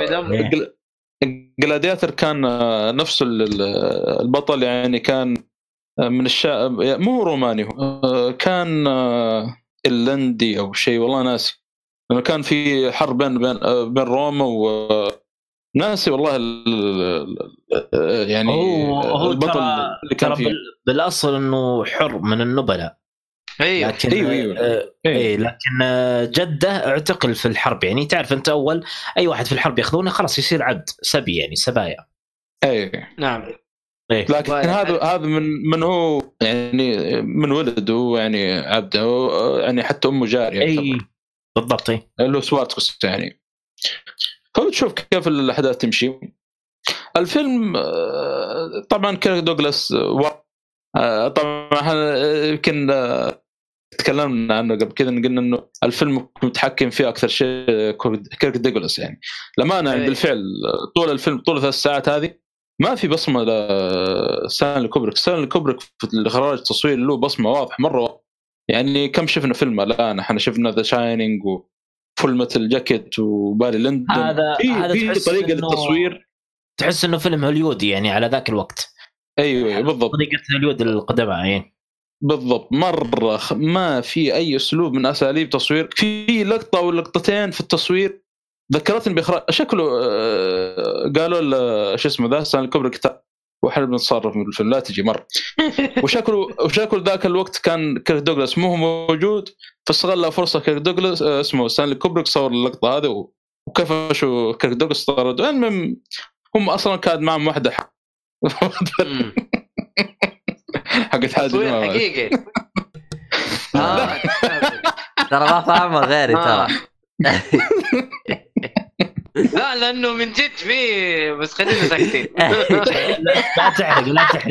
جلادياتر كان نفس البطل يعني كان من الشعب مو روماني، كان اللندي أو شيء والله ناسي، لأنه كان في حرب بين روما وناسي والله يعني هو البطل اللي كان فيه بالأصل إنه حر من النبلاء. لكن لكن جده اعتقل في الحرب. يعني تعرف أنت أول أي واحد في الحرب يأخذونه خلاص يصير عبد سبي يعني سبايا. نعم. لكن هذا من هو يعني من ولده يعني عبده يعني حتى أمه جارية. بالضبط. اللي هو سبارتاكوس يعني. فتشوف كيف الأحداث تمشي. الفيلم طبعا كيرك دوغلاس طبعا يمكن تكلمنا عنه قبل كذا، قلنا إنه الفيلم متحكم فيه أكثر شيء كيرك دوغلاس يعني. لما أنا بالفعل طول الفيلم طول 3 ساعات هذه ما في بصمة لستانلي كوبريك. ستانلي كوبريك في الإخراج التصوير له بصمة واضح مرة. يعني كم شفنا فيلم الآن احنا شفنا ذا شاينينج وفول ميتال جاكيت وباري لندن. هذا في طريقة للتصوير تحس إنه فيلم هوليودي يعني على ذاك الوقت. أيوة بالضبط طريقة هوليود القدماء يعني. بالضبط مرة ما في أي أسلوب من أساليب تصوير. في لقطة أو لقطتين في التصوير ذكرتني بإخراج شكله قالوا شو اسمه ذا ستانلي كوبريك وحنا بنتصرف من الفيلم لا تجي مرة. وشكله ذاك الوقت كان كيرك دوغلاس مو موجود فاستغل فرصة كيرك دوغلاس اسمه ستانلي كوبريك صور اللقطة هذه وكيف شو كيرك دوغلاس طرد. المهم هم أصلا كان معهم واحدة حقت هذه حقيقي ترى ما فاهمه غيري ترى. لا لأنه من جد فيه بس خلينا ساكتين. لا تحرق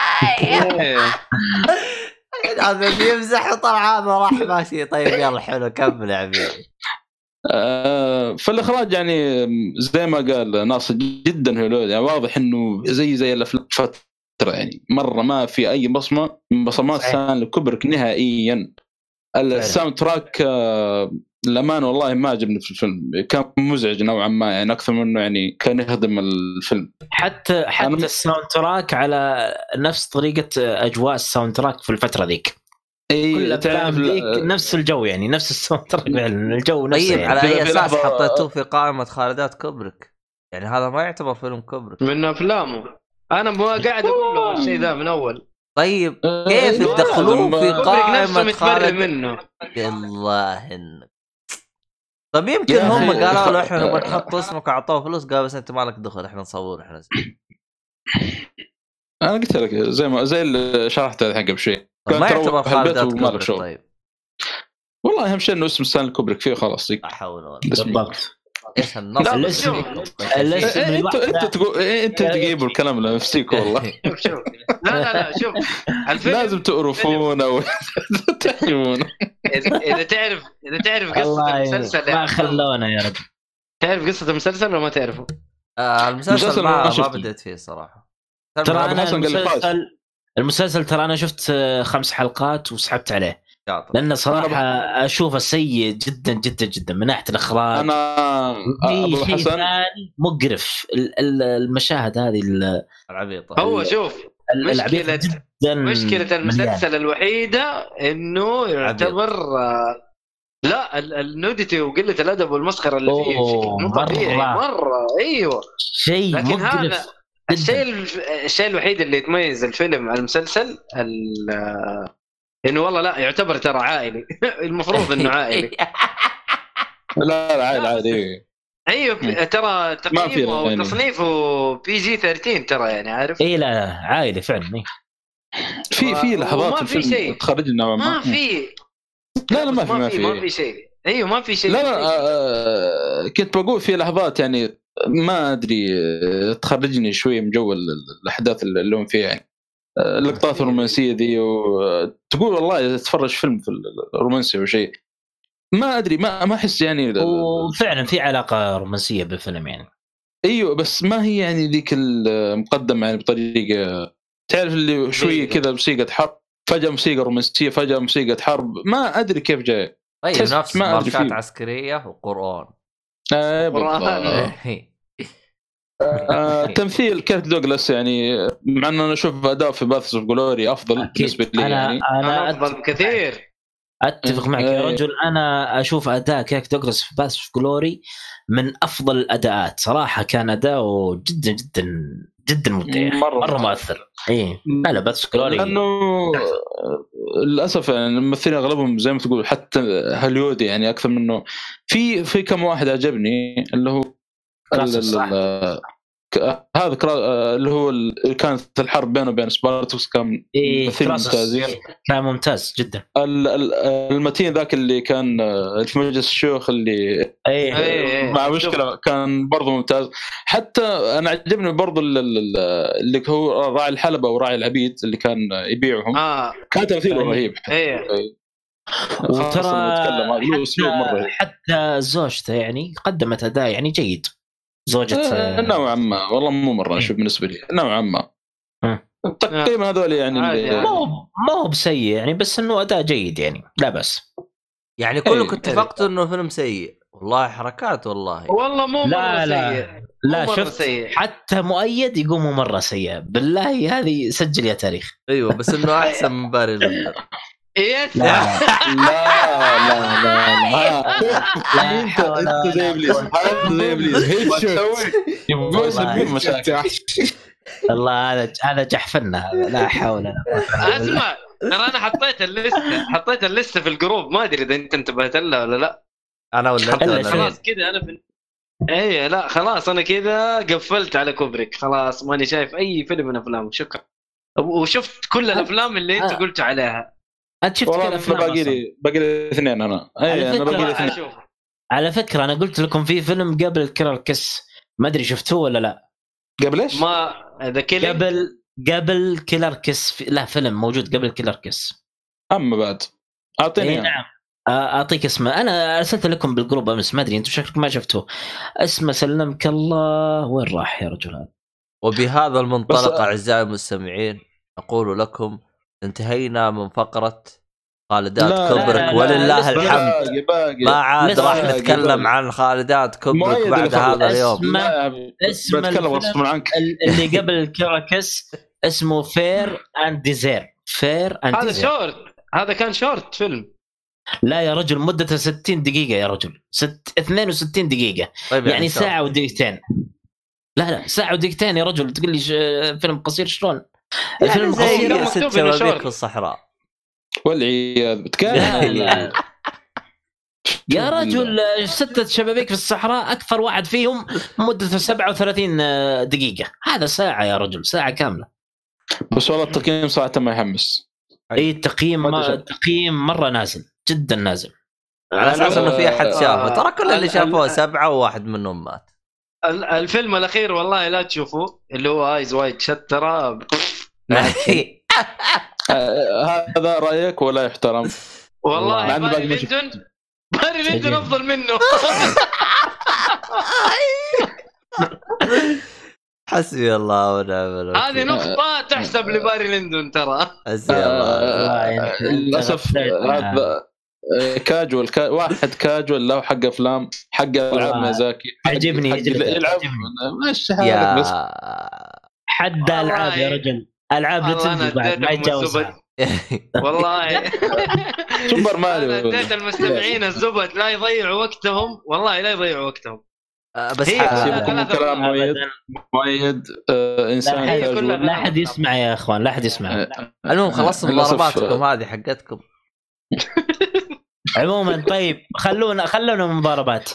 هذا يمزح وطلع هذا راح ماشي. طيب يلا حلو كمل يا عمي. فالإخراج يعني زي ما قال ناصر جدا هوليود يعني واضح إنه زي الأفلام فترة يعني مرة ما في أي بصمة من بصمات ستانلي كوبريك نهائيا. الساوند تراك الأمان والله ما عجبني في الفيلم، كان مزعج نوعا ما يعني أكثر منه يعني كان يخدم الفيلم. حتى الساوند تراك على نفس طريقة أجواء الساوند تراك في الفترة ذيك. كل أفلام ذيك نفس الجو يعني نفس الساوند تراك الجو نفسه. طيب يعني. على أي أساس حطيتوه في قائمة خالدات كوبريك؟ يعني هذا ما يعتبر فيلم كوبريك من أفلامه. أنا مو قاعد أقول له الشيء ذا من أول. طيب كيف تدخلوه في قائمة خالد منه؟ الله إنك. طب يمكن هم قالوا له احنا نبغى نحط اسمك وعطوه فلوس قال بس انت مالك دخل احنا نصور احنا انا قلت لك زي اللي شرحت هذا حق بشيء ما يعتبر خالدات كوبريك. طيب والله اهم شيء انه اسم ستانلي كوبريك فيه خلاص. لا حول ولا بالضبط. ايش النص الاسم انت تقول انت تجيبوا الكلام نفسيك والله. لا شوف لازم تعرفون او تحكمون. اذا تعرف قصه المسلسل ما خلونا يا رب. تعرف قصه المسلسل ولا ما تعرفه؟ المسلسل ما بديت فيه صراحه. ترى انا المسلسل ترى انا شفت 5 حلقات وسحبت عليه لأنه صراحة أشوفه سيء جدا جدا جدا من ناحية الإخراج. أنا أبو حسن مقرف المشاهد هذه العبيطة. هو شوف مشكلة المسلسل الوحيدة إنه يعتبر لا النوديتي وقلة الأدب والمسخرة اللي فيه مو طبيعي مرة. أيوة شيء لكن مقرف. هذا الشيء الوحيد اللي يتميز الفيلم عن المسلسل إنه والله لا يعتبر ترى عائلي. المفروض إنه عائلي. لا عادي. أيوة ترى تقييمه وتصنيفه PG-13 ترى يعني عارف. إيه لا عائلي فعلا. في لحظات الفيلم تخرجنا ما في. لا ما في شيء. أيوة ما في شيء. لا كنت بقول في لحظات يعني ما أدري تخرجني شوي من جو الأحداث اللي هم فيها يعني. اللقطات الرومانسية دي وتقول والله تتفرج فيلم في الرومانسي أو شيء ما أدري ما أحس يعني. وفعلا في علاقة رومانسية بالفيلم يعني. أيوة بس ما هي يعني ذيك المقدمة يعني بطريقة تعرف اللي شوية كذا موسيقى حرب فجأة موسيقى رومانسية فجأة موسيقى حرب ما أدري كيف جاي. أي نفس ماركات عسكرية وقرآن. تمثيل كيرك دوغلاس يعني مع أن أنا أشوف أداء في باث أوف جلوري أفضل بالنسبة لي يعني. أنا أفضل كثير. أتفق معك يا رجل. أنا أشوف أداء كيرك دوغلاس في باث أوف جلوري من أفضل الأداءات صراحة. كان أداؤه جدا جدا جدا ممتع مرة مؤثر. إيه لا باث أوف جلوري لأنه للأسف يعني الممثلين أغلبهم زي ما تقول حتى هوليودي يعني أكثر منه. في كم واحد عجبني اللي هو هذا اللي هو اللي كانت الحرب بينه وبين سبارتوس كان مثير ممتازين. كان ممتاز جدا. المتين ذاك اللي كان في مجلس الشيوخ اللي مع مشكلة كان برضو ممتاز. حتى أنا عجبني برضو اللي هو راعي الحلبة وراعي العبيد اللي كان يبيعهم كان تمثيله رهيب. وترى حتى زوجته يعني قدمت أداء يعني جيد. زوجة نوعا ما والله مو مرة شوف بالنسبة لي نوعا ما التقييم هذول يعني ما هو بسيء يعني بس إنه أداء جيد يعني لا بس يعني كلكم اتفقتوا إنه فيلم سيء. والله حركات والله مو مرة سيء. لا شفت حتى مؤيد يقوم مرة سيء بالله. هذه سجل يا تاريخ. أيوة بس إنه أحسن من باري لندن. لا انت زي ابليس الله هذا جحفلنا. لا حول ولا قوة. اسمع ترى انا حطيت الليسته في الجروب ما ادري اذا انت انتبهت لها ولا لا. انا ولا خلاص كذا انا لا خلاص انا كذا قفلت على كوبريك خلاص ماني شايف اي فيلم من افلامه. شكرا. وشفت كل الافلام اللي انت قلت عليها. انت شفت كل افلام باقي لي اثنين. انا باقي لي اثنين. على فكره انا قلت لكم في فيلم قبل كيلر كيس ما ادري شفتوه ولا لا. قبل ايش؟ ما ذا قبل كيلر كيس لا فيلم موجود قبل كيلر كيس. اما بعد اعطيني. نعم اعطيك اسمه. انا ارسلت لكم بالجروب امس ما ادري انتم شكلكم ما شفتوه. اسمه سلمك الله. وين راح يا رجل هذا؟ وبهذا المنطلق اعزائي المستمعين اقول لكم انتهينا من فقرة خالدات كوبريك ولله الحمد. ما عاد راح نتكلم عن خالدات كوبريك بعد هذا اليوم. اسم الفيلم اللي قبل كيراكس اسمه فير اند ديزير. هذا شورت. هذا كان شورت فيلم. لا يا رجل مدته 60 دقيقة يا رجل 62 دقيقة. طيب يعني ساعة ودقيقتين. لا ساعة ودقيقتين يا رجل تقول لي فيلم قصير شلون؟ الفيلم قصير 6 شبابيك في الصحراء والعياذ بتكلم يا رجل 6 شبابيك في الصحراء أكثر واحد فيهم مدته 37 دقيقة. هذا ساعة يا رجل ساعة كاملة. بس والله التقييم صراحة ما يحمس. أي التقييم مرة نازل جدا نازل. على أساس إنه في أحد شافه. ترى كل اللي شافوه 7 وواحد منهم مات. الفيلم الأخير والله لا تشوفوه اللي هو آيز وايد شت ترى. هذا رأيك ولا يحترم والله. باري ليندون أفضل منه. حسبي الله ونعم الوكيل. هذه نقطة تحسب لباري ليندون ترى. حسبي الله. للاسف هذا كاجوال واحد كاجوال له حق افلام حق العاب ميازاكي عجبني يلعب ماشي يا بس حد العاب يا رجل، العاب بتنزل بعد ما يتجاوز والله. سوبر ماريو. انا اديت المستمعين الزبد لا يضيعوا وقتهم، والله لا يضيعوا وقتهم. بس كلام مؤيد انسان لا حد يسمع يا اخوان، لا حد يسمع. المهم خلصنا مضارباتكم هذه حقتكم. عموما طيب خلونا مضاربات.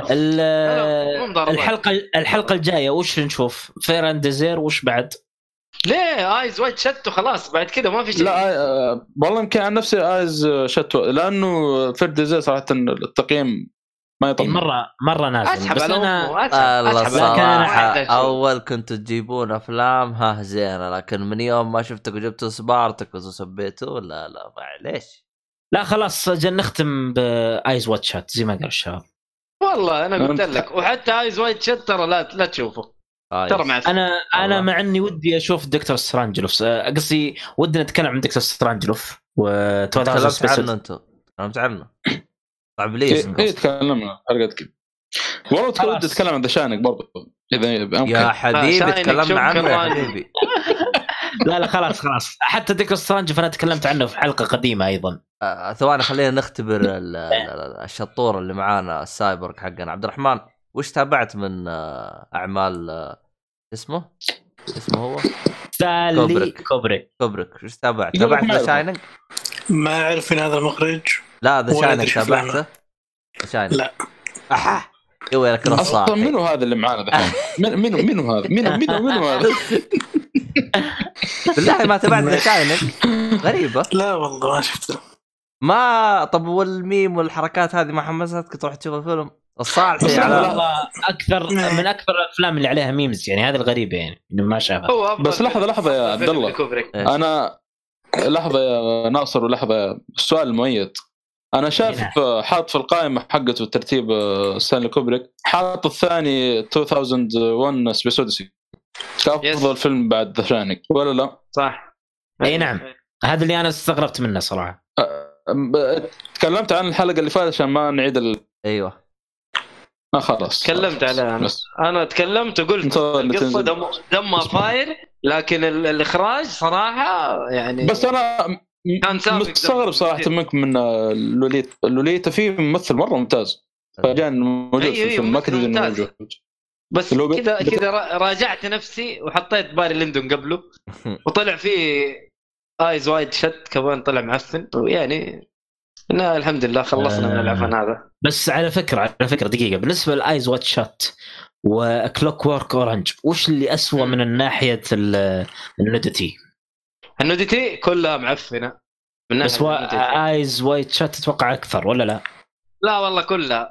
الحلقه الجايه وش نشوف؟ فير اند ديزير وش بعد؟ ليه ايز وايت شت وخلاص بعد كده ما في شيء. لا والله يمكن عن نفسي ايز شت، لانه فير ديزير صراحه التقييم ما يطمن، مره نازل. بس انا الصراحه اول كنتوا تجيبون افلام ها زينه، لكن من يوم ما شفتك وجبتوا سبارتكوس وسبيتوه لا معليش. لا خلاص جن نختم بايز وايت شات زي ما قال الشباب. والله انا قلت لك، وحتى ايز وايت شات ترى لا تشوفه ترى مع انا مع اني ودي اشوف دكتور سترانجلوف، قصدي ودنا نتكلم عن دكتور سترانجلوف وتكلمت عنه انت تكلمت عنه طيب ليش تكلمنا حلقات كذا والله تقول تتكلم عن دشانك برضه اذا يا حبيبي تكلمنا عنه يا حبيبي. لا خلاص حتى دكتور سترانج انا تكلمت عنه في حلقه قديمه ايضا. ثواني خلينا نختبر الشطور اللي معانا السايبرغ حقنا عبد الرحمن. وش تابعت من اعمال اسمه هو ستانلي كوبريك وش تابعت ذا شاينينج؟ ما اعرف من هذا المخرج. لا ذا شاينينج تابعته؟ لا يا ويلك الصاحي. منو هذا اللي معانا ذا؟ منو هذا بالله ما تابعت ذا شاينينج؟ غريبه. لا والله ما شفته. ما طب والميم والحركات هذه ما حمستك تروح تشوف الفيلم الصالحي؟ على اكثر من اكثر الافلام اللي عليها ميمز يعني، هذا الغريب يعني انه ما شافها. بس لحظه يا عبد الله، انا لحظه يا ناصر ولحظه السؤال المؤيد. انا شايف حاط في القائمه حقته ترتيب ستانلي كوبريك حاط الثاني 2001 سبيس اوديسي كافضل فيلم بعد ذا شاينينج ولا لا؟ صح اي نعم، هذا اللي انا استغربت منه صراحه. تكلمت عن الحلقه اللي فاتت عشان ما نعيد ايوه خلاص تكلمت عليها. انا تكلمت وقلت القصه دمها فاير، لكن الاخراج صراحه يعني. بس انا مستغرب صراحه منك من لوليتا فيه ممثل مره ممتاز فجان موجود في الفيلم ما كنت موجود. بس كذا راجعت نفسي وحطيت باري ليندون قبله وطلع فيه ايز وايد شت كمان طلع معفن يعني. لا الحمد لله خلصنا من العفن هذا. بس على فكرة دقيقة، بالنسبة لآيز وايت شات وكلوك وورك أورنج وش اللي أسوأ من ناحية النوديتي؟ النوديتي كلها معفنة من بس آيز وايت شات تتوقع أكثر ولا لا؟ لا والله كلها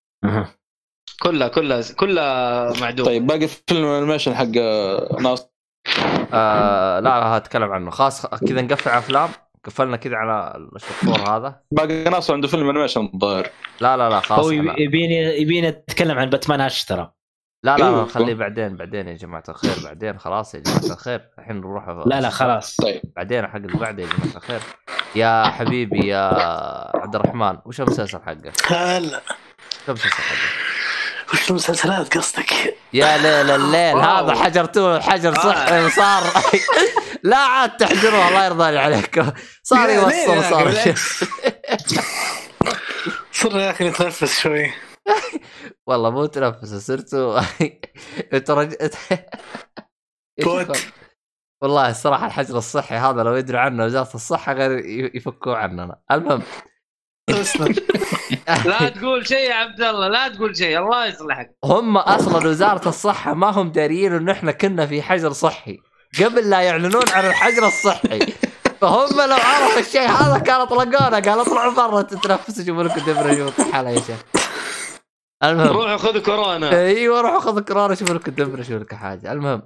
كلها معدوم. طيب باقي فيلم الانيميشن حق ناصر لا هتكلم عنه خاص كذا نقفل افلام. قفلنا كذا على الشطور هذا. باقي ناصر عنده فيلم انيميشن الظاهر. لا خلاص هو يبيني اتكلم عن باتمان هاشترى. لا خليه بعدين يا جماعه الخير. بعدين خلاص يا جماعه الخير الحين نروح. لا خلاص طيب بعدين حق اللي بعده يا جماعه الخير. يا حبيبي يا عبد الرحمن وش المسلسل حقك؟ هلا وش المسلسل حقك؟ وش المسلسلات قصدك؟ يا ليل الليل هذا حجرتوه حجر صحي صار. لا عاد تحجروه الله يرضى عليكم. صار يوصل صرنا يا اخي نتنفس شوي. والله مو تنفس صرتوا والله الصراحه الحجر الصحي هذا لو يدري عنه وزارة الصحه غير يفكوا عننا. المهم لا تقول شيء يا عبد الله، لا تقول شيء الله يصلحك. هم اصلا وزاره الصحه ما هم داريين انه احنا كنا في حجر صحي قبل لا يعلنون عن الحجر الصحي. فهم لو عرفوا الشيء هذا كانوا طلقونا قالوا اطلعوا برا تتنفسوا شوفوا لكم دبره شوفوا حاله يا شيخ. المهم روحوا خذوا كورونا. ايوه روحوا خذوا كورونا شوفوا لكم دبره شوفوا لكم حاجه. المهم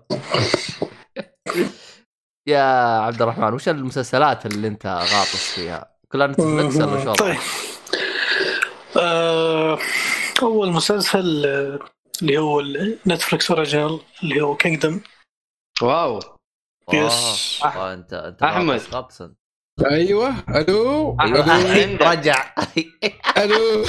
يا عبد الرحمن وش المسلسلات اللي انت غاطس فيها؟ كلها نتفلكس ولا شو؟ طيب اول مسلسل اللي هو نتفلكس اوريجينال اللي هو كينجدم. واو يس انت احمد غطسن. ايوه الو رجع الو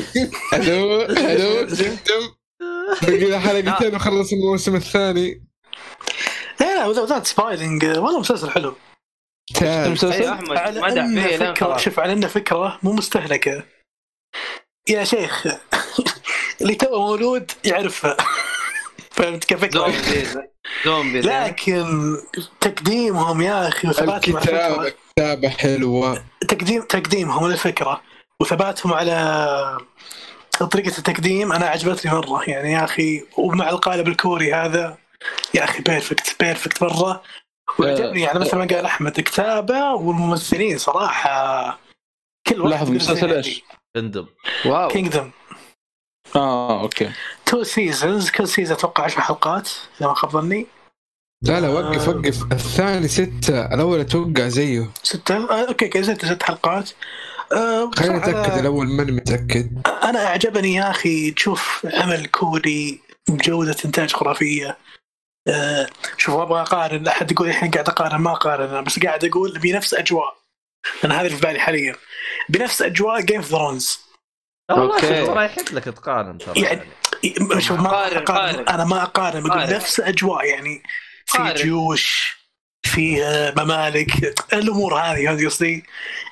كينجدم بقي حلقتين وخلص الموسم الثاني. لا وذات سبايلينج والله مسلسل حلو. أي أحمد مدح فيه فكرة. شوف على إنه فكرة مو مستهلكة يا شيخ. اللي توه مولود يعرفها. فهمت كفكرة زومبي لكن تقديمهم يا أخي وثباتهم على كتابة حلوة. تقديمهم للفكرة وثباتهم على طريقة التقديم أنا عجبتني مرة يعني يا أخي. ومع القالب الكوري هذا يا أخي بيرفكت مرة. وعجبني يعني مثل ما قال أحمد كتابة والممثلين صراحة كل واحد. لحظة مسلسل إيش؟ كينجدم. أوكي 2 سيزونز كل سيزون أتوقع 10 حلقات إذا ما خاب ظني. لا وقف الثاني 6 الأول أتوقع زيه 6 أوكي كذا 6 حلقات. خلينا نتأكد الأول من متأكد. أنا أعجبني يا أخي تشوف عمل كوري بجودة إنتاج خرافية. شوف أبغى أقارن. أحد يقول الحين قاعد أقارن ما أقارن أنا بس قاعد أقول بنفس أجواء. أنا هذا في بالي حاليا بنفس أجواء جيم اوف ثرونز. اوكي ترى يحب لك تقارن ترى يعني شوف ما أقارن. أنا ما أقارن بقول نفس أجواء يعني في جيوش في ممالك الأمور هذه قصدي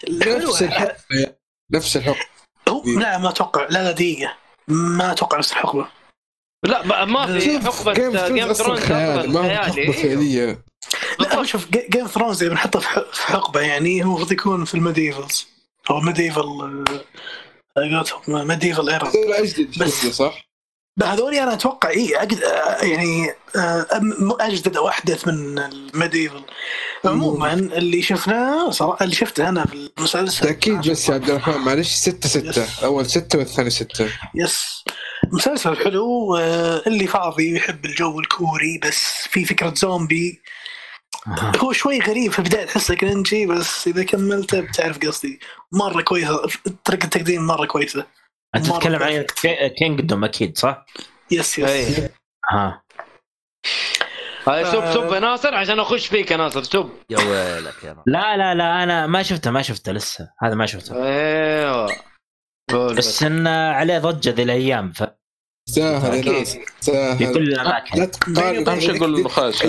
نفس الحقبة. لا ما أتوقع لا دقيقة ما أتوقع نفس الحقبة. لا ما في حقبة جيم اوف ثرونز فعليا. لا شوف جيم اوف ثرونز بنحطه في حقبة يعني هو المفروض يكون في الميديفلز أو ميديفل قلتهم ميديفل إيرا بس صح. هذول أنا أتوقع يعني أجدد أو أحدث من الميديفل. عموما اللي شفناه صراحة اللي شفته أنا في المسلسل أكيد بس يا عبد الرحمن معلش 6 أول 6 والثاني 6 يس مسلسل حلو. اللي فاضي يحب الجو الكوري بس في فكرة زومبي. هو شوي غريب في بداية تحسه كرنجي بس إذا كملته بتعرف قصدي مرة كويسة. طريقة التقديم مرة كويسة. أنت تتكلم عن كينجدوم أكيد صح؟ يس سب ناصر عشان أخش فيك يا ناصر سب يا ويلك يا ناصر. لا أنا ما شفته لسه هذا ما شفته. أيوه بس إن عليه ضجة ذي الأيام سهل في كل الأماكن. لا تقارن. مش أقول المخاش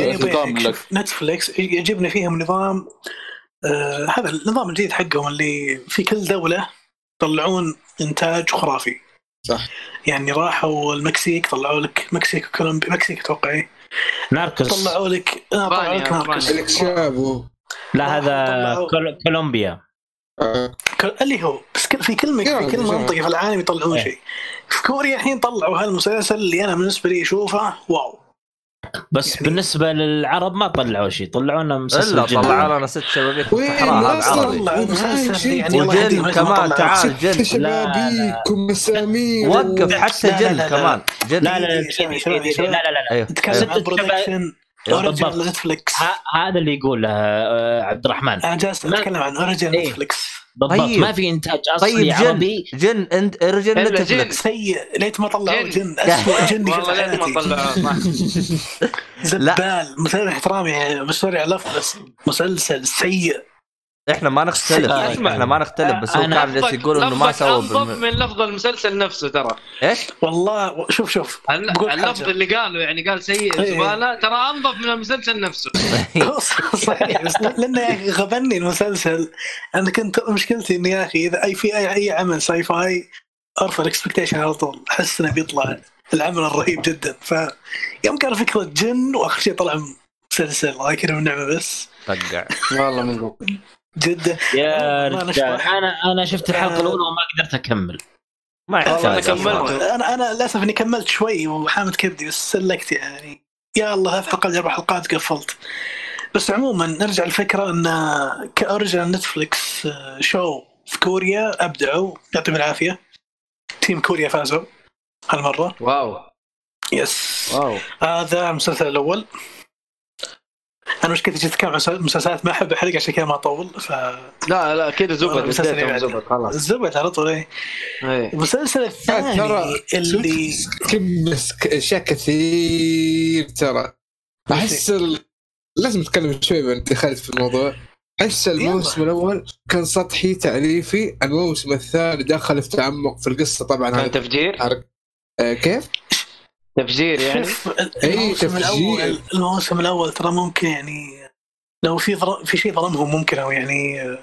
نتفليكس يعجبني فيهم نظام. هذا النظام الجديد حقهم اللي في كل دولة طلعون إنتاج خرافي صح. يعني راحوا المكسيك طلعوا لك مكسيك كولومبيا مكسيك توقعي ناركوس طلعوا لك ناركوس الكشابو. لا هذا كولومبيا اللي هو بس في كل منطقة في العالم يطلعون شيء. في كوريا الحين طلعوا هالمسلسل اللي أنا بالنسبة لي أشوفه واو. بس يعني بالنسبة للعرب ما طلعوا شيء. طلعوا لنا مسلسل إلا طلعوا لنا 6 شبابيك الصحراء هذا عربي يعني وجن كمان. تعال جن شبابيك ومسامير وقف حتى جن كمان جن. لا تكلم عن برودكشن أوريجينال نتفليكس. هذا اللي يقول عبد الرحمن. أنا جالس أتكلم عن أوريجينال نتفليكس بالضبط. ما في إنتاج أصلي عربي. جن أنت أوريجينال نتفليكس سيء. ليت ما طلعوا جن أسوأ جن والله ليت ما طلعوا زبال. مسلسل احترامي مشتري على لفظ مسلسل سيء. احنا ما نختلف بس هو كان جالس يقول انه ما سوى من لفظ المسلسل نفسه ترى. ايش والله شوف اللفظ اللي قاله يعني قال سيء زباله ترى انظف من المسلسل نفسه. صحيح لانه يا اخي غبني المسلسل. انا كنت مشكلتي اني يا اخي اذا في اي عمل ساي فاي ارفع الاكسبكتيشن على طول. احس انه بيطلع العمل الرهيب جدا. فيوم كان فكره جن واخر شيء طلع مسلسل الله يكرم النعمه بس فقع والله من قبل جدا يا رجال. انا شفت الحلقه الاولى وما قدرت اكمل. ما يحتاج. انا للاسف اني كملت شوي وحامد كبدي بس سلكت يعني يا الله 3 حلقات 4 حلقات قفلت. بس عموما نرجع الفكره ان كأوريجينال نتفليكس شو في كوريا ابدعوا يعطيهم العافيه. تيم كوريا فازوا هالمره. واو يس واو. هذا المسلسل الاول. انا مشكلتي اتكلم عن مسلسلات ما احب احرق عشان كذا ما اطول. لا كذا زبد خلاص الزبد على طول. ايه المسلسل الثاني اللي كمس اشياء كثير ترى احس لازم نتكلم شوي من دخلت في الموضوع. احس الموسم الاول كان سطحي تعريفي، الموسم الثاني دخل في تعمق في القصه. طبعا كان تفجير كيف تفجير يعني الموسم الاول ترى ممكن يعني لو في شيء ظلمهم ممكن، او يعني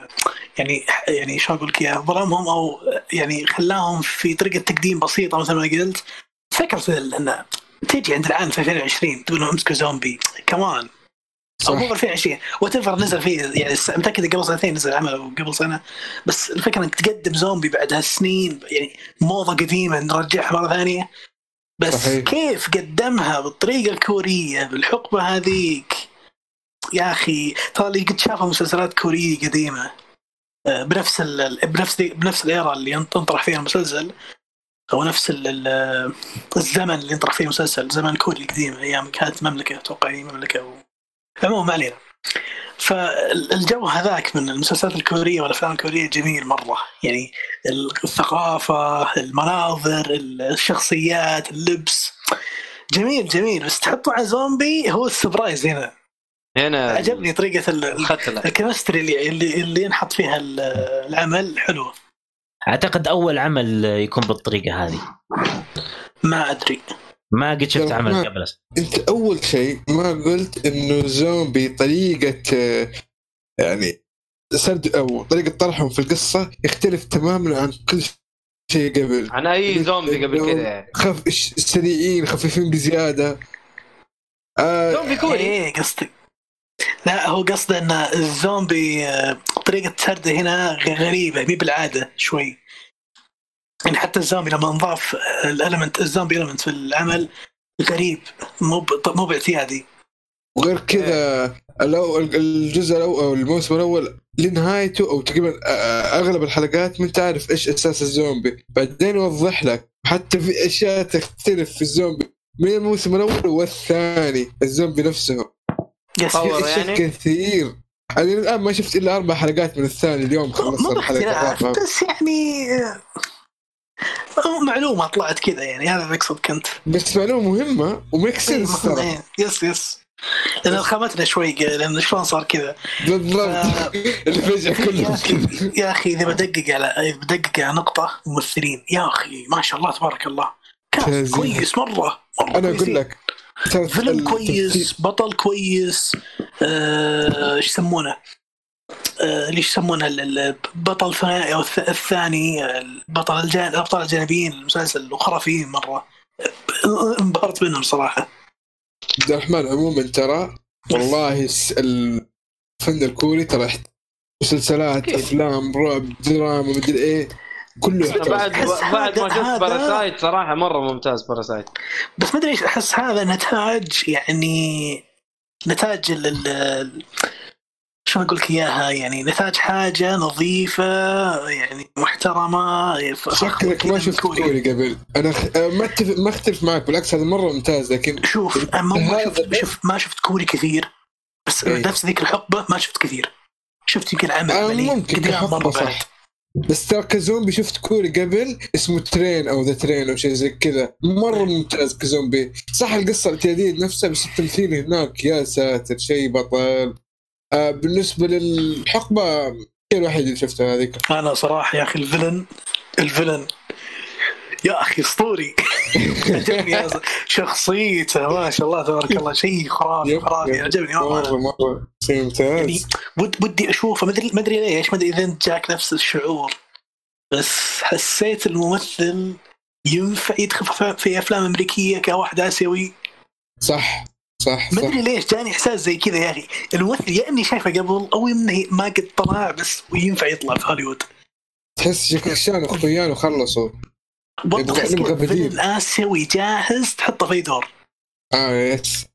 شو اقول لك، ظلمهم او يعني خلاهم في طريقه تقديم بسيطه مثل ما قلت. فكرة ان تيجي عند العالم في 2020 تقول امسكوا زومبي كمان او مو 2020 وتفر نزل فيه يعني متاكد قبل سنتين نزل عمل او قبل سنه، بس الفكره انك تقدم زومبي بعد هالسنين يعني موضه قديمه نرجعها مره ثانيه. بس صحيح. كيف قدمها بالطريقه الكوريه بالحقبه هذيك يا اخي، ترى اللي قد شافوا مسلسلات كوريه قديمه بنفس الايرا اللي ينطرح فيها المسلسل، او نفس الزمن اللي ينطرح فيه المسلسل، زمن كوري قديم ايام كانت مملكه، اتوقع هي مملكه عموما ما علينا. فالجو هذاك من المسلسلات الكوريه والافلام الكوريه جميل مره، يعني الثقافه، المناظر، الشخصيات، اللبس جميل. بس تحطوا على زومبي هو السبرايز. هنا عجبني طريقه الكيمستري اللي ينحط فيها العمل حلو. اعتقد اول عمل يكون بالطريقه هذه، ما ادري، ما قد شفت عمل قبل. انت اول شيء ما قلت انه زومبي طريقه يعني سرد او طريقه طرحهم في القصه يختلف تماما عن كل شيء قبل، عن اي زومبي قبل كذا. سريعين خفيفين بزياده. زومبي كوري ايه قصدي. لا هو قصده ان الزومبي طريقه سرده هنا غريبه مي بالعاده شوي. يعني حتى الزومبي لما نضاف الزومبي إلمنت في العمل غريب، مو باعتيادي. وغير كذا الجزء الأول أو الموسم الأول لنهايته أو تقريبا أغلب الحلقات ما تعرف إيش أساس الزومبي، بعدين يوضح لك. حتى في أشياء تختلف في الزومبي من الموسم الأول والثاني. الزومبي نفسه يعني كثير. أنا الآن ما شفت إلا 4 حلقات من الثاني، اليوم خلصت الحلقة. بس يعني معلومة طلعت كذا، يعني هذا المقصد كنت. بس معلومة مهمة ومكسنس ترى. يس لأن خامتنا شوي، لأن شلون صار كذا بالضبط. الفجأة كله كذا. يا أخي إذا بدقق على نقطة ممثلين يا أخي ما شاء الله تبارك الله، كان كويس مرة أنا أقول لك فيلم كويس، بطل كويس، إيش يسمونه اللي يسمونه البطل الثاني أو الثاني، الأبطال الجانبيين المسلسل وخرافيين مرة، انبهرت منهم صراحة. عبد الرحمن عموما ترى والله الفن الكوري ترى مسلسلات أفلام رعب دراما مدري إيه كله بعد ما شفت باراسايت صراحة مرة ممتاز باراسايت. بس ما أدري إيش أحس هذا نتاج، يعني نتاج شو أقول لك إياها، يعني نتاج حاجة نظيفة يعني محترمة. شكلك ما شفت كوري قبل. أنا ما أختلف معك، بالعكس هذا مرة ممتاز. لكن شوف ما شفت كوري كثير، بس نفس ذيك الحقبة ما شفت كثير. شفت يمكن عمل ممكن حقبة صح. بس ترى كزومبي شفت كوري قبل اسمه ترين أو ذا ترين أو شيء زي كذا، مرة ممتاز كزومبي. صح القصة التجديد نفسها، بس التمثيل هناك يا ساتر شيء بطل. بالنسبة للحقبة الشيء الوحيد اللي شفته هذيك أنا صراحة يا أخي الفيلن يا أخي أسطوري. عجبني شخصيته ما شاء الله تبارك الله، شيء خرافي عجبني مرة شيء ممتاز. يعني ودي أشوفه، ما أدري ليش، ما أدري إذا جاك نفس الشعور، بس حسيت الممثل ينفع يدخل في أفلام أمريكية كواحد آسيوي. صح ما أدري ليش جاني إحساس زي كذا يا أخي. الممثل يا إني شايفه قبل أو إنه ما قد طلع بس وينفع يطلع في هوليوود. تحس شكل أخويان وخلصوا. فيلم الآسيوي جاهز تحطه في دور. يس.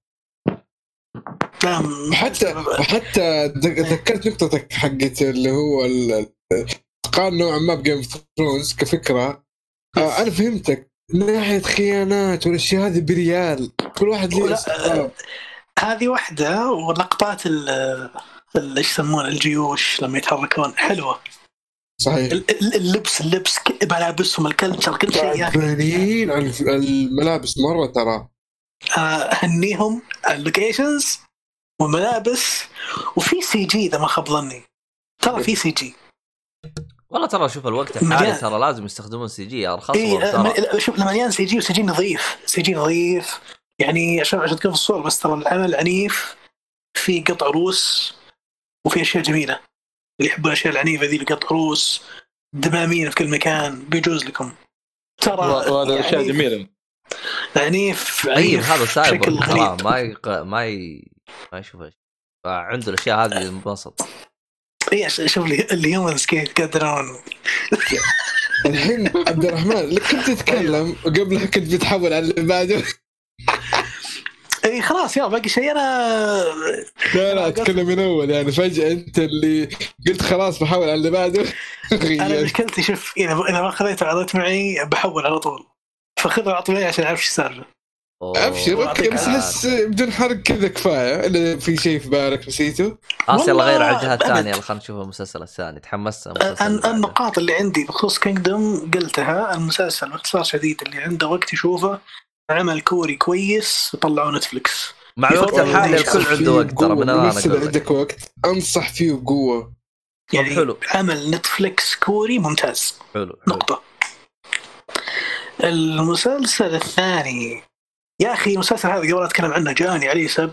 وحتى ذكرت نقطتك حقت اللي هو قال نوعا ما بجيم اوف ثرونز كفكرة. أنا فهمتك من ناحية خيانات والأشياء هذه بريال، كل واحد ليه هذه واحدة، ولقطات ايش يسمونه الجيوش لما يتحركون حلوة. صحيح. اللبس ملابسهم الكلتشر كل شيء بنين عن الملابس مرة ترى. هنيهم اللوكيشنز وملابس، وفي سي جي إذا ما خاب ظني، ترى في سي جي. والله ترى شوف الوقت الحالي ترى لازم يستخدمون سي جي أرخص. شوف مليان سي جي، وسي جي نظيف يعني عشان تكون في الصور. بس ترى العمل عنيف، في قطع روس وفي أشياء جميلة. اللي يحبون الأشياء العنيفة ذي، قطع روس دمامين في كل مكان، بيجوز لكم ترى. وهذا أشياء جميلة. عنيف هذا سايبر ما يشوف عنده الأشياء هذه ينبسط. شوف لي الهيومنز كيف قدرون. الحين عبد الرحمن لك كنت تتكلم وقبلها كنت بتحول على اللي بعده. اي خلاص يا باقي شيء. انا لا اتكلم من اول يعني، فجأة انت اللي قلت خلاص بحول على اللي بعده. انا مشكلتي شوف، اذا ما خذيت عضلت معي بحول على طول، فخذوا عضلت معي عشان اعرف ايش السالفه. ابشر اوكي، بس لس بدون حرق كذا كفايه. الا في شيء في بالك نسيته؟ يلا غير على الجهه الثانيه. خلينا نشوف المسلسل الثاني. تحمست. النقاط اللي عندي بخصوص كينجدوم قلتها. المسلسل باختصار شديد اللي عنده وقت يشوفه، عمل كوري كويس وطلعوا نتفليكس. مع الوقت الحالي الكل عنده وقت ترى. من انا اقول عندك وقت انصح فيه بقوه يعني. حلو. عمل نتفليكس كوري ممتاز. حلو. نقطه. المسلسل الثاني يا اخي، المسلسل هذا قبل اتكلم عنه جاني عليه سب.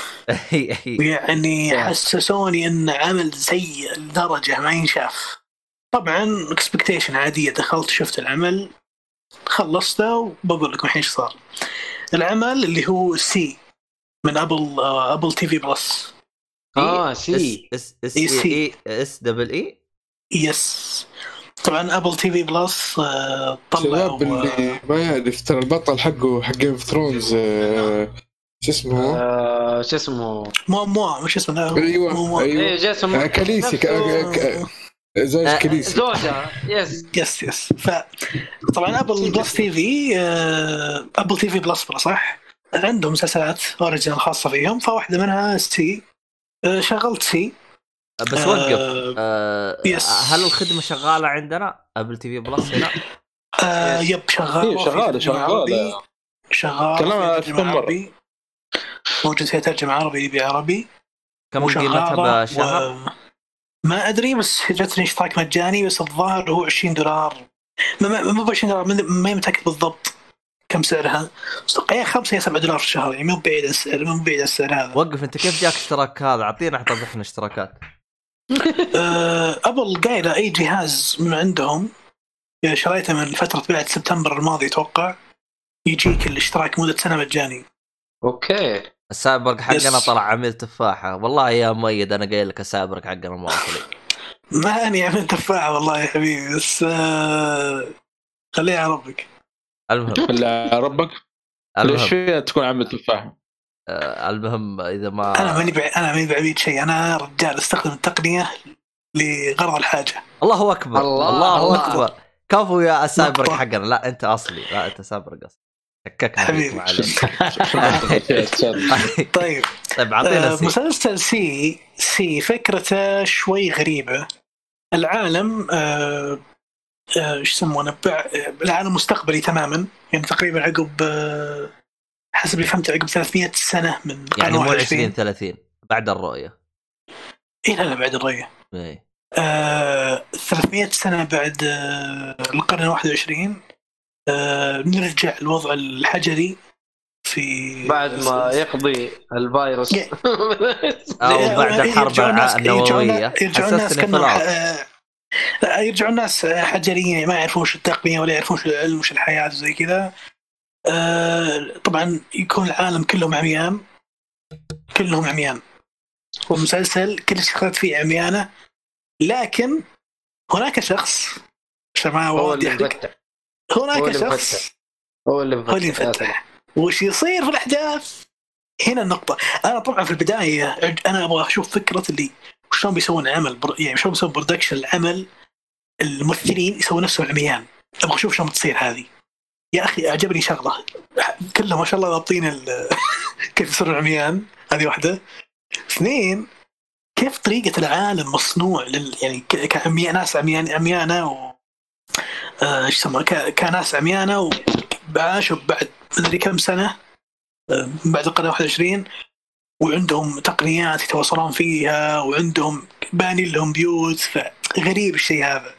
يعني حسسوني ان عمل سيء لدرجه ما ينشاف. طبعا اكسبكتيشن عاديه، دخلت شفت العمل خلصته وبقول لكم الحين ايش صار. العمل اللي هو سي من ابل تي في بلس. سي اس دبل اي. يس. طبعا ابل تي في بلس طلعوا اللي ما يعرف ترى البطل حقه حق جيم اوف ثرونز شو اسمه مش اسمه. ايوه جاسم كاليسي زوج كاليسي زوجها. يس. فطبعا ابل بلس تي في ابل تي في بلس صح، عندهم مسلسلات اوريجينال خاصه فيهم، فواحده منها سي. شغلت سي بس وقف. هل الخدمه شغاله عندنا ابل تي في بلس هنا؟ يب شغاله. عربي. موجود فيها ترجمه عربي بعربي. كم قيمتها بشهر؟ ما ادري، بس جتني اشتراك مجاني، بس الظاهر هو $20. مو $20، ما متاكد بالضبط كم سعرها. يا $5 يا $7 في الشهر، يعني مو بعيد السعر هذا. وقف، انت كيف جاك اشتراك هذا؟ اعطينا حتى احنا اشتراكات. ابل قايله اي جهاز من عندهم شريته من فتره بعد سبتمبر الماضي اتوقع يجيك الاشتراك مده سنه مجاني. اوكي. السايبرغ حقنا طلع عميل تفاحه. والله يا مؤيد انا قايل لك السايبرغ حقنا ما وصل. ما اني عميل تفاحه والله يا حبيبي، بس خليها على ربك. المهم خليها على ربك. ليش فيها تكون عميل تفاحه؟ المهم اذا ما انا ماني بعيد شيء. انا رجال استخدم التقنيه لغرض الحاجه. الله اكبر. الله اكبر. كفو يا السايبرغ حقنا. لا انت اصلي. لا انت سايبرغ اصلي. شككنا حبيبي. طيب اعطينا مسلسل سي فكرته شوي غريبه. العالم ايش يسمونه العالم مستقبلي تماما، يعني تقريبا عقب حسب اللي فهمت عقب 300 سنه من يعني مو 20-30 بعد الرؤيه. لا بعد الرؤيه. 300 سنه بعد القرن 21. نرجع الوضع الحجري في بعد ما يقضي الفيروس او بعد الحرب النوويه. يرجعوا الناس حجريين، ما يعرفون وش التقنيه ولا يعرفون وش العلم وش الحياه وزي كذا. طبعا يكون العالم كلهم عميان. ومسلسل كل شخصيات فيه عميانه، لكن هناك شخص هو اللي مفتح. وش يصير في الأحداث هنا النقطة. أنا طبعا في البداية أنا أبغى أشوف فكرة اللي شلون بيسوون عمل يعني شلون بيسوون برودكشن العمل، الممثلين يسوون نفسهم عميان. أبغى أشوف شلون بتصير هذه. يا أخي أعجبني شغلة كلهم ما شاء الله ضابطين كيف يصيرون عميان. هذه واحدة. 2 كيف طريقة العالم مصنوع يعني كناس عميانة و ايش يسمى كناس عميانة وعاشوا بعد مدري كم سنة بعد القرن 21 وعندهم تقنيات يتواصلون فيها وعندهم باني لهم بيوت. غريب الشيء هذا.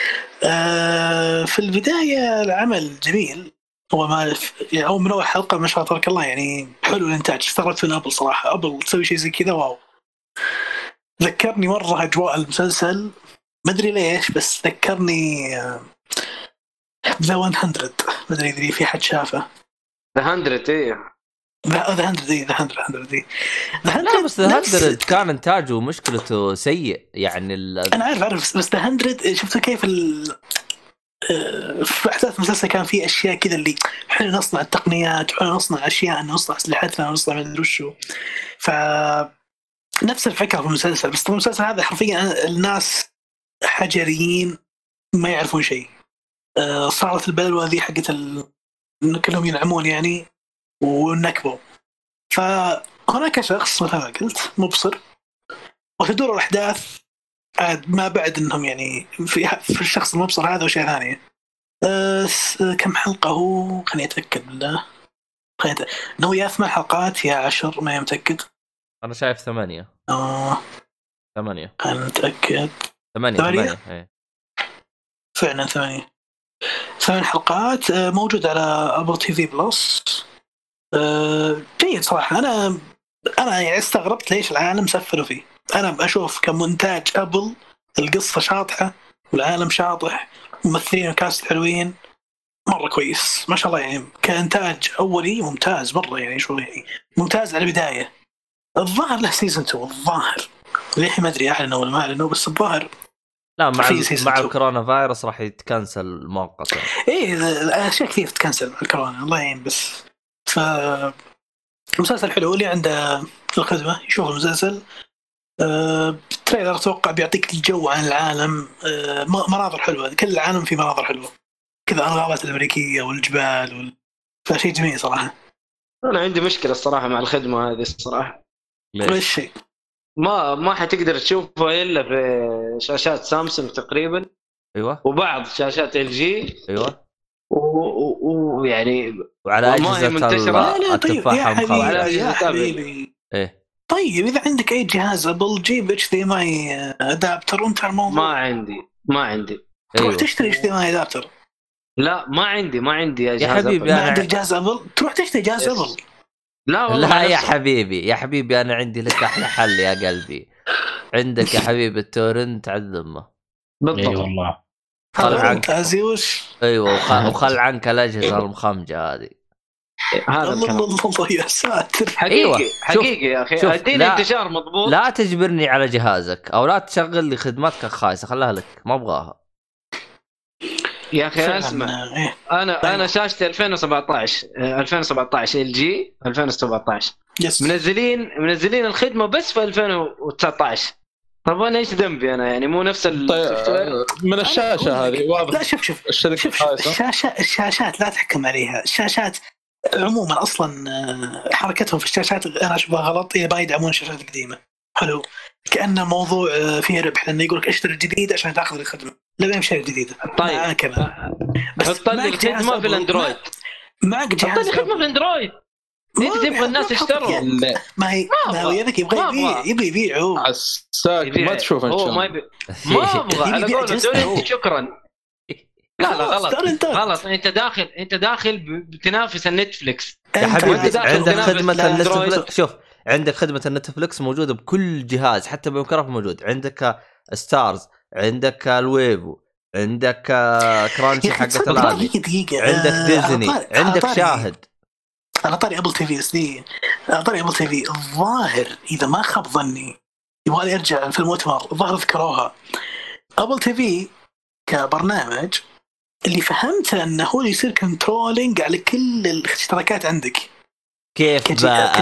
في البداية العمل جميل، هو ما يعني من أول حلقة ما شاء الله تبارك الله يعني حلو الإنتاج. استغربت من أبل صراحة، أبل تسوي شيء زي كذا واو. ذكرني مرة أجواء المسلسل ما أدري ليش بس ذكرني ذا 100. ما أدري إذا في حد شافه ذا 100. إيه ذا 100 لا بس ذا 100 كان إنتاجه مشكلته سيء يعني أنا عارف بس ذا 100 شفت كيف في أحداث المسلسل كان في أشياء كذا اللي إحنا نصنع التقنيات وإحنا نصنع أشياء نصنع أسلحتنا ونصنع ما أدري وشو. نفس الفكرة في المسلسل، بس المسلسل هذا حرفيا الناس حجريين ما يعرفون شيء. صارت البلوى ذي حقت كلهم ينعمون يعني ونكبوا. فهناك شخص مثلا قلت مبصر وتدور الأحداث ما بعد إنهم يعني في الشخص المبصر هذا وشيء ثاني. كم حلقة هو؟ خليني أتأكد بالله. إنه يا 8 حلقات يا 10 ما متأكد. أنا شايف 8. 8 أنا متأكد 8 إيه. فعلا 8 حلقات موجود على أبل تي في بلس. جيد صراحة. أنا يعني استغربت ليش العالم سفلوا فيه. أنا أشوف كمونتاج أبل القصة شاطحة والعالم شاطح ممثلين وكاست حلوين مرة كويس ما شاء الله يعني. كإنتاج أولي ممتاز مرة يعني شو يعني ممتاز على البداية. الظاهر له سيزن 2 الظاهر ليه ما أدري أعلنوا ولا ما أعلنوا بس الظاهر لا مع الكورونا فايروس راح يتكنسل مؤقتا. إيه أشياء كثير تتكنسل مع الكورونا الله يعين. بس مسلسل حلو اللي عنده الخدمة يشوف المسلسل. تريلر أتوقع بيعطيك الجو عن العالم. مناظر حلوة كل العالم في مناظر حلوة كذا الغابات الأمريكية والجبال فشيء جميل صراحة. أنا عندي مشكلة الصراحة مع الخدمة هذه الصراحة. ليش شيء ما حتقدر تشوفه إلا في شاشات سامسونج تقريبا. أيوة. وبعض شاشات LG. أيوة. ويعني وعلى أجهزة التفاحة مخابرة. يا حبيبي إيه. طيب إذا عندك أي جهاز أبل جيب HDMI أدابتر وانت الموضوع. ما عندي. تروح تشتري HDMI أدابتر. لا ما عندي يا جهاز حبيبي أبل. ما عندك جهاز أبل تروح تشتري جهاز أبل. لا والله لا يا حبيبي أنا عندي لك أحلى حل يا قلبي. عندك يا حبيبي التورنت على الذمة. بالضبط. أيوة والله. خل عنك أزيوش. أيوة وخل عنك الأجهزة المخمجة هذه. هذا الله يا ساتر. حقيقي يا أخي أديني انتشار مضبوط. لا تجبرني على جهازك أو لا تشغل لي خدمتك الخايسة خلها لك ما أبغاها يا أخي. أسمع أنا شاشتي 2017 LG 2017 منزلين الخدمة بس في 2019. طب أنا إيش ذنبي أنا يعني مو نفس من الشاشة هذه واضح. لا شوف الشاشات لا تحكم عليها. الشاشات عموما أصلا حركتهم في الشاشات أنا أشوفها غلط. إذا يدعمون الشاشات القديمة حلو كأن الموضوع فيه ربح لأنه يقولك اشتري الجديد عشان تأخذ الخدمة. لا بيمشي الجديدة. طيب حط لي الخدمة في الأندرويد. معك جهاز حط لي خدمة في الأندرويد. انت تبغى الناس يشتروا. ما هي يبغى يبي يبيعوا عساك ما تشوف ان شاء الله. ما ابغى على قولك شكرا. لا غلط. انت داخل بتنافس النتفليكس يا حبيبي. عندك خدمة النتفليكس. شوف عندك خدمة النتفليكس موجودة بكل جهاز حتى بميكروفون موجود. عندك ستارز عندك الويفو عندك كرانشي حقت العالي عندك ديزني عندك شاهد. أنا طاري أبل تي في SD طاري أبل تي في الظاهر إذا ما خاب ظني يبغى لي أرجع في المؤتمر الظاهر ذكروها أبل تي في كبرنامج اللي فهمته أنه هو يصير كنترولينج على كل الاشتراكات عندك. كيف بقى؟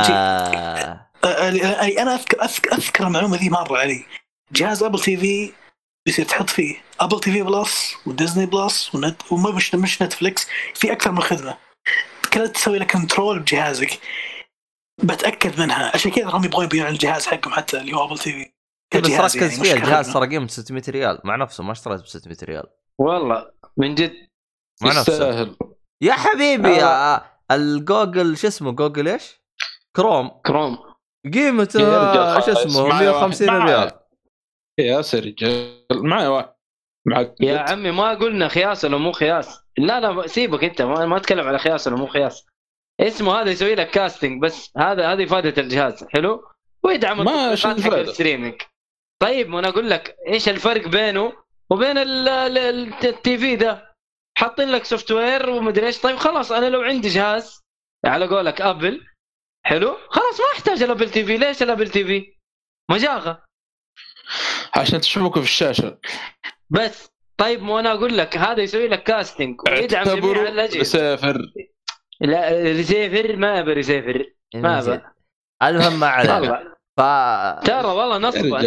أنا أذكر المعلومة ذي مرة علي. جهاز أبل تي في يصير تحط فيه أبل تي في بلس وديزني بلس وما مش نتفليكس في أكثر من خدمة كلا تسوي لك كنترول بجهازك. بتاكد منها، عشان كذا هم يبغون يبيعون الجهاز حقهم حتى اللي هو ابل تي في. بس ركز فيه، الجهاز ترى قيمته 600 ريال مع نفسه، ما اشتريت ب 600 ريال والله من جد مع نفسه يا حبيبي. الجوجل شو اسمه، جوجل ايش، كروم قيمته شو اسمه 150 ريال يا رجال. معايا يا عمي ما قلنا خياس ولا مو خياس، لا سيبك انت، ما اتكلم على خياس ولا مو خياس، اسمه هذا يسوي لك كاستنج بس، هذه فائدة الجهاز حلو ويدعم الستريمينج. طيب وانا اقول لك ايش الفرق بينه وبين التي في ده، حاطين لك سوفت وير ومدري ايش. طيب خلاص انا لو عندي جهاز على قولك ابل حلو خلاص ما احتاج الابل تي في. ليش الابل تي في؟ مجاغة عشان تشوفك في الشاشة بس. طيب وانا اقول لك هذا يسوي لك كاستنج ويدعم جميع الاجهزة. لا ريسيفر ما بريسيفر ما ابى. المهم ما علينا. ترى والله نصبة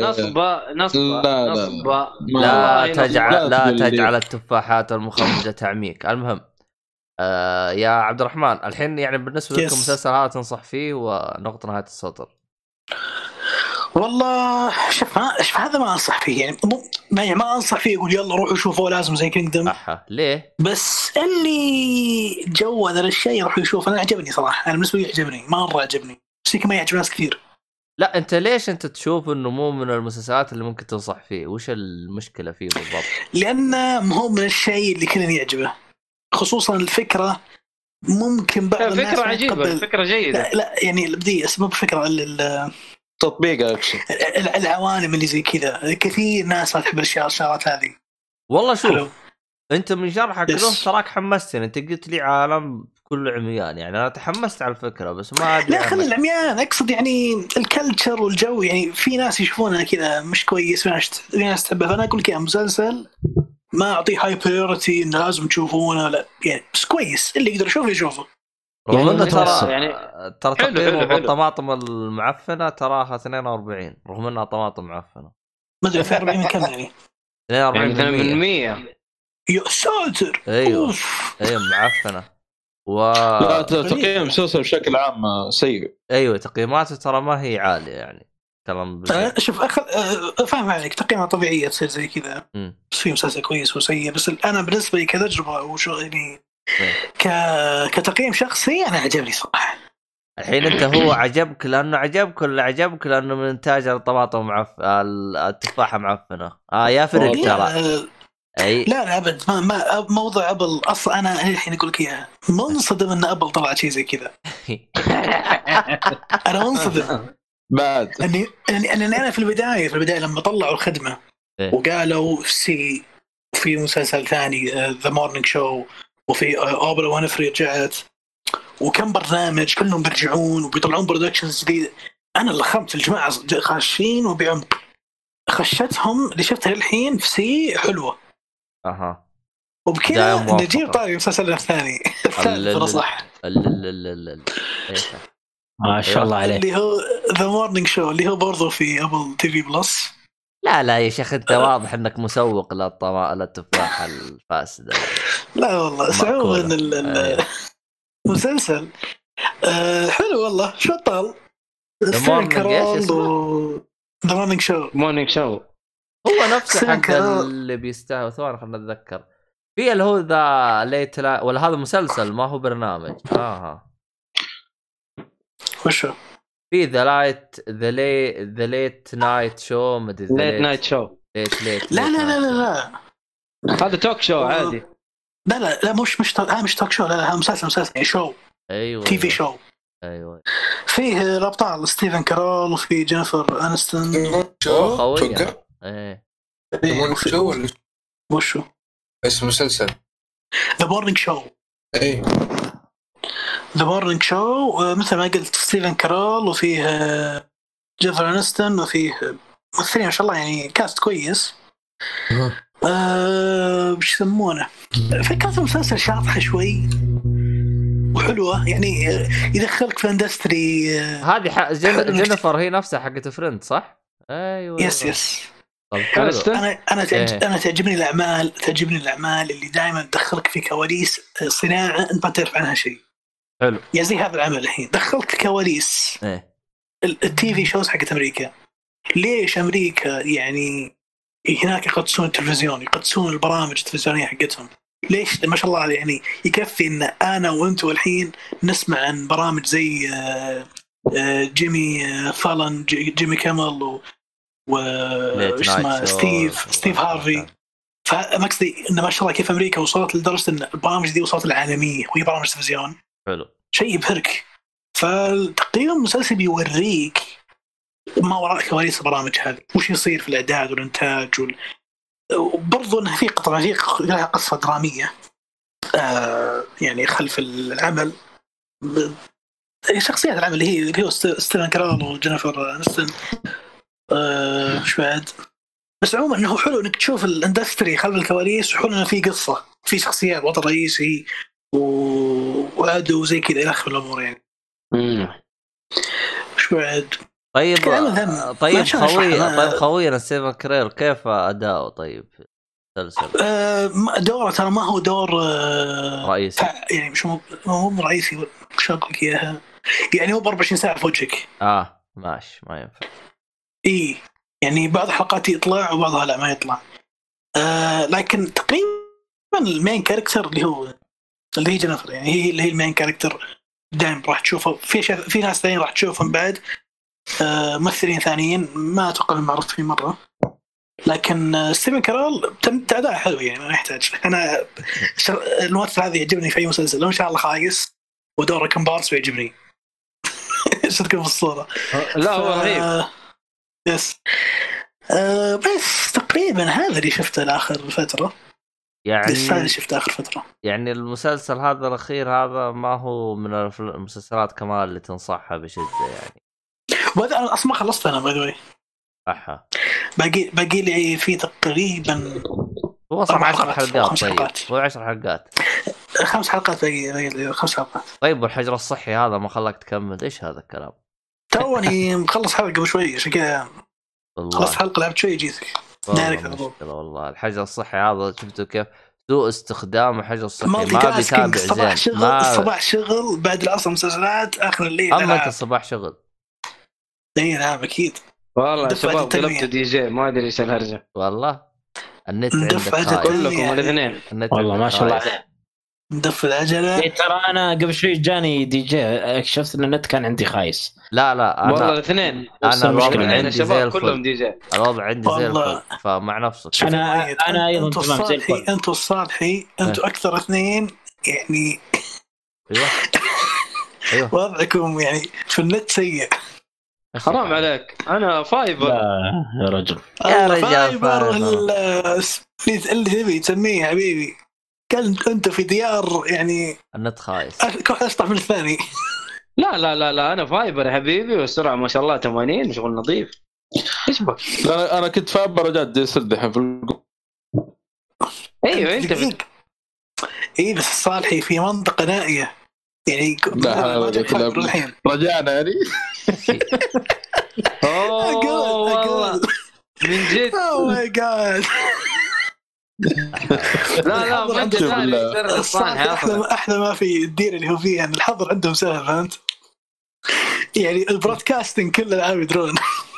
لا تجعل التفاحات المخمجة تعميك. المهم يا عبد الرحمن الحين يعني بالنسبة لكم مسلسل هذا تنصح فيه ونقطة نهاية السطر؟ والله شوف هذا ما انصح فيه يعني ما انصح فيه يقول يلا روحوا شوفوا لازم زي كينجدم. ليه؟ بس اللي جو هذا الشيء يروح يشوف. انا عجبني صراحه، انا بالنسبه لي عجبني مرة عجبني، بس كمان يعجب ناس كثير. لا انت ليش انت تشوف انه مو من المسلسلات اللي ممكن تنصح فيه؟ وش المشكله فيه بالضبط؟ لانه مو من الشيء اللي كلنا يعجبه، خصوصا الفكره. ممكن بعض الناس فكره عجيبه، فكره جيده. لا يعني بدي اسباب فكره تطبيق العوالم اللي زي كذا. كثير ناس ما تحب الشغلات هذه. والله شوف حلو. انت من شرحك له تراك حمستني، انت قلت لي عالم كله عميان، يعني انا تحمست على الفكره بس ما ادري. لا خلي العميان، اقصد يعني الكلتشر والجو. يعني في ناس يشوفونها كذا مش كويس، في ناس تحبها. فانا اقول لك يا مسلسل ما اعطيه هاي بريورتي انه لازم تشوفونه، لا يعني بس كويس اللي يقدر يشوفه. رغم انه ترى تقييمه بالطماطم المعفنه تراها 42 رغم انها طماطم معفنه. ما ادري 40 كم يعني 42% يا ساتر. ايوه معفنه. لا تقييم مسلسل بشكل عام سيء. ايوه تقييماته ترى ما هي عاليه يعني كلام شوف فاهم عليك، تقييمات طبيعيه تصير زي كذا. بس في مسلسل كويس وسيء. بس انا بالنسبه لي كتجربه وشو يعني كتقييم شخصي انا عجبني صراحه. الحين انت هو عجبك لانه عجبك لانه من انتاج الطماطم التفاحه معفنه. يا فرق ترى. أي. لا ابد ما موضوع ابل اصلا. انا الحين اقول لك اياها منصدم ان ابل طلع شيء زي كذا. انا منصدم بعد اني انا في البدايه لما طلعوا الخدمه وقالوا في مسلسل ثاني ذا مورنينج شو وفي اوبرا وينفري رجعت وكم برنامج كلهم بيرجعون وبيطلعون برودكشنز جديده. انا اللي خمت الجماعه خاشين وبعمق. خشتهم اللي شفتها الحين في سي حلوه. وبكذا نجيب طاري المسلسل الثاني صح. ما شاء الله عليه. اللي هو ذا مورنينج شو اللي هو برضو في ابل تي في بلس. لا يا شيخ انت واضح انك مسوق للتفاحه الفاسده. لا والله سعوا ان المسلسل حلو والله. شو طال ذا مورنينج شو هو نفسه حق اللي بيستاهل. ثواني خلنا نتذكر في اللي هو ذا ليت ولا هذا مسلسل ما هو برنامج. وشو في ذا ليت نايت شو مدري ليت نايت شو لا هذا توك شو عادي. لا مش توك شو. لا مسلسل شو. ايوه تي في شو. ايوه فيه الابطال ستيفن كارول وفي جينيفر انستون. خويه وشو اسم مسلسل ذا مورنينج شو. ذا مورنينج شو مثل ما قلت ستيفن كارول وفيه جينيفر انستون وفيه ممثلين ما شاء الله يعني كاست كويس. وش يسمونه فكرة المسلسل شاطحة شوي وحلوة يعني يدخلك في اندستري. هذه جينيفر هي نفسها حقت فريند صح؟ ايوه يس انا تعجبني الاعمال اللي دائما تدخلك في كواليس صناعة انت ما تعرف عنها شيء. حلو يعني زي هذا العمل الحين دخلت الكواليس التي في شوز حقت امريكا. ليش امريكا يعني هناك يقدسون التلفزيون، يقدسون البرامج التلفزيونيه حقتهم؟ ليش ما شاء الله يعني يكفي ان انا وانتم الحين نسمع عن برامج زي جيمي فالن، جيمي كامل واسمه ستيف هارفي. فمقصدي انه ما شاء الله كيف امريكا وصلت لدرجه ان البرامج دي وصلت العالميه وهي برامج تلفزيون. حلو، شيء يبهرك. فتقريبا المسلسل بيوريك ما وراء كواليس البرامج هذه، وش يصير في الاعداد والانتاج وبرضو انه في طبعا في لها قصه دراميه يعني خلف العمل. شخصيات العمل اللي هو ستيفن كارل وجينيفر انستون شو بعد. بس عموما انه حلو انك تشوف الاندستري خلف الكواليس، وحلو انه في قصه، في شخصيات بطل رئيسي وعدو زي كذا الى اخر الامور يعني. شو بعد. طيب خوينا ستيفن كارل كيف اداؤه؟ طيب مسلسل دوره ترى ما هو دور رئيسي يعني، مش مو رئيسي، شو اقول لك اياها يعني، هو ب 24 ساعه في وجهك. ماشي ما ينفع. يعني بعض حلقات يطلع وبعضها لا ما يطلع. لكن تقريبا المين كاركتر اللي هي جينيفر، يعني هي اللي هي المين كاركتر دائما راح تشوفه. في ناس ثانيين راح تشوفهم بعد ممثلين ثانيين ما اتوقع معروفين مره، لكن ستيفن كارل أداء حلو يعني ما يحتاج. انا الممثل هذا يعجبني في اي مسلسل، لو ان شاء الله خايس ودوره كمبارس ويعجبني. شفتكم في الصوره؟ لا هو رهيب. يس. بس تقريبا هذا اللي شفته لاخر فتره، يعني اللي شفته اخر فتره. يعني المسلسل هذا الاخير هذا ما هو من المسلسلات كمان اللي تنصحها بشده يعني؟ وهذا انا اصلا خلصت انا باي باقي لي في تقريبا هو 10 حلقات. طيب هو 10 حلقات 5 حلقات باقي 5 حلقات. طيب والحجر الصحي هذا ما خلاك تكمل؟ ايش هذا الكلام؟ توني مخلص حلقه قبل شوي عشان كذا خلص حلقه لعبت شوي جيتك والله الحجر الصحي هذا شفتوا كيف سوء استخدام الحجر الصحي، ما بيتابع زين. صباح شغل بعد العصر مسلسلات اخر الليل. اما الصباح شغل نعم اكيد والله شباب قلبت دي جي ما ادري ايش الهرجه. والله النت عندك كلكم الاثنين والله ما شاء الله عليه ندف العجله. ترى انا قبل شوي جاني دي جي اكتشفت ان النت كان عندي خايس. لا أنا والله الاثنين انا الوضع عندي زي الفل، كلهم دي جي. الوضع عندي زي الفل. فمع نفسك انا ايضا تمام زي الفل. انتوا الصالحي انتوا اكثر اثنين يعني. ايوه وضعكم يعني في النت سيء. حرام عليك انا فايبر يا رجل. يا رجل فايبر اللي تبي تسميه حبيبي. انت في ديار يعني النت خايس كل اسطح من الثاني. لا انا فايبر يا حبيبي والسرعه ما شاء الله 80 شغل نظيف. ايش بك؟ انا كنت فايبر رجعت الحين في ايوه انت بس الصالحي في منطقه نائيه يعني. الحين رجعنا يعني. والله من جد. اوه ماي جاد. لا ما انت احلى ما في الدير اللي هو فيه يعني الحظر عندهم سهل فهمت يعني البرودكاستنج كل العالم يدرون.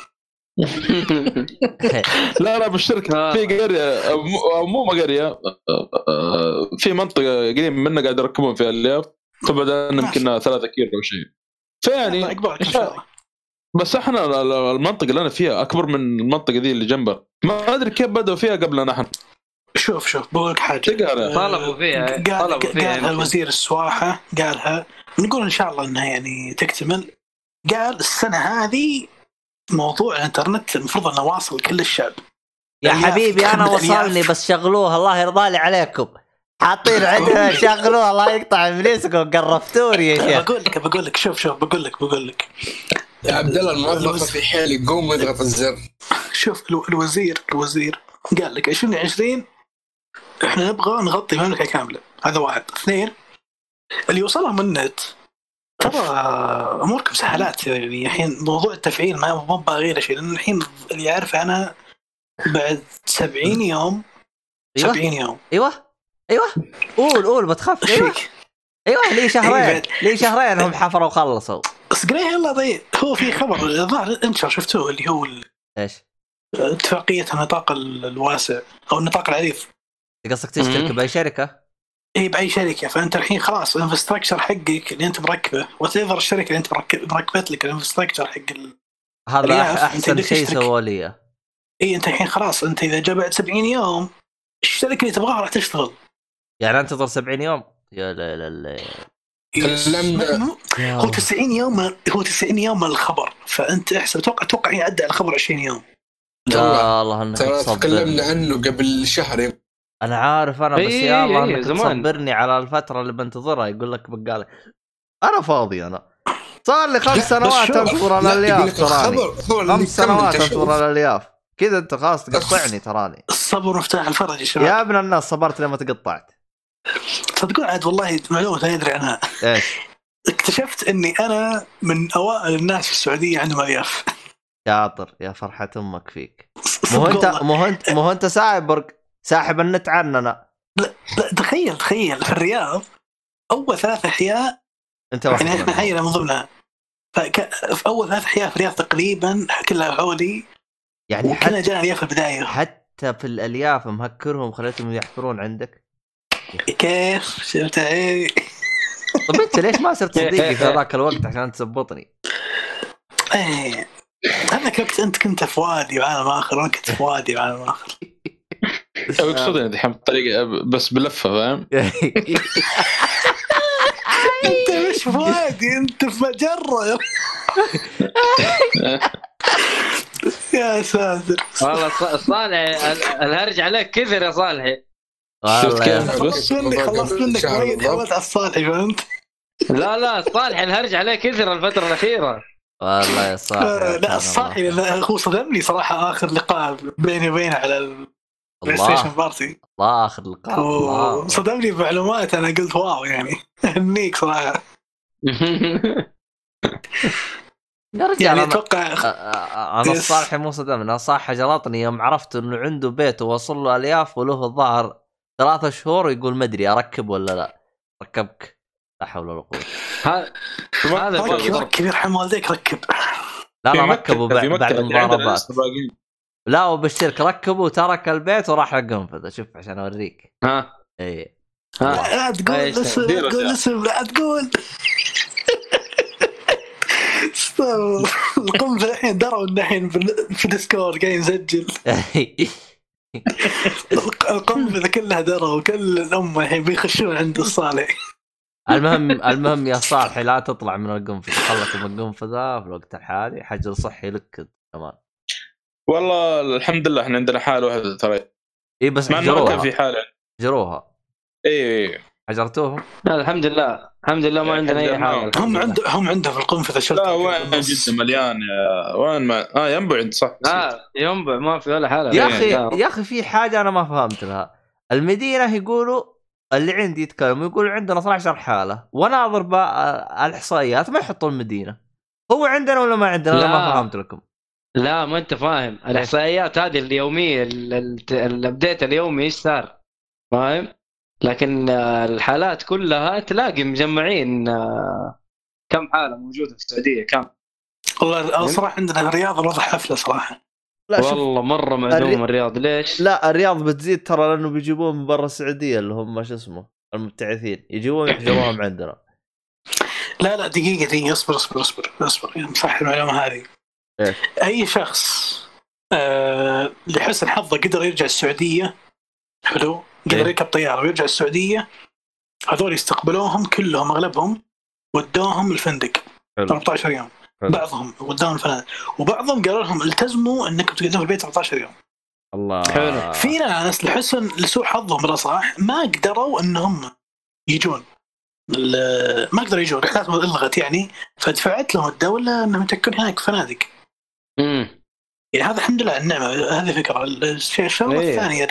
لا بالشركه في قريه او مو قريه في منطقه قريب منها قاعد يركبون فيها الليف طبعا يمكن 3 كيلو او شيء فيعني بس احنا المنطقه اللي انا فيها اكبر من المنطقه دي اللي جنبها ما ادري كيف بدأوا فيها قبل نحن. شوف بقولك حاجه طلبوا فيها الوزير السواحه قالها نقول ان شاء الله انها يعني تكتمل. قال السنه هذه موضوع الانترنت المفروض انه واصل كل الشعب. يا حبيبي انا وصلني بس شغلوه الله يرضى لي عليكم حاطين عندنا شغلوه الله يقطع ابليسكم قرفتوني يا شيخ. بقول لك شوف بقول لك يا عبد الله الموظف في حال يقوم ويضغط الزر. شوف الوزير قال لك 2020 احنا نبغى نغطي المملكه كامله. هذا 1. 2 اللي يوصلها من النت ترى اموركم سهلات يعني. الحين موضوع التفعيل ما باغي له شيء لان الحين اللي يعرفه انا بعد 70 يوم 70 يوم ايوه قول ما تخاف. ايوه لي شهرين هم حفروا وخلصوا. اسقريه يلا ضيق. هو في خبر الظاهر انشر شفتوه اللي هو ايش اتفاقية النطاق الواسع او النطاق العريض. قصدك تشترك باي شركه؟ اي باي شركه. فانت الحين خلاص الانفراستراكشر حقك اللي انت مركبه وتقدر الشركه اللي انت مركبت لك الانفراستراكشر حق هذا احسن شيء سووا لي. اي انت الحين خلاص انت اذا جبعت 70 يوم الشركه اللي تبغاها راح تشتغل. يعني انتظر 70 يوم؟ يا لا هو 90 يوم. هو 90 يوم من الخبر. فانت احسب اتوقع يعدي على الخبر 20 يوم. الله انك تكلمنا عنه قبل شهر. انا عارف انا بس يا الله انك تصبرني على الفتره اللي بنتظرها. يقول لك بقالي انا فاضي. انا صار لي 5 سنوات انظر الالياف تراني. 5 سنوات انظر الالياف كذا. انت خلاص تقطعني تراني. الصبر مفتاح الفرج يا شباب. يا ابن الناس صبرت لما تقطعت. صدقون عاد والله معلومه لا يدري عنها. ايش؟ اكتشفت اني انا من اوائل الناس في السعوديه عندهم الياف. شاطر يا فرحه امك فيك. مو انت ساحب النت عننا. لا تخيل في الرياض اول 3 احياء انت يعني احنا حينا من ضمنها. في اول 3 احياء في الرياض تقريبا كلها حولي. يعني حتى جانا الياف في البدايه. حتى في الالياف مهكرهم خليتهم يحفرون عندك. كيف شفت ايه؟ طب انت ليش ما صرت صديقي في هذاك الوقت عشان تزبطني؟ ايه هذاك الوقت انت كنت في وادي وعالم اخر وانا كنت في وادي وعالم اخر. اقصد دحين بطريقه بس بلفه فاهم. انت مش في وادي انت في مجره يا ساتر. والله صالح الهرج عليك كثر يا صالح. خلصت منك وايد حاولت على الصالح فهمت. لا صالح الهرج عليه كثر الفترة الأخيرة والله يا صالح. لا الصالح هو صدمني صراحة آخر لقاء بيني وبينه على البلاي ستيشن بارتي. الله آخر لقاء صدمني بمعلومات أنا قلت واو يعني هنيك صراحة. يعني أتوقع أنا الصالح مو صدمني. أنا صح جلطني يوم عرفت إنه عنده بيت ووصل له ألياف وله الظاهر 3 شهور يقول ما أدري أركب ولا لا. ركبك لا حول ولا قوة. هذا ركب يرحم والديك ركب. لا ركبوا بعد المضاربات. لا وبالشرك ركبوا وترك البيت وراح القنفذ. شوف عشان أوريك. ايه لا تقول اسم لا تقول. القنفذ الحين دروا الحين في ديسكورد قاعد يسجل. القنفذ كلها دروا وكل الأمة الحين بيخشون عند الصالح. المهم يا صالح لا تطلع من القنفذ. خلص من القنفذة في الوقت الحالي حجر صحي لك كمان. والله الحمد لله احنا عندنا حال واحد ترى. اي بس ما كان في حالة جروها. ايه حجرتوهم؟ لا الحمد لله ما عندنا اي حاجه. هم عندهم في القنفذ الشرطه. لا وين جدا مليان يا وين ما ينبع عند صح. ينبع ما في ولا حاله. يا اخي في حاجه انا ما فهمت لها. المدينه يقولوا اللي عندي يتكلموا يقولوا عندنا 12 حاله وناظر الاحصائيات ما يحطوا المدينه. هو عندنا ولا ما عندنا؟ انا ما فهمت لكم. لا ما انت فاهم. الاحصائيات هذه اليوميه الابديت اليومي ايش صار فاهم. لكن الحالات كلها تلاقي مجمعين كم حالة موجودة في السعودية كم. والله صراحة عندنا الرياض الوضع حفلة صراحة. لا والله مرة معدوم الرياض. ليش؟ لا الرياض بتزيد ترى لأنه بيجيبون من برا السعودية اللي هم شو اسمه المبتعثين يجيبون يحجروهم عندنا. لا دقيقة اصبر صح المعلومة هذه. أي شخص لحسن حظه قدر يرجع السعودية حلو قدر يركب طيارة ويرجع السعودية هذول يستقبلوهم كلهم أغلبهم ودوهم الفندق 13 يوم. بعضهم ودوهم الفنادق وبعضهم قالوا لهم التزموا انكم تقعدون في البيت 14 يوم. الله حلو. في ناس لحسن لسوء حظهم بالأصح ما قدروا انهم يجون ما قدروا يجون رحلاتهم الغت يعني فدفعت لهم الدولة انهم يتكون هناك فنادق. يعني هذا الحمد لله النعمة. هذه فكرة. الشغلة الثانية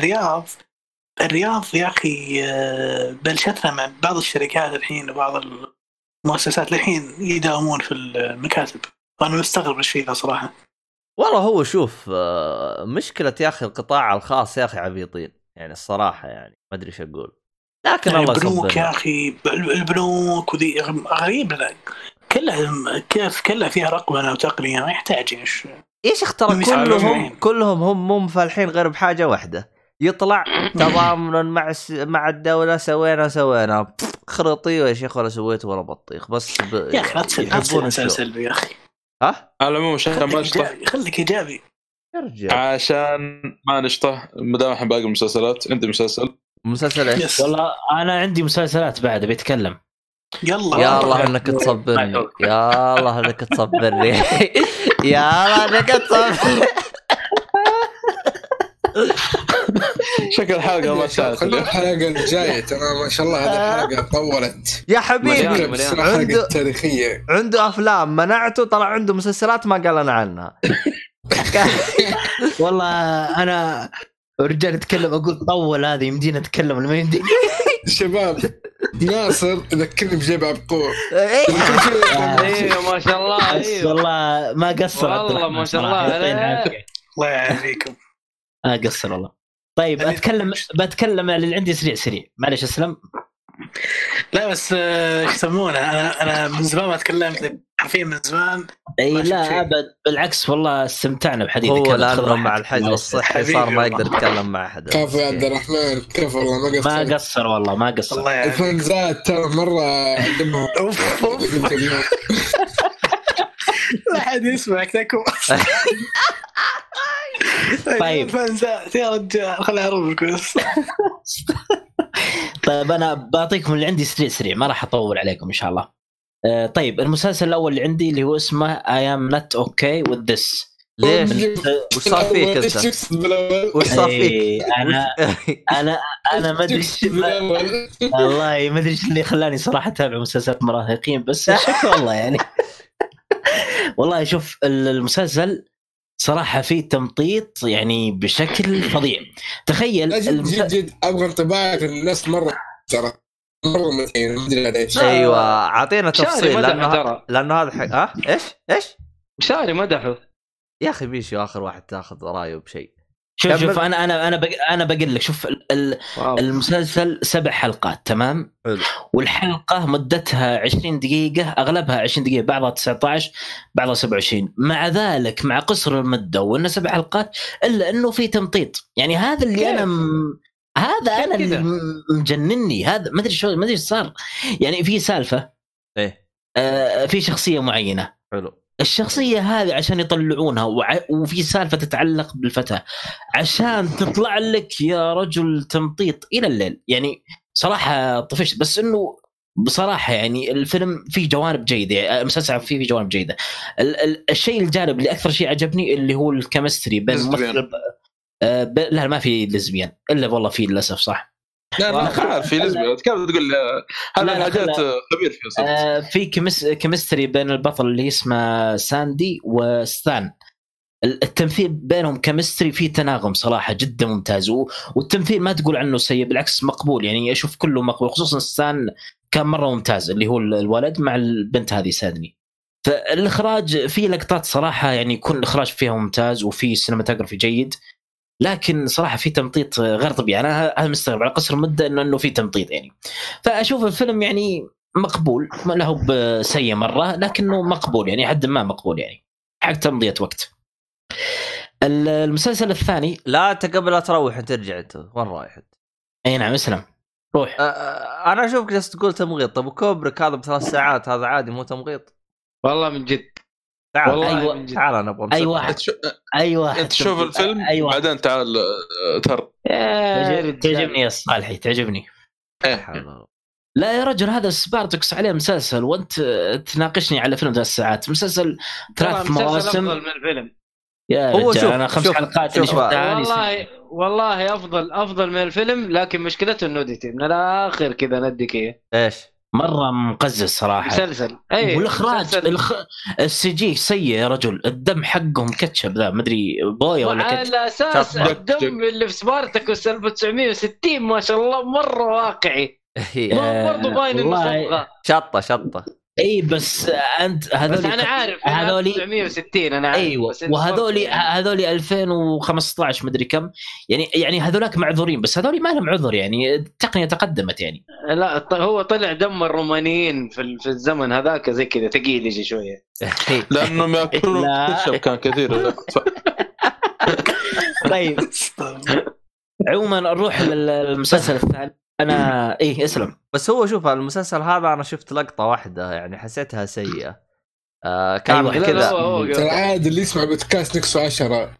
الرياض يا أخي بلشتنا مع بعض الشركات الحين وبعض المؤسسات الحين يداومون في المكاتب وأنا مستغرب الشيء ذا صراحة. والله هو شوف مشكلة يا أخي القطاع الخاص يا أخي عبيطين يعني الصراحة يعني ما أدري إيش أقول. لكن الله البنوك يا اخي البنوك وذي غريب لك كلها فيها رقمنه وتقنيه ما يحتاج ايش اختار كلهم هم مو مفالحين غير بحاجه واحده يطلع تضامن مع الدوله سوينا خرطي يا شيخ ولا سويت ولا بطيخ بس يا اخي يحبون سلبي يا اخي ها على العموم عشان ما نشطح خليك ايجابي عشان ما نشطح مدام احنا باقي المسلسلات عندي مسلسل ايش والله انا عندي مسلسلات بعد بيتكلم يا الله انك تصبرني يا الله انك تصبرني يا الله انك تصبرني شكل الحلقه ما ساعدت الحلقه الجايه ترى ما شاء الله هذه الحلقه طولت يا حبيبي عنده تاريخيه عنده افلام منعته طلع عنده مسلسلات ما قال لنا عنها والله انا رجال اتكلم اقول طول هذه يمدينا نتكلم ما يمدينا شباب ناصر ذكرني بجيب عبقور ايوه ما شاء الله والله ما قصر والله ما شاء الله الله يعافيكم قصر والله. طيب بتكلم على اللي عندي سريع معلش اسلم. لا بس ايش يسمونه انا من زمان ما تكلمت حرفيا من زمان. اي لا ابد بالعكس والله استمتعنا بحديثك. هو لانه مع الحجر الصحي صار ما يقدر يتكلم مع احد. كفو يا عبد الرحمن كفو والله ما قصر والله ما قصر. الفنزات ترى مره اوف لا حد يسمعك تكو. طيب فنزات يا رجال خليني اروح الكويس. طيب انا بعطيكم اللي عندي سريع ما راح اطول عليكم ان شاء الله. طيب المسلسل الاول اللي عندي اللي هو اسمه I am not okay with this. ليش وش صار فيك انت وش صار فيك؟ انا ما ادري والله ما ادري ايش اللي خلاني صراحه اتابع مسلسلات مراهقين بس شكرا والله يعني. والله شوف المسلسل صراحه فيه تمطيط يعني بشكل فظيع. تخيل جد ابغى انطباعك الناس مره ترى مره متين ما ادري ليش. ايوه اعطينا تفصيل لانه هذا حق ايش شاري مدحه يا اخي بيشو اخر واحد تاخذ رايه بشيء. شوف انا بقول لك شوف المسلسل 7 حلقات تمام. والحلقه مدتها 20 دقيقه اغلبها 20 دقيقه بعضها 19 بعضها 27. مع ذلك مع قصر المده وانه 7 حلقات الا انه في تمطيط يعني هذا اللي انا اللي مجنني. هذا ما ادري ايش صار يعني. في سالفه في شخصيه معينه حلو الشخصية هذه عشان يطلعونها وفي سالفة تتعلق بالفتاة عشان تطلع لك يا رجل تمطيط إلى الليل يعني. صراحة طفشت بس إنه بصراحة يعني الفيلم فيه جوانب جيدة. المسلسل فيه جوانب جيدة. الشيء الجانب اللي أكثر شيء عجبني اللي هو الكيمستري بين الممثل. لا ما في لزبيان إلا والله في للأسف صح. لا ما عارف في لزبيان كيف تقول هذا حاجات خبير فيه. في كيمستري بين البطل اللي اسمه ساندي وستان. التمثيل بينهم كيمستري فيه تناغم صراحة جدا ممتاز. والتمثيل ما تقول عنه سيء بالعكس مقبول يعني. أشوف كله مقبول خصوصا ستان كان مرة ممتاز اللي هو الولد مع البنت هذه سادني. فالإخراج فيه لقطات صراحة يعني يكون الإخراج فيها ممتاز وفيه سينماتوغرافي جيد. لكن صراحة في تمطيط غير طبيعي. أنا هذا مستغرب على قصر مدة إنه في تمطيط يعني. فأشوف الفيلم يعني مقبول ما له بسيء مرة لكنه مقبول يعني حد ما مقبول يعني حق تمضية وقت. المسلسل الثاني لا أنت قبل لا تروح أنت ترجع أنت وين رايح؟ أي نعم اسلم روح. أنا أشوفك جالس تقول تمغيط. طب وكوبريك هذا ب3 ساعات هذا عادي مو تمغيط والله من جد. تعال تعال أنا أبغى أي واحد تشوف الفيلم بعدين تعال تر تعجبني يا صالحي تعجبني. لا يا رجل هذا سبارتكس عليه مسلسل وانت تناقشني على فيلم 3 ساعات. مسلسل 3 مواسم أفضل من الفيلم يا رجال. أنا 5 حلقات اللي شفتها والله أفضل من الفيلم لكن مشكلته النوديتي من الآخر كذا ندك إيش مرة مقزز صراحة مسلسل. والإخراج السي جي سيء يا رجل. الدم حقهم كتشب ذا مدري بويا ولا كتشب على أساس الدم اللي في سبارتكوس 1960 ما شاء الله مرة واقعي. برضو باين إنه شطة اي بس انت هذول بس انا عارف هذول 960 انا عارف. ايوه وهذول 2015 مدري كم يعني هذولاك معذورين، بس هذول ما لهم عذر يعني التقنيه تقدمت يعني. لا هو طلع دم الرومانيين في الزمن هذاك زي كذا ثقيل يجي شويه لانهم ياكلون كشب كان كثير. طيب عموما نروح للمسلسل الثاني. انا اسلم. بس هو شوف المسلسل هذا انا شفت لقطه واحده يعني حسيتها سيئه. كان أيوة كذا عاد اللي يسمع بودكاست نكسو 10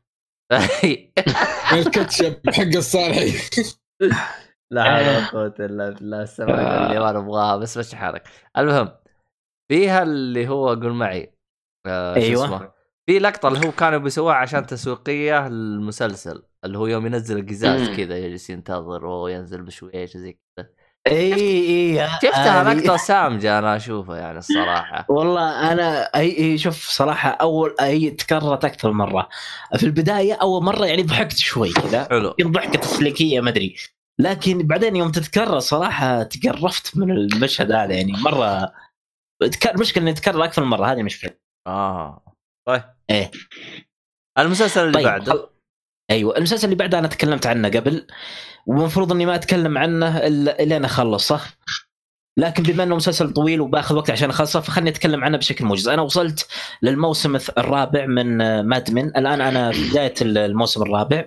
الكاتشب حق الصالحي. لا حول ولا قوه الا بالله. السماء اللي ما نبغاها بس مش حالك. المهم فيها اللي هو قول معي ايوه في لقطه اللي هو كانوا بيسووها عشان تسويقيه للمسلسل، اللي هو يوم ينزل القزاز كذا يجلس ينتظر وينزل بشويش زي كذا. اي شفتها لقطه سامجه انا اشوفها يعني الصراحه. والله انا شوف صراحه اول تكررت اكثر مره. في البدايه اول مره يعني ضحكت شوي كذا، ضحكه تسليكيه ما ادري، لكن بعدين يوم تتكرر صراحه تقرفت من المشهد هذا يعني مره. المشكله انه يتكرر اكثر من مره، هذه مشكله. طيب ايه المسلسل اللي بعده. ايوه المسلسل اللي بعده انا تكلمت عنه قبل ومفروض اني ما اتكلم عنه الا انا اخلصه، لكن بما انه مسلسل طويل وباخذ وقت عشان اخلصه فخلني اتكلم عنه بشكل موجز. انا وصلت للموسم الرابع من مادمن، الان انا في بدايه الموسم الرابع.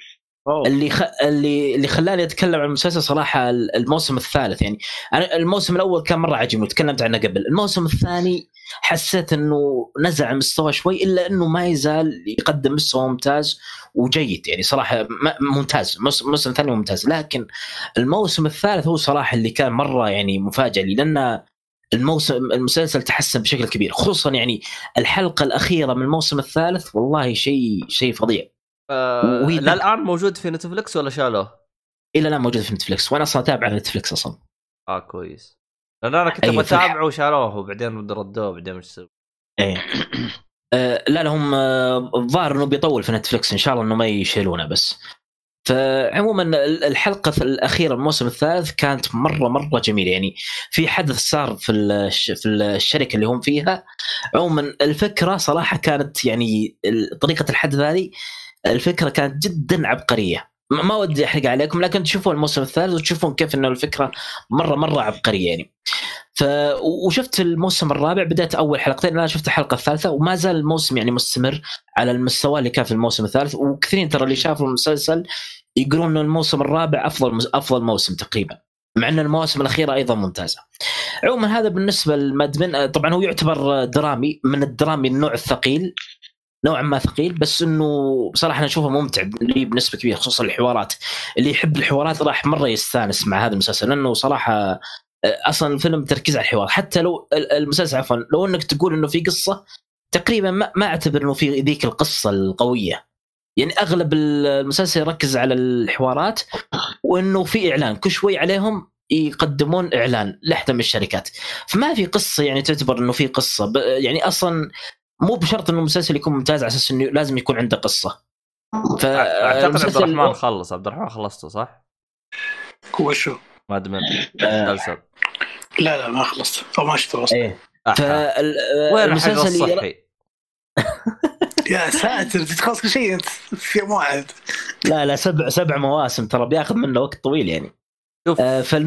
اللي خلاني اتكلم عن المسلسل صراحه الموسم الثالث. يعني انا الموسم الاول كان مره عجبني وتكلمت عنه قبل. الموسم الثاني حسيت انه نزع مستوى شوي، الا انه ما يزال يقدم مستوى ممتاز وجيد يعني صراحه ممتاز. الموسم الثاني ممتاز، لكن الموسم الثالث هو صراحه اللي كان مره يعني مفاجئ لي، لان المسلسل تحسن بشكل كبير، خصوصا يعني الحلقه الاخيره من الموسم الثالث والله شيء فظيع. لا الان موجود في نتفليكس ولا شالوه؟ إلا لا موجود في نتفليكس، وانا اصلا اتابع نتفليكس اصلا. كويس، لان انا كنت بتابعه وشالوه وبعدين ردوه بعدين مش سووا. لا لهم الظاهر انه بيطول في نتفليكس، ان شاء الله انه ما يشيلونه. بس فعموما الحلقه الاخيره من الموسم الثالث كانت مره جميله. يعني في حدث صار في الشركه اللي هم فيها. عموما الفكره صراحه كانت يعني طريقه الحدث هذه الفكره كانت جدا عبقريه. ما ودي احرق عليكم، لكن تشوفون الموسم الثالث وتشوفون كيف انه الفكره مره عبقريه يعني. وشفت الموسم الرابع، بدأت اول حلقتين، انا شفت الحلقه الثالثه وما زال الموسم يعني مستمر على المستوى اللي كان في الموسم الثالث. وكثيرين ترى اللي شافوا المسلسل يقولون انه الموسم الرابع افضل موسم تقريبا، مع ان المواسم الاخيره ايضا ممتازه. عموما هذا بالنسبه للمادمن. طبعا هو يعتبر درامي، من الدرامي النوع الثقيل نوعا ما ثقيل، بس انه بصراحه انا اشوفه ممتع لي بنسبه كبيره، خصوصا الحوارات. اللي يحب الحوارات راح مره يستانس مع هذا المسلسل، لانه صراحه اصلا الفيلم تركيز على الحوار. حتى لو المسلسل عفوا لو انك تقول انه في قصه تقريبا ما اعتبر انه في ذيك القصه القويه. يعني اغلب المسلسل يركز على الحوارات، وانه في اعلان كل شوي عليهم يقدمون اعلان لحتى من الشركات، فما في قصه يعني تعتبر انه في قصه. يعني اصلا مو بشرط انه المسلسل يكون ممتاز على اساس انه لازم يكون عنده قصه. اعتقد عبد الرحمن خلص. عبد الرحمن خلصته صح؟ هو شو مادمن مسلسل؟ لا ما خلصت او ما شفته اصلا. ايه وين المسلسل الصحي؟ يا ساتر تخلص كل شيء انت في موعد. لا 7 مواسم ترى بياخذ منه وقت طويل يعني. شوف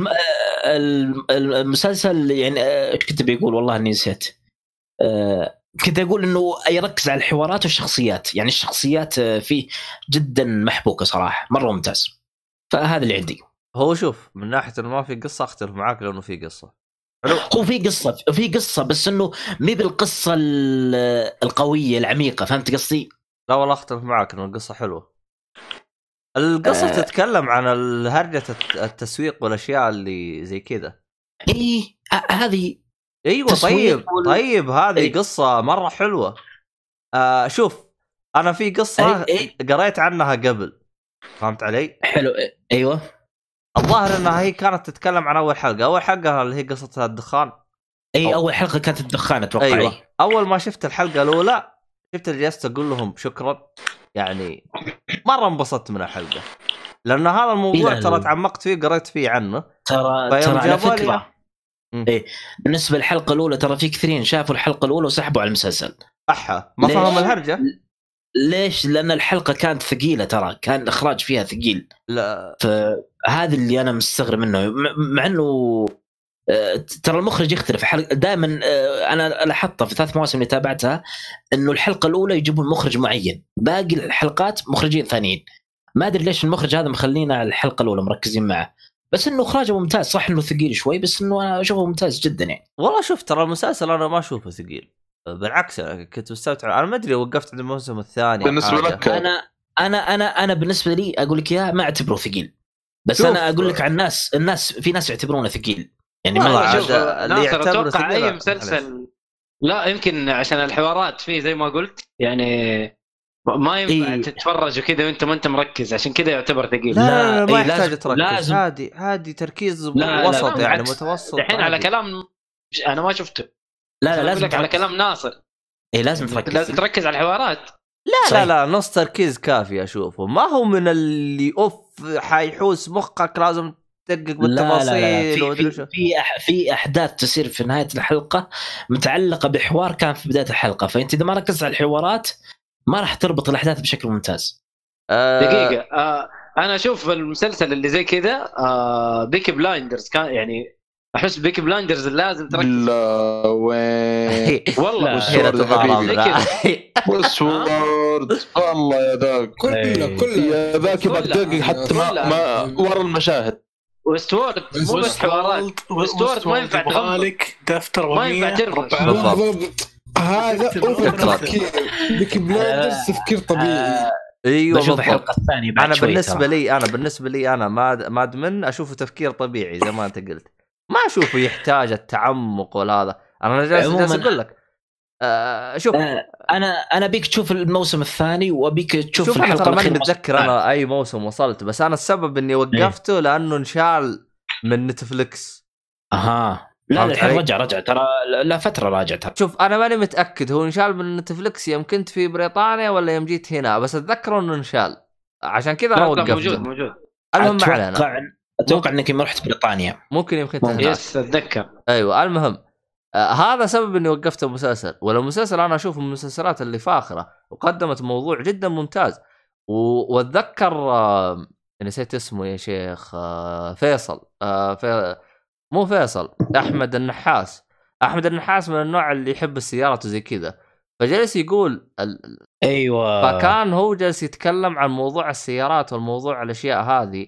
المسلسل يعني ايش كنت بيقول والله اني نسيت. كنت أقول إنه يركز على الحوارات والشخصيات. يعني الشخصيات فيه جدا محبوكة صراحة، مرة ممتاز. فهذا اللي عندي. هو شوف من ناحية إنه ما في قصة أختلف معاك، لأنه في قصة. هو في قصة بس إنه مي بالقصة القوية العميقة، فهمت قصدي؟ لا والله أختلف معاك إنه القصة حلوة. القصة تتكلم عن هرجة التسويق والأشياء اللي زي كذا. إيه هذه ايوه طيب هذه قصه مره حلوه. شوف انا في قصه قريت عنها قبل، فهمت علي؟ حلو ايوه. الظاهر انها هي كانت تتكلم عن اول حلقه اللي هي قصه الدخان. اول حلقه كانت الدخان اتوقع. أيوة. اول ما شفت الحلقه الاولى شفت جلست اقول لهم شكرا، يعني مره انبسطت من الحلقه، لان هذا الموضوع ترى تعمقت فيه قريت فيه عنه. ترى على فكره ايه بالنسبه للحلقه الاولى ترى في كثيرين شافوا الحلقه الاولى وسحبوا على المسلسل. ما فهم الهرجه. ليش؟ لان الحلقه كانت ثقيله، ترى كان الاخراج فيها ثقيل. لا فهذا اللي انا مستغرب منه، مع انه ترى المخرج يختلف حلقه دائما. انا لاحظت في 3 مواسم اللي تابعتها انه الحلقه الاولى يجيبون مخرج معين، باقي الحلقات مخرجين ثانيين. ما ادري ليش المخرج هذا مخلينا على الحلقه الاولى مركزين معه، بس انه اخراجه ممتاز. صح انه ثقيل شوي، بس انه انا اشوفه ممتاز جدا يعني. والله شوف ترى المسلسل انا ما اشوفه ثقيل، بالعكس أنا كنت مستمتع. انا ما ادري وقفت عند الموسم الثاني بالنسبه لك. انا بالنسبه لي اقول لك اياها ما اعتبره ثقيل، بس انا اقول لك عن الناس في ناس يعتبرونه ثقيل يعني. ما اللي يعتبر ثقيل اي مسلسل لا يمكن عشان الحوارات فيه زي ما قلت يعني ما ينفع تتفرج وكذا وانت ما انت مركز، عشان كذا يعتبر ثقيل. لا ما يحتاج تركز، هادي تركيز وسط يعني متوسط. الحين على كلام انا ما شفته. لا لازم على كلام ناصر لازم تركز على الحوارات. لا نص تركيز كافي اشوفه، ما هو من اللي حيحوس مخك لازم تدقق بالتفاصيل. في احداث تصير في نهايه الحلقه متعلقه بحوار كان في بدايه الحلقه، فانت اذا ما ركزت على الحوارات ما راح تربط الاحداث بشكل ممتاز. دقيقه انا اشوف المسلسل اللي زي كذا بيكي بلايندرز كان يعني احس بيكي بلايندرز لازم تركز. لا وين والله وسورد والله يا ذاك كله يا ذاك بدقق حتى ما ورا المشاهد. وستورد مو بس حوارات، وستورد ما ينفع تغلق دفتر ما ينفع تربط. هذا تفكير بيكي بلايندرز تفكير طبيعي. ايوه بشوف الحلقه الثانيه بعد شوي. بالنسبه لي انا ما ادمن اشوفه تفكير طبيعي زي ما انت قلت، ما اشوفه يحتاج التعمق ولا هذا. انا جالس اقول لك شوف انا بيك تشوف الموسم الثاني وابيك تشوف الحلقه الاخيره. ما متذكر انا اي موسم وصلت، بس انا السبب اني وقفته لانه انشال من نتفليكس. لا الحين رجع ترى لا فتره راجع ترى. شوف انا ماني متاكد هو انشال من نتفليكس يمكن في بريطانيا ولا يوم جيت هنا، بس اتذكر انه انشال عشان كذا انا وقفته. موجود المهم معنا اتوقع انك ما رحت بريطانيا، ممكن يمكن يس اتذكر. ايوه المهم هذا سبب اني وقفت المسلسل. والمسلسل انا اشوف من المسلسلات اللي فاخره وقدمت موضوع جدا ممتاز. واتذكر نسيت اسمه يا شيخ، فيصل مو فيصل، احمد النحاس من النوع اللي يحب السيارات وزي كذا، فجلس يقول ايوه فكان هو جالس يتكلم عن موضوع السيارات والموضوع الاشياء هذه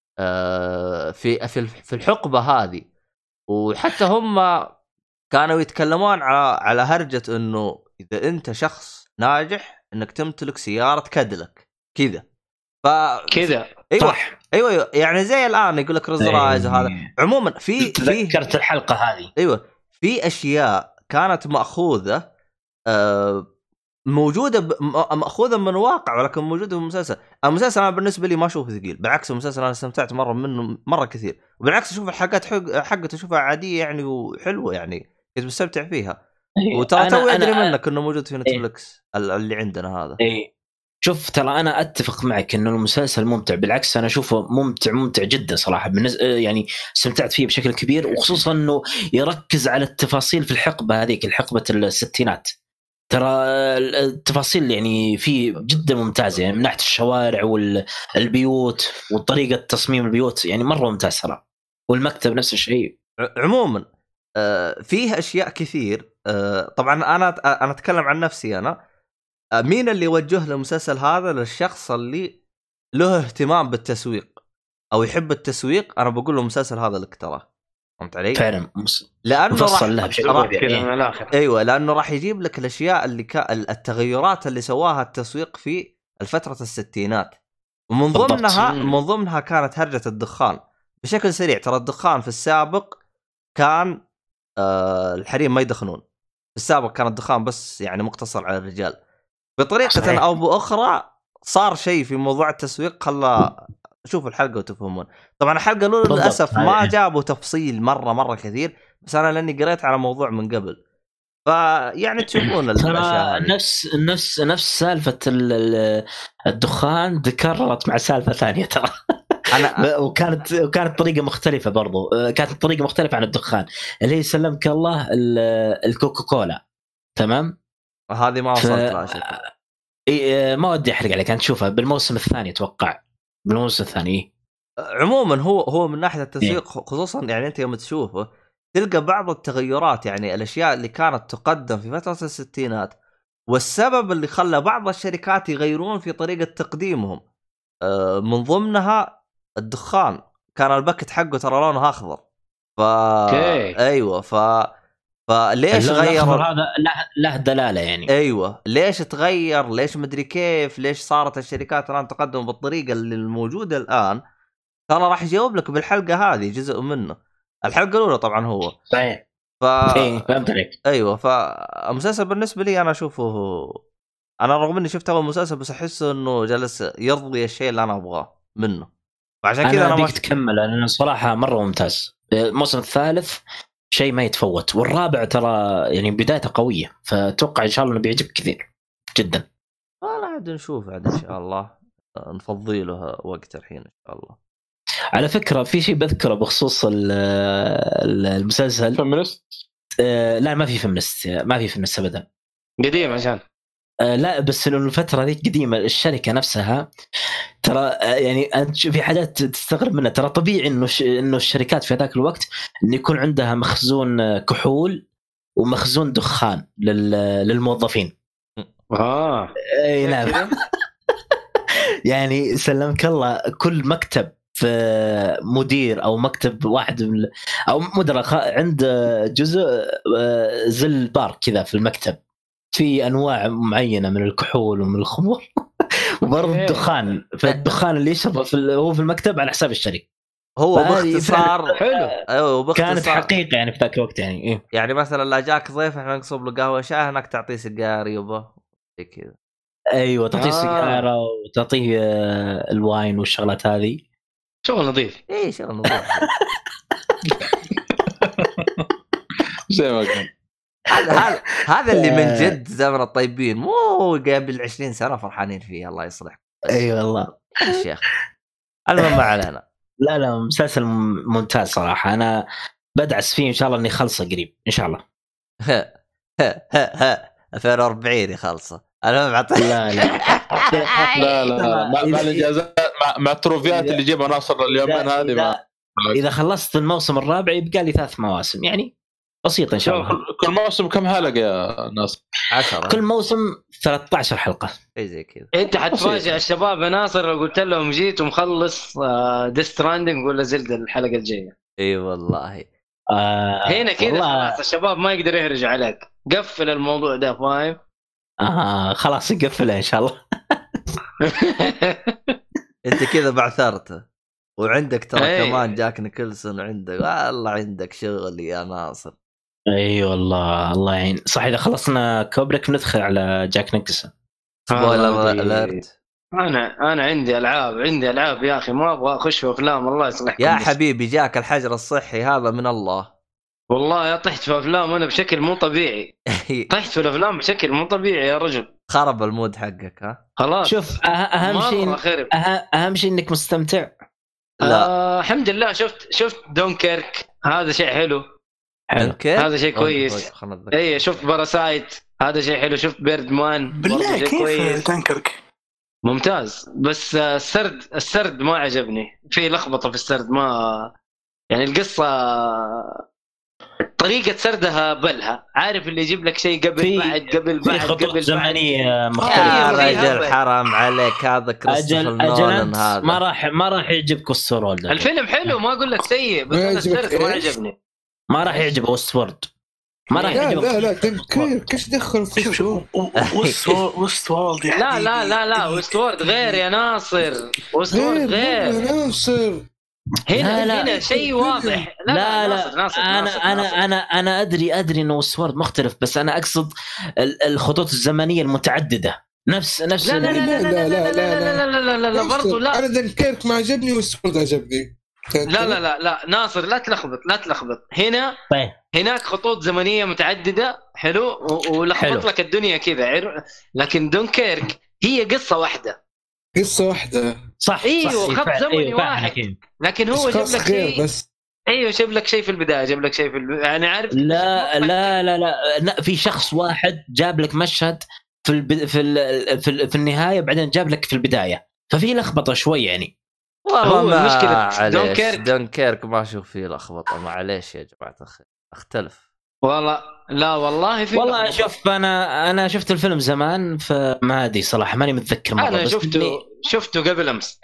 في الحقبه هذه. وحتى هم كانوا يتكلمون على هرجة انه اذا انت شخص ناجح انك تمتلك سيارة كاديلاك كذا كذا. ايوه يعني زي الان يقول لك روز رايز وهذا. عموما في ذكرت الحلقة هذه. ايوه في اشياء كانت مأخوذة موجودة مأخوذة من واقع، ولكن موجودة في المسلسل انا بالنسبة لي ما اشوفه ثقيل، بالعكس المسلسل انا استمتعت منه مرة كثير، وبالعكس اشوف الحلقات حقته اشوفها عادية يعني وحلوة يعني كنت مستمتع فيها. وترى تو ادري منك انه موجود في نتفلكس اللي عندنا هذا. شوف ترى انا اتفق معك انه المسلسل ممتع، بالعكس انا اشوفه ممتع جدا صراحه. يعني استمتعت فيه بشكل كبير، وخصوصا انه يركز على التفاصيل في الحقبه هذيك، الحقبه الستينات. ترى التفاصيل يعني فيه جدا ممتازه، يعني من ناحيه الشوارع والبيوت وطريقه تصميم البيوت، يعني مره ممتاز ترى. والمكتب نفس الشيء. عموما فيه اشياء كثير. طبعا انا اتكلم عن نفسي، انا مين اللي يوجه المسلسل هذا؟ للشخص اللي له اهتمام بالتسويق او يحب التسويق، انا بقول له المسلسل هذا لك ترى. فهمت علي؟ فعلا لانه مفصل له بشكل كذا. ايوه لانه راح يجيب لك الاشياء اللي التغيرات اللي سواها التسويق في الفتره الستينات، ومن ضمنها كانت هرجة الدخان. بشكل سريع ترى الدخان في السابق كان الحريم ما يدخنون، في السابق كان الدخان بس يعني مقتصر على الرجال. بطريقة أو بأخرى صار شيء في موضوع التسويق خلى شوفوا الحلقة وتفهمون. طبعا الحلقة الأولى للأسف ما جابوا تفصيل مرة كثير، بس أنا لأني قريت على موضوع من قبل، فيعني تشوفون الأشياء نفس سالفة الدخان تكررت مع سالفة ثانية ترى. وكانت طريقه مختلفه برضو، كانت طريقه مختلفه عن الدخان اللي هي سلمك الله الكوكاكولا. تمام، هذه ما وصلت لها شيء. ما ودي احرق عليك، انت تشوفها بالموسم الثاني اتوقع، بالموسم الثاني. عموما هو من ناحيه التسويق خصوصا، يعني انت يوم تشوفه تلقى بعض التغيرات، يعني الاشياء اللي كانت تقدم في فتره الستينات، والسبب اللي خلى بعض الشركات يغيرون في طريقه تقديمهم من ضمنها الدخان. كان البكت حقه ترى لونه اخضر، ايوه فليش غير هذا؟ له دلاله يعني. ايوه ليش تغير، ليش مدري كيف، ليش صارت الشركات الان تقدم بالطريقه اللي الموجوده الان. ترى راح يجاوب لك بالحلقه هذه جزء منه، الحلقه الاولى طبعا هو صحيح. فهمت عليك. ايوه فالمسلسل بالنسبه لي انا اشوفه، انا رغم اني شفت اول مسلسل بس احس انه جالس يرضي الشيء اللي انا ابغاه منه، فعشان كذا انا ما تكمل لانه صراحه مره ممتاز. الموسم الثالث شيء ما يتفوت، والرابع ترى يعني بدايته قويه، فاتوقع ان شاء الله انه بيعجبك كثير جدا. لا عاد نشوف عاد ان شاء الله، نفضي له وقت الحين ان شاء الله. على فكره في شيء بذكره بخصوص المسلسل فيمنست. لا ما في فيمنست ابدا، قديم عشان لا بس انه الفتره ذيك قديمه. الشركه نفسها ترى يعني انت في حاجات تستغرب منها. ترى طبيعي انه الشركات في ذاك الوقت انه يكون عندها مخزون كحول ومخزون دخان للموظفين. اي نعم. يعني سلمك الله كل مكتب في مدير او مكتب واحد او مدراء عند جزء زل بار كذا في المكتب، في انواع معينه من الكحول ومن الخمور وبرضه الدخان. فالدخان اللي يشربه هو في المكتب على حساب الشركه. هو باختصار حلو. ايوه كانت حقيقه يعني في ذاك الوقت يعني إيه؟ يعني مثلا لا جاك ضيف احنا نقصب له قهوه شاي، هناك تعطيه سيجار يبا كذا. ايوه تعطيه سيجاره وتعطيه الواين والشغلات هذه. شغل نظيف. ايه شغل نظيف. زي ما كان. هذا اللي من جد زمن الطيبين، مو قبل 20 سنه فرحانين فيه. الله يصلح. اي والله الشيخ. المهم ما علينا. لا مسلسل ممتاز صراحه، انا بدعس فيه ان شاء الله اني خلصه قريب ان شاء الله. 2040 يخلصه. المهم لا مع الانجازات مع التروفيات اللي يجيبها ناصر اليومين هذه. اذا خلصت الموسم الرابع يبقى لي 3 مواسم يعني بسيطه ان شاء الله. كل موسم كم حلقه يا ناصر؟ 10. كل موسم 13 حلقه اي زي كذا. انت حتفاجئ الشباب يا ناصر لو قلت لهم جيت ومخلص ديستراندنج ولا زلد الحلقه الجايه. اي والله هنا كذا خلاص الشباب ما يقدر يهرج عليك، قفل الموضوع ده فاهم. خلاص نقفله ان شاء الله. انت كذا بعثرته وعندك ترى كمان جاك نيكلسون، عندك والله عندك شغل يا ناصر. اي والله الله يعين. صح اذا خلصنا كوبريك ندخل على جاك نيكلسون. سبويلر اليرت. انا عندي العاب يا اخي، ما ابغى اخش في افلام. الله يصلحكم يا حبيبي، جاك الحجر الصحي هذا من الله. والله طحت في افلام انا بشكل مو طبيعي. طحت في الافلام بشكل مو طبيعي يا رجل. خرب المود حقك ها. خلاص شوف اهم شيء انك مستمتع. لا الحمد لله. شفت دونكيرك، هذا شيء حلو. هذا شيء كويس. اي شفت باراسايت، هذا شيء حلو. شفت بيردمان بالله كيف دونكيرك ممتاز، بس السرد ما عجبني، في لخبطه في السرد. ما يعني القصه طريقه سردها بلها، عارف اللي يجيب لك شيء قبل خطوط زمنيه مختلفه. يا رجل حرام عليك، هذا كريستوفر نولان هذا ما راح يعجبك وستورولد. الفيلم حلو ما اقول لك سيء، بس السرد ما عجبني. ما راح يعجبه وستورد. ما راح يعجبه. لا كيف دخل في وستورد؟ لا وستورد غير يا ناصر. وستورد غير يا ناصر. هنا شيء واضح. لا ناصر. انا ادري انه وستورد مختلف، بس انا اقصد الخطوط الزمنيه المتعدده. نفس لا برضو لا. انا دنكيرك ما عجبني وستورد عجبني. لا ناصر لا تلخبط هنا. طيب. هناك خطوط زمنيه متعدده حلو ولخبط لك الدنيا كذا. لكن دونكيرك هي قصه واحده. قصة واحدة صح ايوه خط زمني واحد لكن هو جاب لك شيء بس ايوه جاب لك شيء في البدايه جاب لك شيء يعني عارف لا لا لا لا في شخص واحد جاب لك مشهد في النهايه بعدين جاب لك في البدايه ففي لخبطه شوي يعني والله ما مشكله دونكيرك ما اشوف فيه لخبطه معليش يا جماعه اختلف والله لا والله في والله شوف انا شفت الفيلم زمان فما ادري صراحه ماني متذكر مره انا شفته قبل امس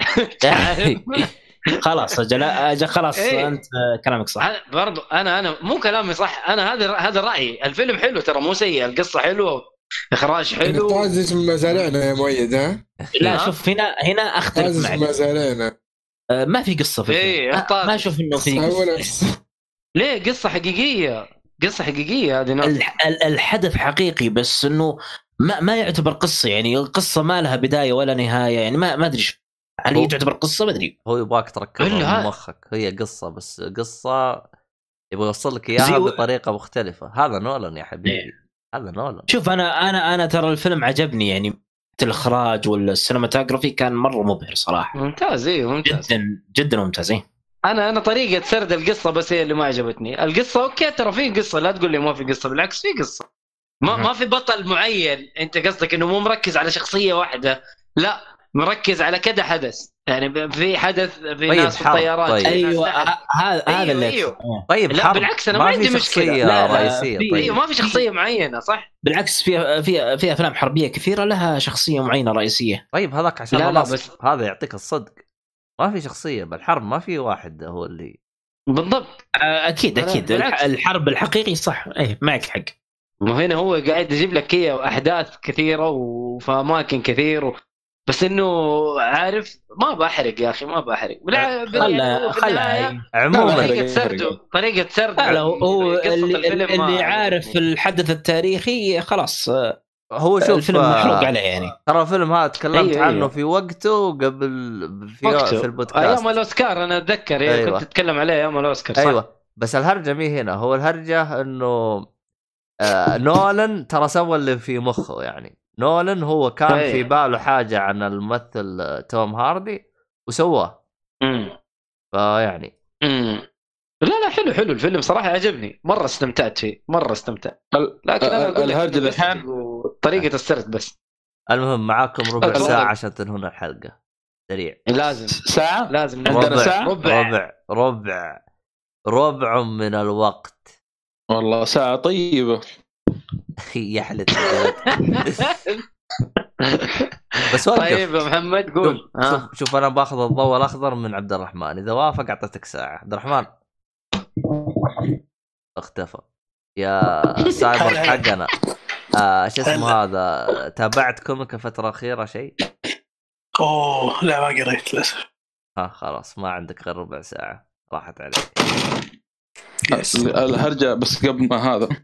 خلاص اجل خلاص إيه؟ انت كلامك صح برضو انا مو كلامي صح انا هذا رايي الفيلم حلو ترى مو سيء القصه حلوه اخراج حلو طازج من مزارعنا يا مؤيد ها لا شوف هنا اختلف معك مزارعنا ما في قصه في إيه ما اشوف انه في قصة. ليه قصه حقيقيه هذه الحدث حقيقي بس انه ما يعتبر قصه يعني القصه ما لها بدايه ولا نهايه يعني ما ادري هل تعتبر قصه ما ادري هو يبغاك تركبها من مخك هي قصه بس قصه يبغى يوصل لك اياها بطريقه مختلفه هذا نولان يا حبيبي هذا نولان شوف انا ترى الفيلم عجبني يعني الاخراج والسينماتوجرافي كان مره مبهر صراحه ممتاز ممتاز جدا ممتاز انا طريقه سرد القصه بس هي اللي ما عجبتني القصه اوكي ترى في قصه لا تقول لي ما في قصه بالعكس في قصه ما في بطل معين انت قصدك انه مو مركز على شخصيه واحده لا مركز على كذا حدث يعني في حدث في ناس في الطيارات طيب. ايوه هذا اللي أيوه. طيب لا بالعكس انا ما عندي مشكله رئيسيه طيب. ايوه ما في شخصيه معينه صح بالعكس في افلام حربيه كثيره لها شخصيه معينه رئيسيه طيب هذاك عشان لا بس هذا يعطيك الصدق ما في شخصيه بالحرب ما في واحد هو اللي بالضبط اكيد الحرب الحقيقي صح ايه معك حق وهنا هو قاعد يجيب لك هي احداث كثيره وفي اماكن كثير بس انه عارف ما بحرق يا اخي ما بحرق خلها عموما طريقه سرد هو اللي عارف الحدث التاريخي خلاص هو شوف الفيلم محروق عليه يعني ترى الفيلم هذا تكلمت عنه في وقته قبل في البودكاست ايام الاوسكار انا اتذكر كنت اتكلم عليه ايام الاوسكار صح ايوه بس الهرجه مي هنا هو الهرجه انه نولان ترى سوى اللي في مخه يعني نولان هو كان في باله حاجه عن الممثل توم هاردي وسواه فيعني لا حلو الفيلم صراحه عجبني مره استمتعت فيه لكن انا اقول الهرجه الحين طريقه السرد بس المهم معاكم ربع ساعه عشان تنهون الحلقه سريع لازم ساعه لازم ربع من الوقت والله ساعه طيبه يحلت بس وقف طيب يا محمد قول شوف انا باخذ الضوء الاخضر من عبد الرحمن اذا وافق اعطيتك ساعه عبد الرحمن اختفى يا سايبر حقنا شو اسمه هذا تابعت كوميك الفتره الاخيره شيء لا ما قريت للاسف خلاص ما عندك غير ربع ساعه راحت عليك الهرجة بس قبل ما هذا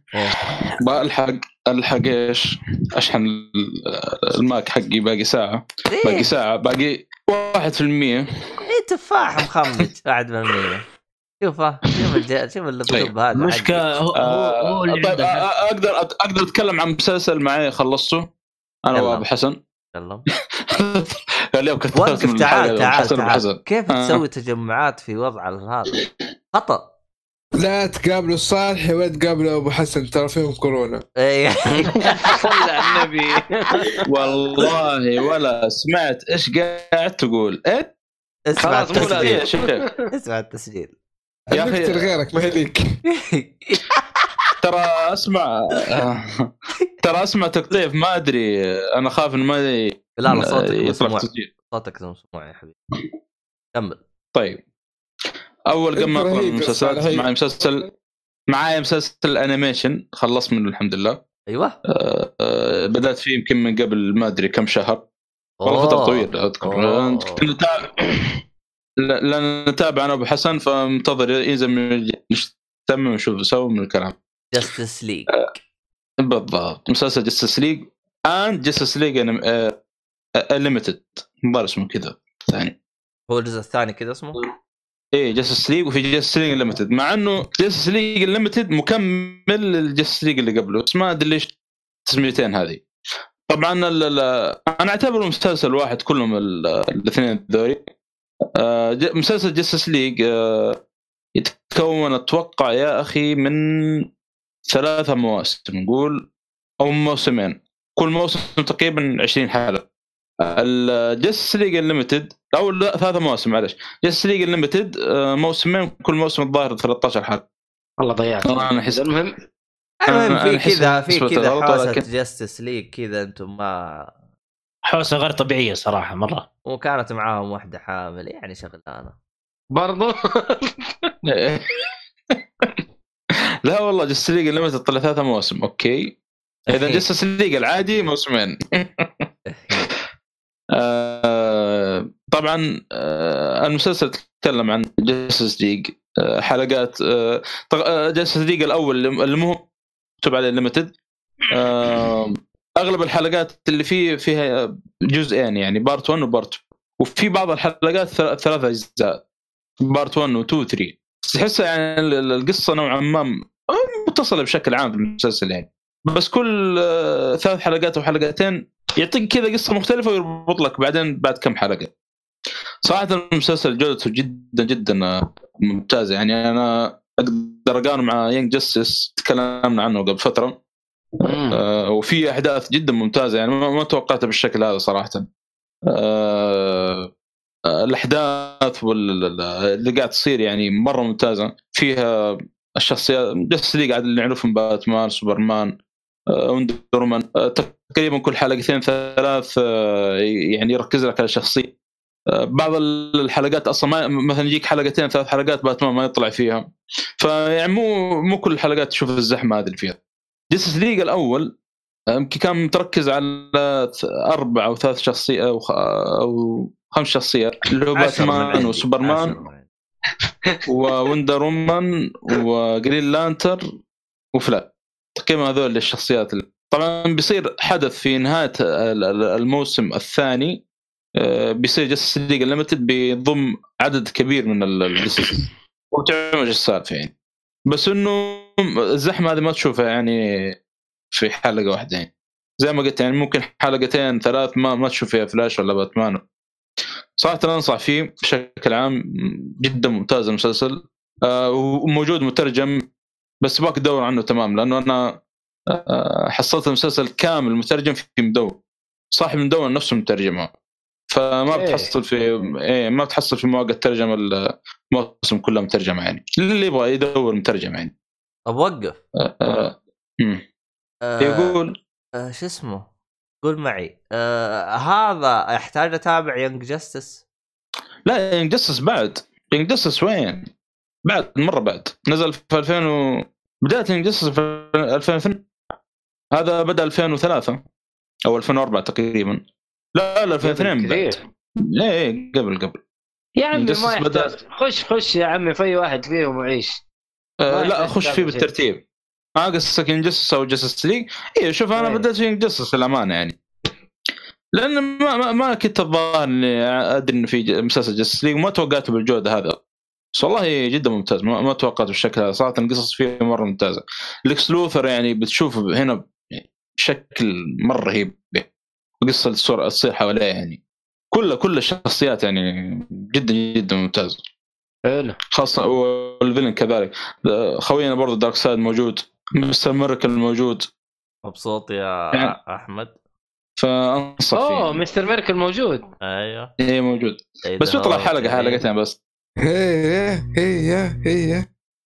الحق ايش اشحن الماك حقي باقي ساعة باقي 1% تفاح مخمج 1% شوف اللابتوب هذا مشكلة هو اللي طيب اقدر اتكلم عن مسلسل معي خلصته انا وابو حسن يلا اليوم كنت وقف تعال كيف تسوي تجمعات في وضع هذا خطأ لا تقابلوا الصالح ولا تقابلوا ابو حسن ترى فيهم كورونا صلى على النبي والله ولا سمعت ايش قاعد تقول اسمع التسجيل يا اخي غيرك ما هيك ترى اسمع تقطيف ما ادري انا خاف انه ما لا صوتك مسموع يا حبيبي كمل طيب اول قبل ما اقرا المسلسل معايا مسلسل انيميشن خلصت منه الحمد لله ايوه بدات فيه يمكن من قبل ما ادري كم شهر والله فتره طويله اذكر لان نتابع انا ابو حسن فمنتظر ينزل نهتم ونشوف سوا من الكلام جاستس ليج بالضبط مسلسل جاستس ليج جاستس ليج ليميتد مباراه اسمه كذا ثاني هو الجزء الثاني كذا اسمه ايه جاستس ليج وفي جاستس ليج ليميتد مع انه جاستس ليج ليميتد مكمل الجاستس ليج اللي قبله بس ما ادري ليش تسميتين هذه طبعا انا اعتبره مسلسل واحد كلهم الاثنين ذولي. مسلسل جاستس ليج يتكون اتوقع يا اخي من 3 مواسم نقول او موسمين، كل موسم تقريبا 20 حلقه. الجاستس ليج الليمتد او لا 3 مواسم معلش. جاستس ليج الليمتد موسمين، كل موسم الظاهر 13 حلقه. والله ضيعت. انا احس المهم في كذا حوسه جاستس ليج كذا انتم ما حوسه غير طبيعيه صراحه مره. وكانت معاهم واحده حامل يعني شغلانه برضو. لا والله جاستس ليج الليمتد طلع 3 مواسم اوكي. اذا جاستس ليج العادي موسمين. طبعا المسلسل تكلم عن جاستس ليج حلقات. جاستس ليج الاول اللي مو مكتوب عليه ليميتد، اغلب الحلقات اللي فيها جزئين يعني بارت 1 وبارت 2، وفي بعض الحلقات 3 اجزاء بارت 1 و 2 و 3. تحس يعني القصه نوعا ما متصله بشكل عام بالمسلسل يعني، بس كل 3 حلقات او حلقتين يعطيك كذا قصه مختلفه ويربط لك بعدين بعد كم حلقه. صراحه المسلسل جودته جدا جدا ممتازه يعني. انا اقدر اقارن مع يانج جاستس تكلمنا عنه قبل فتره، وفي احداث جدا ممتازه يعني ما توقعتها بالشكل هذا صراحه. الاحداث اللي قاعد تصير يعني مره ممتازه. فيها الشخصيات جاستس ليج قاعد اللي نعرفهم باتمان سوبرمان وندرمان، تقريبا كل حلقتين 3 يعني يركز لك على شخصيه. بعض الحلقات اصلا مثلا يجيك حلقتين 3 حلقات باتمان ما يطلع فيها، فيعني مو كل الحلقات تشوف الزحمه هذه اللي فيها. جاستس ليج الاول يمكن كان متركز على 4 أو 3 شخصيات او 5 شخصيات اللي هو باتمان وسوبرمان ووندر وومن وجرين لانتر وفلاش. تقريبا هذول الشخصيات. طبعا بيصير حدث في نهايه الموسم الثاني، بيصير جاستس ليج ليميتد بيضم عدد كبير من القصص وتعمل السالفه يعني. بس انه الزحمه هذه ما تشوفها يعني في حلقه واحده يعني. زي ما قلت يعني ممكن حلقتين 3 ما تشوف فيها فلاش ولا باتمان. صراحه انا انصح فيه بشكل عام، جدا ممتاز المسلسل. وموجود مترجم بس باك دور عنه تمام، لانه انا حصلت المسلسل كامل مترجم في مدون، صاحب المدون نفسه مترجمه، فما بتحصل في ما بتحصل في مواقع الترجمه الموسم كلها مترجمه يعني. اللي يبغى يدور مترجم يعني. اوقف يقول شو اسمه، قول معي هذا يحتاج اتابع يانج جاستس؟ لا يانج جاستس بعد. يانج جاستس وين بعد مره بعد نزل في 2000 بدايه يانج جاستس في 2000. هذا بدا 2003 او 2004 تقريبا. لا 2002 بعد. لا قبل يا عمي ما يحتاج. خش يا عمي في واحد فيهم وعيش. لا اخش فيه بالترتيب. قصتك انجستس او جاستس ليج. شوف انا بدأت في انجستس الامانه يعني، لان ما كنت الظاهر اني ادري انه في مسلسل جاستس ليج، وما توقعته بالجوده هذا. بس والله جدا ممتاز، ما توقعته بالشكل هذا صراحه. القصص فيه مره ممتازه. الاكس لوثر يعني بتشوفه هنا بشكل مره رهيب، قصه تصير حواليه يعني كل الشخصيات يعني جدا جدا ممتاز. حلو. خاصه والفيلن كذلك. خوينا برضو دارك سايد موجود، مستر ميركل موجود. مبسوط يا يعني احمد؟ فانصح فيه. مستر ميركل موجود. ايوه موجود بس يطلع حلقتين بس. هي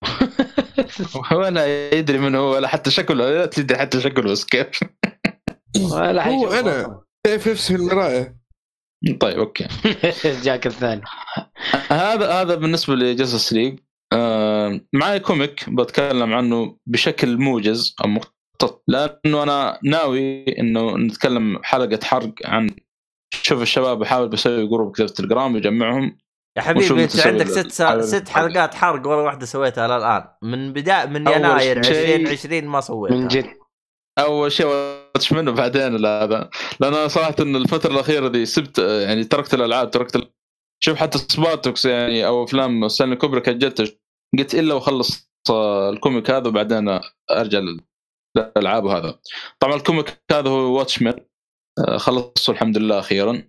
ولا يدري من هو ولا حتى شكله، لا تدري حتى شكله بس كيف. ولا هو انا كيف نفسي في المرايه. طيب اوكي. جاك الثاني. هذا بالنسبه لجاستس ليج. معي كوميك بتكلم عنه بشكل موجز او مختصر، لانه انا ناوي انه نتكلم حلقه حرق عن. شوف الشباب بحاول بسوي جروب كذا في التليجرام يجمعهم يا حبيبي. انت عندك 6 حلقات حرق ولا واحده سويتها الان من يناير 2020 ما سويتها من جد. اول شيء وش منه بعدين. لا هذا لان انا صراحه ان الفتره الاخيره دي سبت يعني تركت الالعاب شوف حتى سبارتوكس يعني او افلام ستانلي كوبريك اجلت، قلت الا وخلص الكوميك هذا وبعدين ارجع للالعاب. هذا طبعا الكوميك هذا هو واتشمان. خلصوا الحمد لله اخيرا.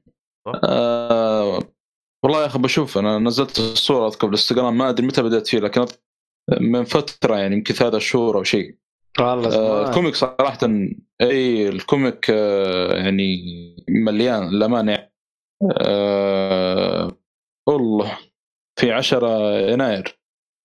والله يا اخي بشوف انا نزلت الصوره اذكر بالانستغرام ما ادري متى بدأت فيه لكن من فتره يعني يمكن 3 شهور او شيء. الكوميك صراحه اي الكوميك يعني مليان للامانه. والله في 10 يناير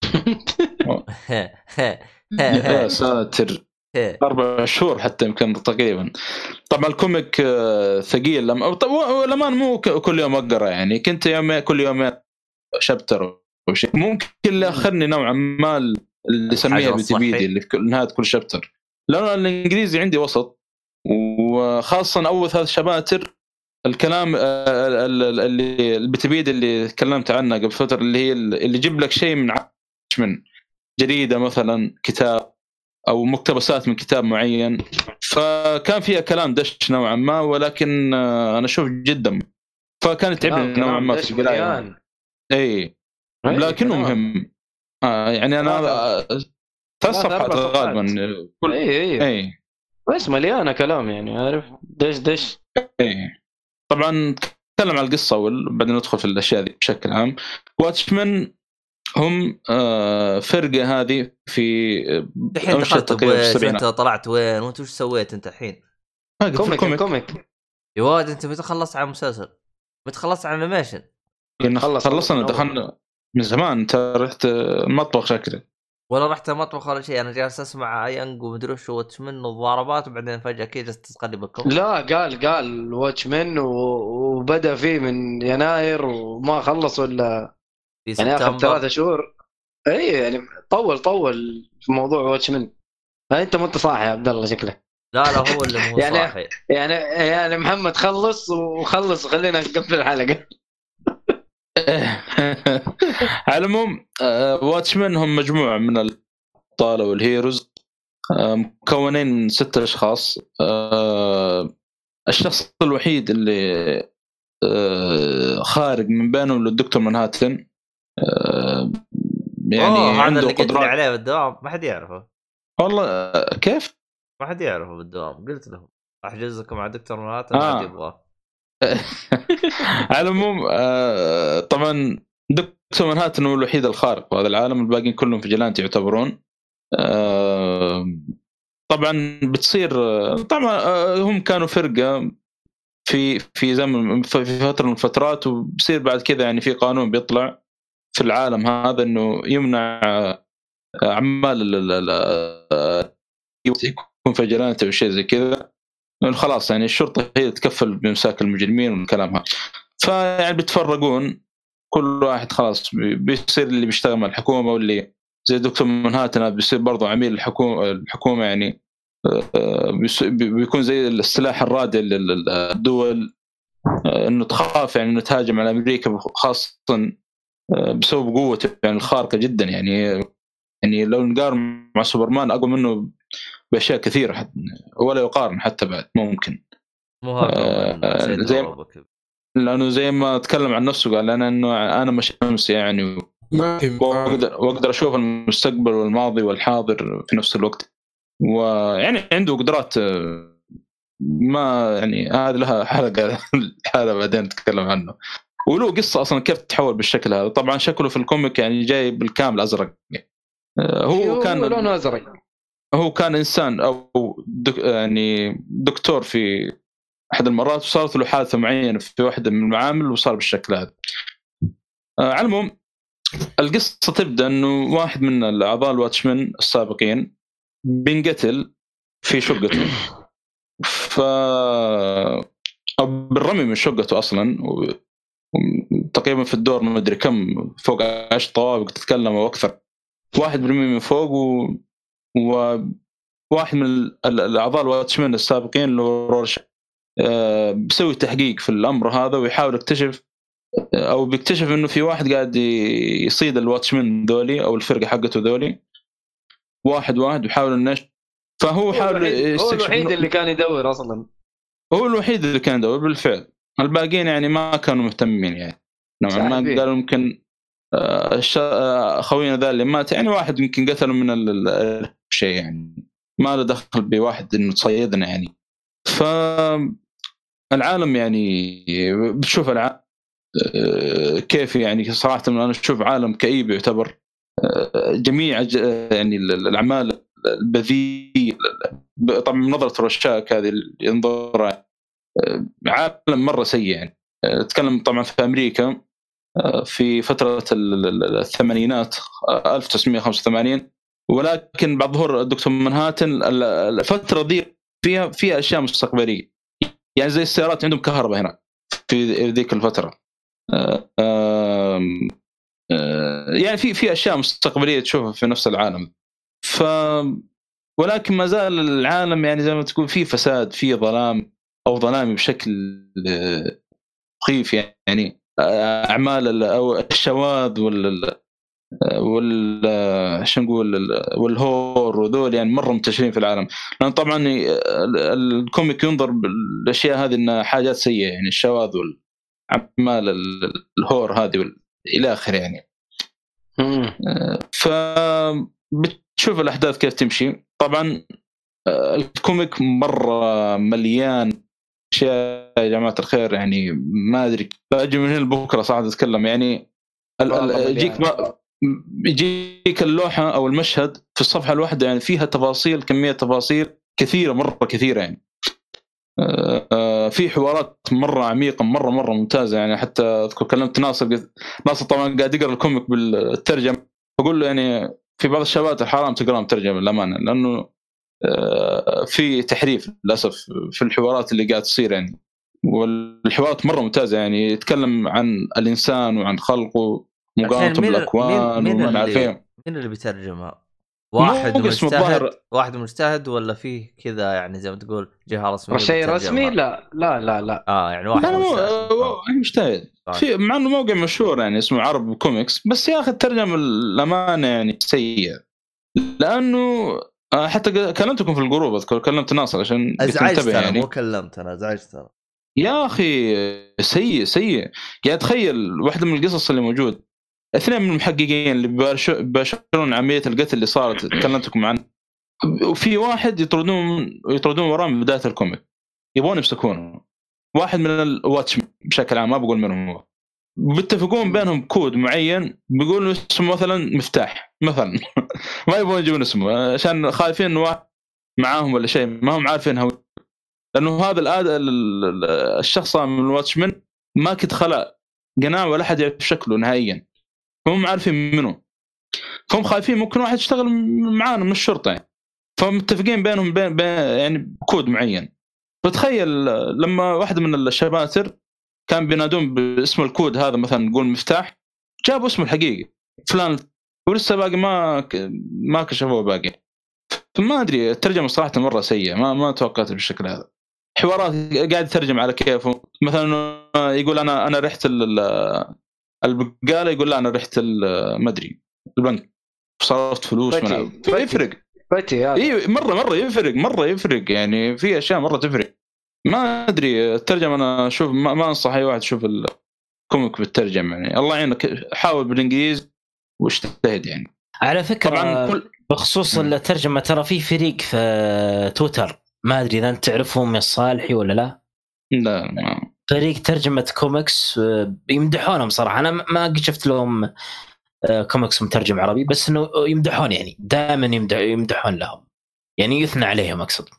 يا ساتر 4 شهور حتى يمكن تقريبا. طبعا الكوميك ثقيل لما مو كل يوم اقرا يعني كنت يوم كل يوم شابتر وشيء ممكن اللي اخرني نوعا ما اللي يسميها بتبيدي اللي في نهايه كل شابتر لانه الانجليزي عندي وسط وخاصه اول 3 شباتر الكلام اللي البتبيد اللي تكلمت عنه قبل فتره اللي هي اللي يجيب لك شيء من جريده مثلا كتاب او مقتبسات من كتاب معين فكان فيها كلام دش نوعا ما ولكن انا اشوف جدا فكان يتعبني نوعا ما في القرايه. اي لكنه مهم يعني انا 3 صفحات غالبا كل اي بس مليانه كلام يعني عارف دش اي. طبعا نتكلم عن القصه وبعدين ندخل في الاشياء دي بشكل عام. واتشمان هم فرقه هذه في الحين دخلت وين انت طلعت وين وانت وش سويت انت الحين؟ كوميك يا واد انت متى خلصت على مسلسل متى خلصت على انيميشن؟ خلصنا دخلنا من زمان. انت رحت المطبخ شكلك ولا رحت المطبخ ولا شيء؟ انا جالس اسمع يانج ومدري وش واتشمان والضربات وبعدين فجاه كذا جلست تقلب الكم. لا قال واتشمان وبدا فيه من يناير وما خلص ولا يعني اخر 3 شهور. اي يعني طول في موضوع واتشمان. انت ما انت صاحي يا عبد الله شكله. لا هو اللي مو يعني صاحي. يعني محمد خلص خلينا نقفل الحلقه. على العموم واتشمان هم مجموعة من الأبطال والهيروز مكونين من 6 أشخاص. الشخص الوحيد اللي خارج من بينهم للدكتور منهاتن يعني عنده اللي قدرات عليه بالدوام ما حد يعرفه والله. كيف ما حد يعرفه بالدوام؟ قلت لهم احجزكم مع دكتور منهاتن ما حد يبغاه. على العموم طبعا دكتور منهاتن هو الوحيد الخارق في هذا العالم الباقيين كلهم فيجلانتي يعتبرون. طبعا بتصير طبعا هم كانوا فرقة في زمن في فترة من الفترات وبصير بعد كذا يعني في قانون بيطلع في العالم هذا انه يمنع اعمال يكون فيجلانتي او شيء زي كذا. خلاص يعني الشرطة هي تتكفل بمساك المجرمين والكلام هذا. فيعني بيتفرقون كل واحد خلاص بيصير اللي بيشتغل مع الحكومة واللي زي دكتور منهاتن بيصير برضو عميل الحكومة يعني بيكون زي السلاح الرادع للدول انه تخاف يعني انه تهاجم على امريكا خاصة بسبب قوته يعني الخارقة جدا يعني لو نقارن مع سوبرمان اقوى منه باشياء كثيره ولا يقارن حتى بعد ممكن زي لانه زي ما تكلم عن نفسه قال انا مش شمس يعني واقدر اشوف المستقبل والماضي والحاضر في نفس الوقت ويعني عنده قدرات ما يعني هذه لها حلقه بعدين نتكلم عنه. وله قصه اصلا كيف تتحول بالشكل هذا. طبعا شكله في الكوميك يعني جاي بالكامل ازرق. هو كان لونه ازرق. هو كان إنسان أو يعني دكتور في أحد المرات وصارت له حادثة معينة في واحدة من المعامل وصار بالشكل هذا. على العموم القصة تبدأ أنه واحد من الأعضاء الواتشمان السابقين بينقتل في شقته أو بالرمي من شقته أصلا تقريبا في الدور ما أدري كم فوق 10 طوابق تتكلم أو أكثر. واحد برمي من فوق وواحد من الأعضاء الواتشمان السابقين اللي هو رورش بيسوي تحقيق في الأمر هذا ويحاول يكتشف أو بيكتشف إنه في واحد قاعد يصيد الواتشمان ذولي أو الفرقة حقته ذولي واحد ويحاول النش. فهو حاول هو الوحيد اللي كان يدور أصلا. هو الوحيد اللي كان يدور بالفعل. الباقيين يعني ما كانوا مهتمين يعني نوعا ما قالوا يمكن خوينا ذا اللي مات يعني واحد يمكن قتلوا من الشيء يعني ما له دخل بواحد انه تصيدنا يعني. العالم يعني بتشوف العالم كيف يعني صراحة أنا أشوف عالم كئيب يعتبر. جميع يعني الأعمال البذيئة طبعا من نظرة الرشاك هذه اللي ينظر عالم مرة سيء يعني. أتكلم طبعا في أمريكا في فترة الثمانينات 1985 ولكن بعد ظهور دكتور منهاتن الفترة دي فيها أشياء مستقبلية يعني زي السيارات عندهم كهرباء هنا في ذيك الفترة. يعني في أشياء مستقبلية تشوفها في نفس العالم ولكن ما زال العالم يعني زي ما تقول فيه فساد فيه ظلام أو ظلامي بشكل مخيف يعني أعمال أو الشواذ شو نقول والهور وذول يعني مرة منتشرين في العالم. لأن طبعا الكوميك ينظر بالأشياء هذه إنها حاجات سيئة يعني الشواذ والأعمال الهور هذه إلى آخر يعني. فبتشوف الأحداث كيف تمشي. طبعا الكوميك مرة مليان أشياء يا جماعة الخير يعني ما أدري لا أجي من هنا لبكرة صعب أتكلم يعني. يجيك اللوحة أو المشهد في الصفحة الواحدة يعني فيها تفاصيل كمية تفاصيل كثيرة مرة كثيرة يعني. في حوارات مرة عميقة مرة ممتازة يعني. حتى أذكر كلمت ناصر طبعا قاعد يقرأ الكوميك بالترجم أقول له يعني في بعض الشباب الحرام تقرأ مترجم للأمانة لأنه في تحريف للأسف في الحوارات اللي قاعد تصير يعني. والحوارات مرة ممتازة يعني يتكلم عن الإنسان وعن خلقه مقارنة بالأكوان ومن عارفين. مين اللي بيترجمها؟ واحد مجتهد ولا فيه كذا يعني زي ما تقول جهة رسمية شيء رسمي؟ لا يعني واحد مجتهد في مع انه موقع مشهور يعني اسمه عرب كوميكس بس يا اخي الترجمه الامانه يعني سيئه. لانه حتى كلمتكم في الجروب اذكر كلمت ناصر عشان ازعجت يعني مو كلمت انا ازعجت ترى يا اخي سيء يعني. تخيل واحده من القصص اللي موجود 2 من المحققين اللي بيباشرون عمليه القتل اللي صارت كلمتكم عنه وفي واحد يطردون وراه من بدايه الكوميك يبغون يمسكونه. واحد من الواتش بشكل عام ما بقول منهم هو بيتفقون بينهم كود معين بيقولوا اسمه مثلا مفتاح مثلا ما يبغون يجيبون اسمه عشان خايفين انه معاهم ولا شيء ما هم عارفين هو لانه هذا الشخص من الواتشمن ما كنت خلق قناع ولا حد يعرف شكله نهائيا هم عارفين منه هم خايفين ممكن واحد يشتغل معانا من الشرطه يعني. فمتفقين بينهم بين يعني كود معين. فتخيل لما واحد من الشباتر كان بينادون باسم الكود هذا مثلا نقول مفتاح جابوا اسمه الحقيقي فلان ولسه باقي ما كشفوه باقي. فما ادري الترجمه صراحه مره سيئه ما توقعت بالشكل هذا. حوارات قاعد يترجم على كيفه مثلا يقول انا رحت البقاله يقول لا انا رحت ما ادري البنك صرفت فلوس يفرق اي مره يفرق يعني. في اشياء مره تفرق ما ادري. الترجمه انا اشوف ما انصح اي واحد يشوف الكوميك بالترجمه يعني. الله يعينك حاول بالانجليزي واجتهد يعني. على فكره طبعا بخصوص الترجمه ترى في فريق في تويتر ما ادري اذا انت تعرفهم يا صالحي ولا لا فريق ترجمه كوميكس يمدحونهم صراحه. انا ما قد شفت لهم كوميكس مترجم عربي بس انه يمدحون يعني دائما يمدحون لهم يعني يثنى عليهم اقصد.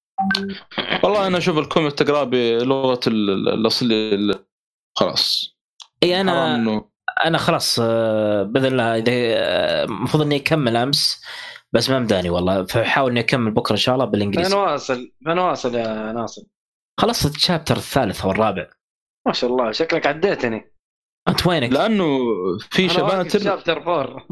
والله انا اشوف الكوميك تقرا بلغه الاصل خلاص. اي انا خلاص باذن الله اذا المفروض اني اكمل امس بس ما مداني والله فحاول اني اكمل بكره ان شاء الله بالانجليزي. من واصل يا ناصر؟ خلصت الشابتر الثالث والرابع. ما شاء الله شكلك عديتني. انت وينك؟ لانه في شباتر شابتر 4.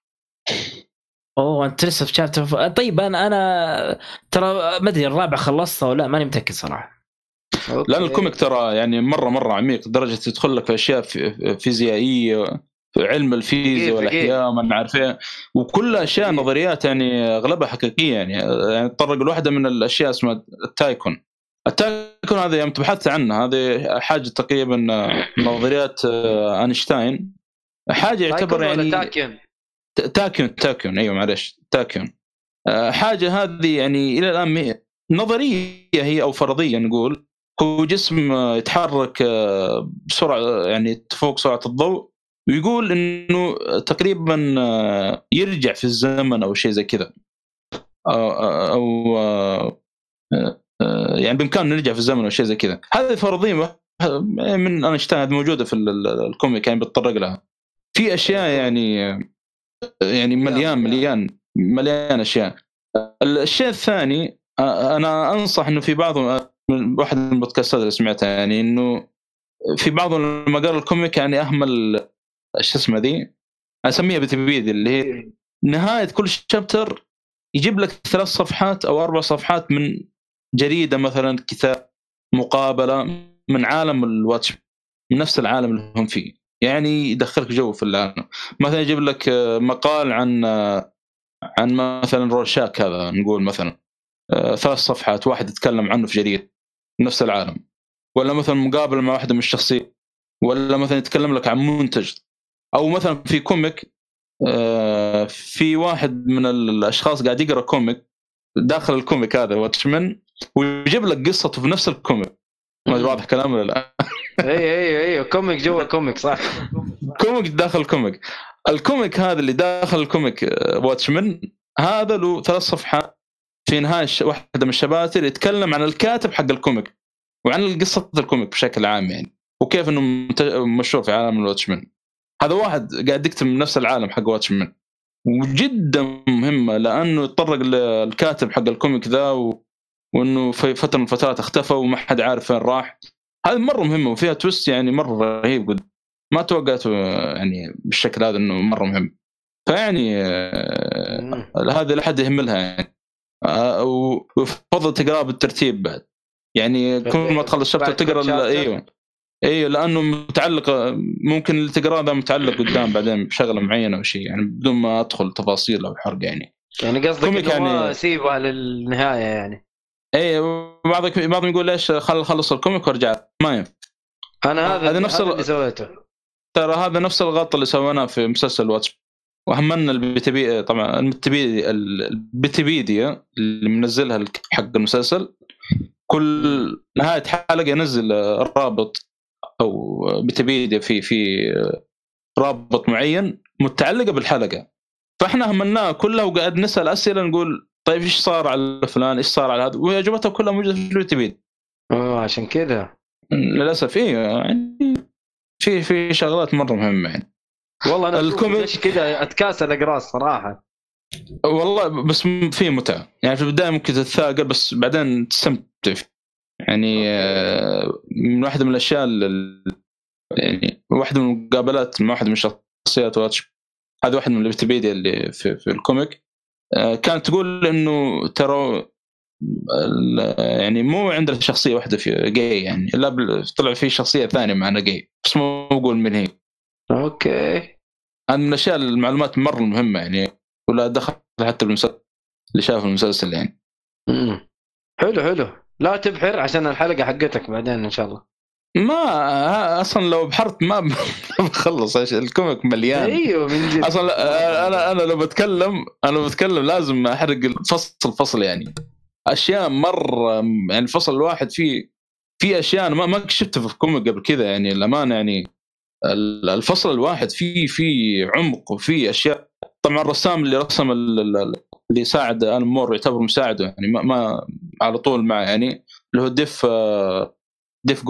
اوه انت لسه في شابتر طيب انا ترى ما ادري الرابع خلصته ولا ماني متاكد صراحه. لأن الكوميك ترى يعني مرة عميق درجة تدخل لك في أشياء فيزيائية في علم الفيزياء والأحياء ما نعرفها وكل أشياء نظريات يعني أغلبها حقيقية يعني تطرق الواحدة من الأشياء اسمها التايكون هذا يوم تبحث عنه هذه حاجة تقريبا نظريات أينشتاين حاجة يعتبر يعني تاكيون أيوة معلش تاكيون حاجة هذه يعني إلى الآن نظرية هي أو فرضية نقول هو جسم يتحرك بسرعه يعني تفوق سرعه الضوء، ويقول انه تقريبا يرجع في الزمن او شيء زي كذا، او يعني بامكانه نرجع في الزمن او شيء زي كذا. هذه فرضيه من اينشتاين موجوده في الكوميك، يعني بتطرق لها في اشياء يعني مليان اشياء. الشيء الثاني انا انصح انه في بعض من واحد من البودكاستات اللي سمعتها، يعني انه في بعض لما قرأ الكوميك يعني اهمل ايش اسمه ذي، اسميها بتبيد، اللي هي نهايه كل شابتر يجيب لك 3 صفحات او 4 صفحات من جريده مثلا، كتاب، مقابله من عالم الواتش، من نفس العالم اللي هم فيه، يعني يدخلك جو في العالم. مثلا يجيب لك مقال عن مثلا روشاك، هذا نقول مثلا 3 صفحات واحد يتكلم عنه في جريدة نفس العالم، ولا مثلا مقابله مع واحده من الشخصيات، ولا مثلا يتكلم لك عن منتج، او مثلا في كوميك في واحد من الاشخاص قاعد يقرا كوميك داخل الكوميك هذا واتشمان، ويجيب لك قصته في نفس الكوميك. ما واضح كلام ولا لا؟ اي كوميك جوا كوميك، صح. كوميك داخل كوميك. الكوميك هذا اللي داخل الكوميك واتشمان هذا له 3 صفحات في نهاية واحدة من الشباتر يتكلم عن الكاتب حق الكوميك وعن قصة الكوميك بشكل عام يعني، وكيف انه مشهور في عالم الواتشمان. هذا واحد قاعد يكتب من نفس العالم حق واتشمان، وجدا مهمة لأنه يتطرق للكاتب حق الكوميك ذا وأنه في فترة من الفترات اختفى وما حد عارف فين راح. هذا مرة مهمة وفيها تويست يعني مرة رهيب، قد ما توقعته يعني بالشكل هذا، أنه مرة مهم. فيعني هذا لحد يهملها يعني. وفضل تقرأ بالترتيب بعد، يعني كل ما تخلص شابتر تقرأ ايوه لانه متعلق، ممكن اللي تقراه ذا متعلق قدام بعدين بشغله معينه او شيء، يعني بدون ما ادخل تفاصيل او حرق يعني قصدك انه يعني ما سيبها للنهايه يعني. بعضهم يقول ليش خلص الكوميك وارجع، ما ينفع. انا هذا نفس اللي سويته، ترى هذا نفس الغلط اللي سويناه في مسلسل واتش، وهمنا البيتبي طبعا البيتبيديا اللي منزلها حق المسلسل، كل نهايه حلقه ينزل رابط او بتبيديا في رابط معين متعلقه بالحلقه، فاحنا همناه كلها وقاعد نسال اسئله نقول طيب ايش صار على فلان، ايش صار على هذا، واجوبتها كلها موجوده في البيتبيديا. عشان كذا للاسف يعني في شغلات مره مهمه يعني. والله انا الكوميك كذا اتكاسل اقرا صراحه والله، بس في متعه يعني في البدايه ممكن تتثاقل بس بعدين تستمتع يعني. من واحده من الاشياء يعني واحده من المقابلات مع واحده من شخصيات واتش، هذا واحد من الويكيبيديا اللي في الكوميك، كانت تقول انه ترى يعني مو عندنا شخصيه واحده في جاي يعني، لا طلع في شخصيه ثانيه معنا جاي، بس مو اقول من هي. اوكي، هذا من الاشياء المعلومات مره مهمه يعني، ولا دخل حتى بالمسلسل اللي شاف المسلسل يعني. حلو لا تبحر عشان الحلقه حقتك بعدين ان شاء الله. ما اصلا لو بحرت ما بخلص الكوميك مليان. ايوه من جد. اصلا انا لو بتكلم لازم احرق الفصل يعني، اشياء مره يعني الفصل الواحد في اشياء ما شفتها في الكوميك قبل كذا يعني الامانه يعني. الفصل الواحد في عمق وفي اشياء. طبعا الرسام اللي رسم اللي ساعد ألان مور يعتبر مساعده يعني، ما على طول معه يعني، اللي هو ديف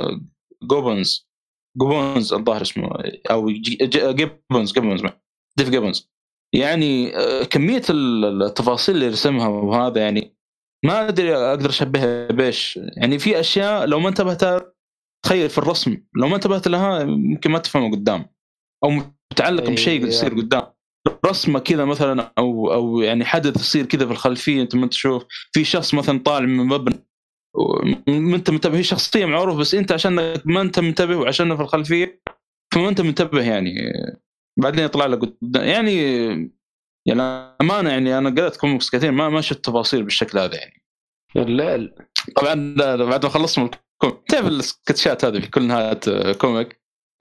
جوبنز الظاهر اسمه، او جيبونز ديف جيبونز يعني. كميه التفاصيل اللي رسمها وهذا يعني ما ادري اقدر اشبهها بايش يعني. في اشياء لو ما انتبهت تخيل في الرسم، لو ما انتبهت لها ممكن ما تفهمه قدام، او متعلق بشيء يصير قدام رسمه كذا مثلا، او يعني حدث يصير كذا في الخلفيه انت ما تشوف. في شخص مثلا طالع من مبنى ما انت منتبه، هي شخصيه معروف بس انت عشان ما انت منتبه وعشان في الخلفيه فما انت منتبه يعني، بعدين يطلع لك قدام يعني امانه يعني. انا قرأت كوميكس كثير ما شفت تفاصيل بالشكل هذا يعني. الليل طبعا بعد ما خلصت من الكوميك تعرف السكتشات هذه في كل نهايه كوميك.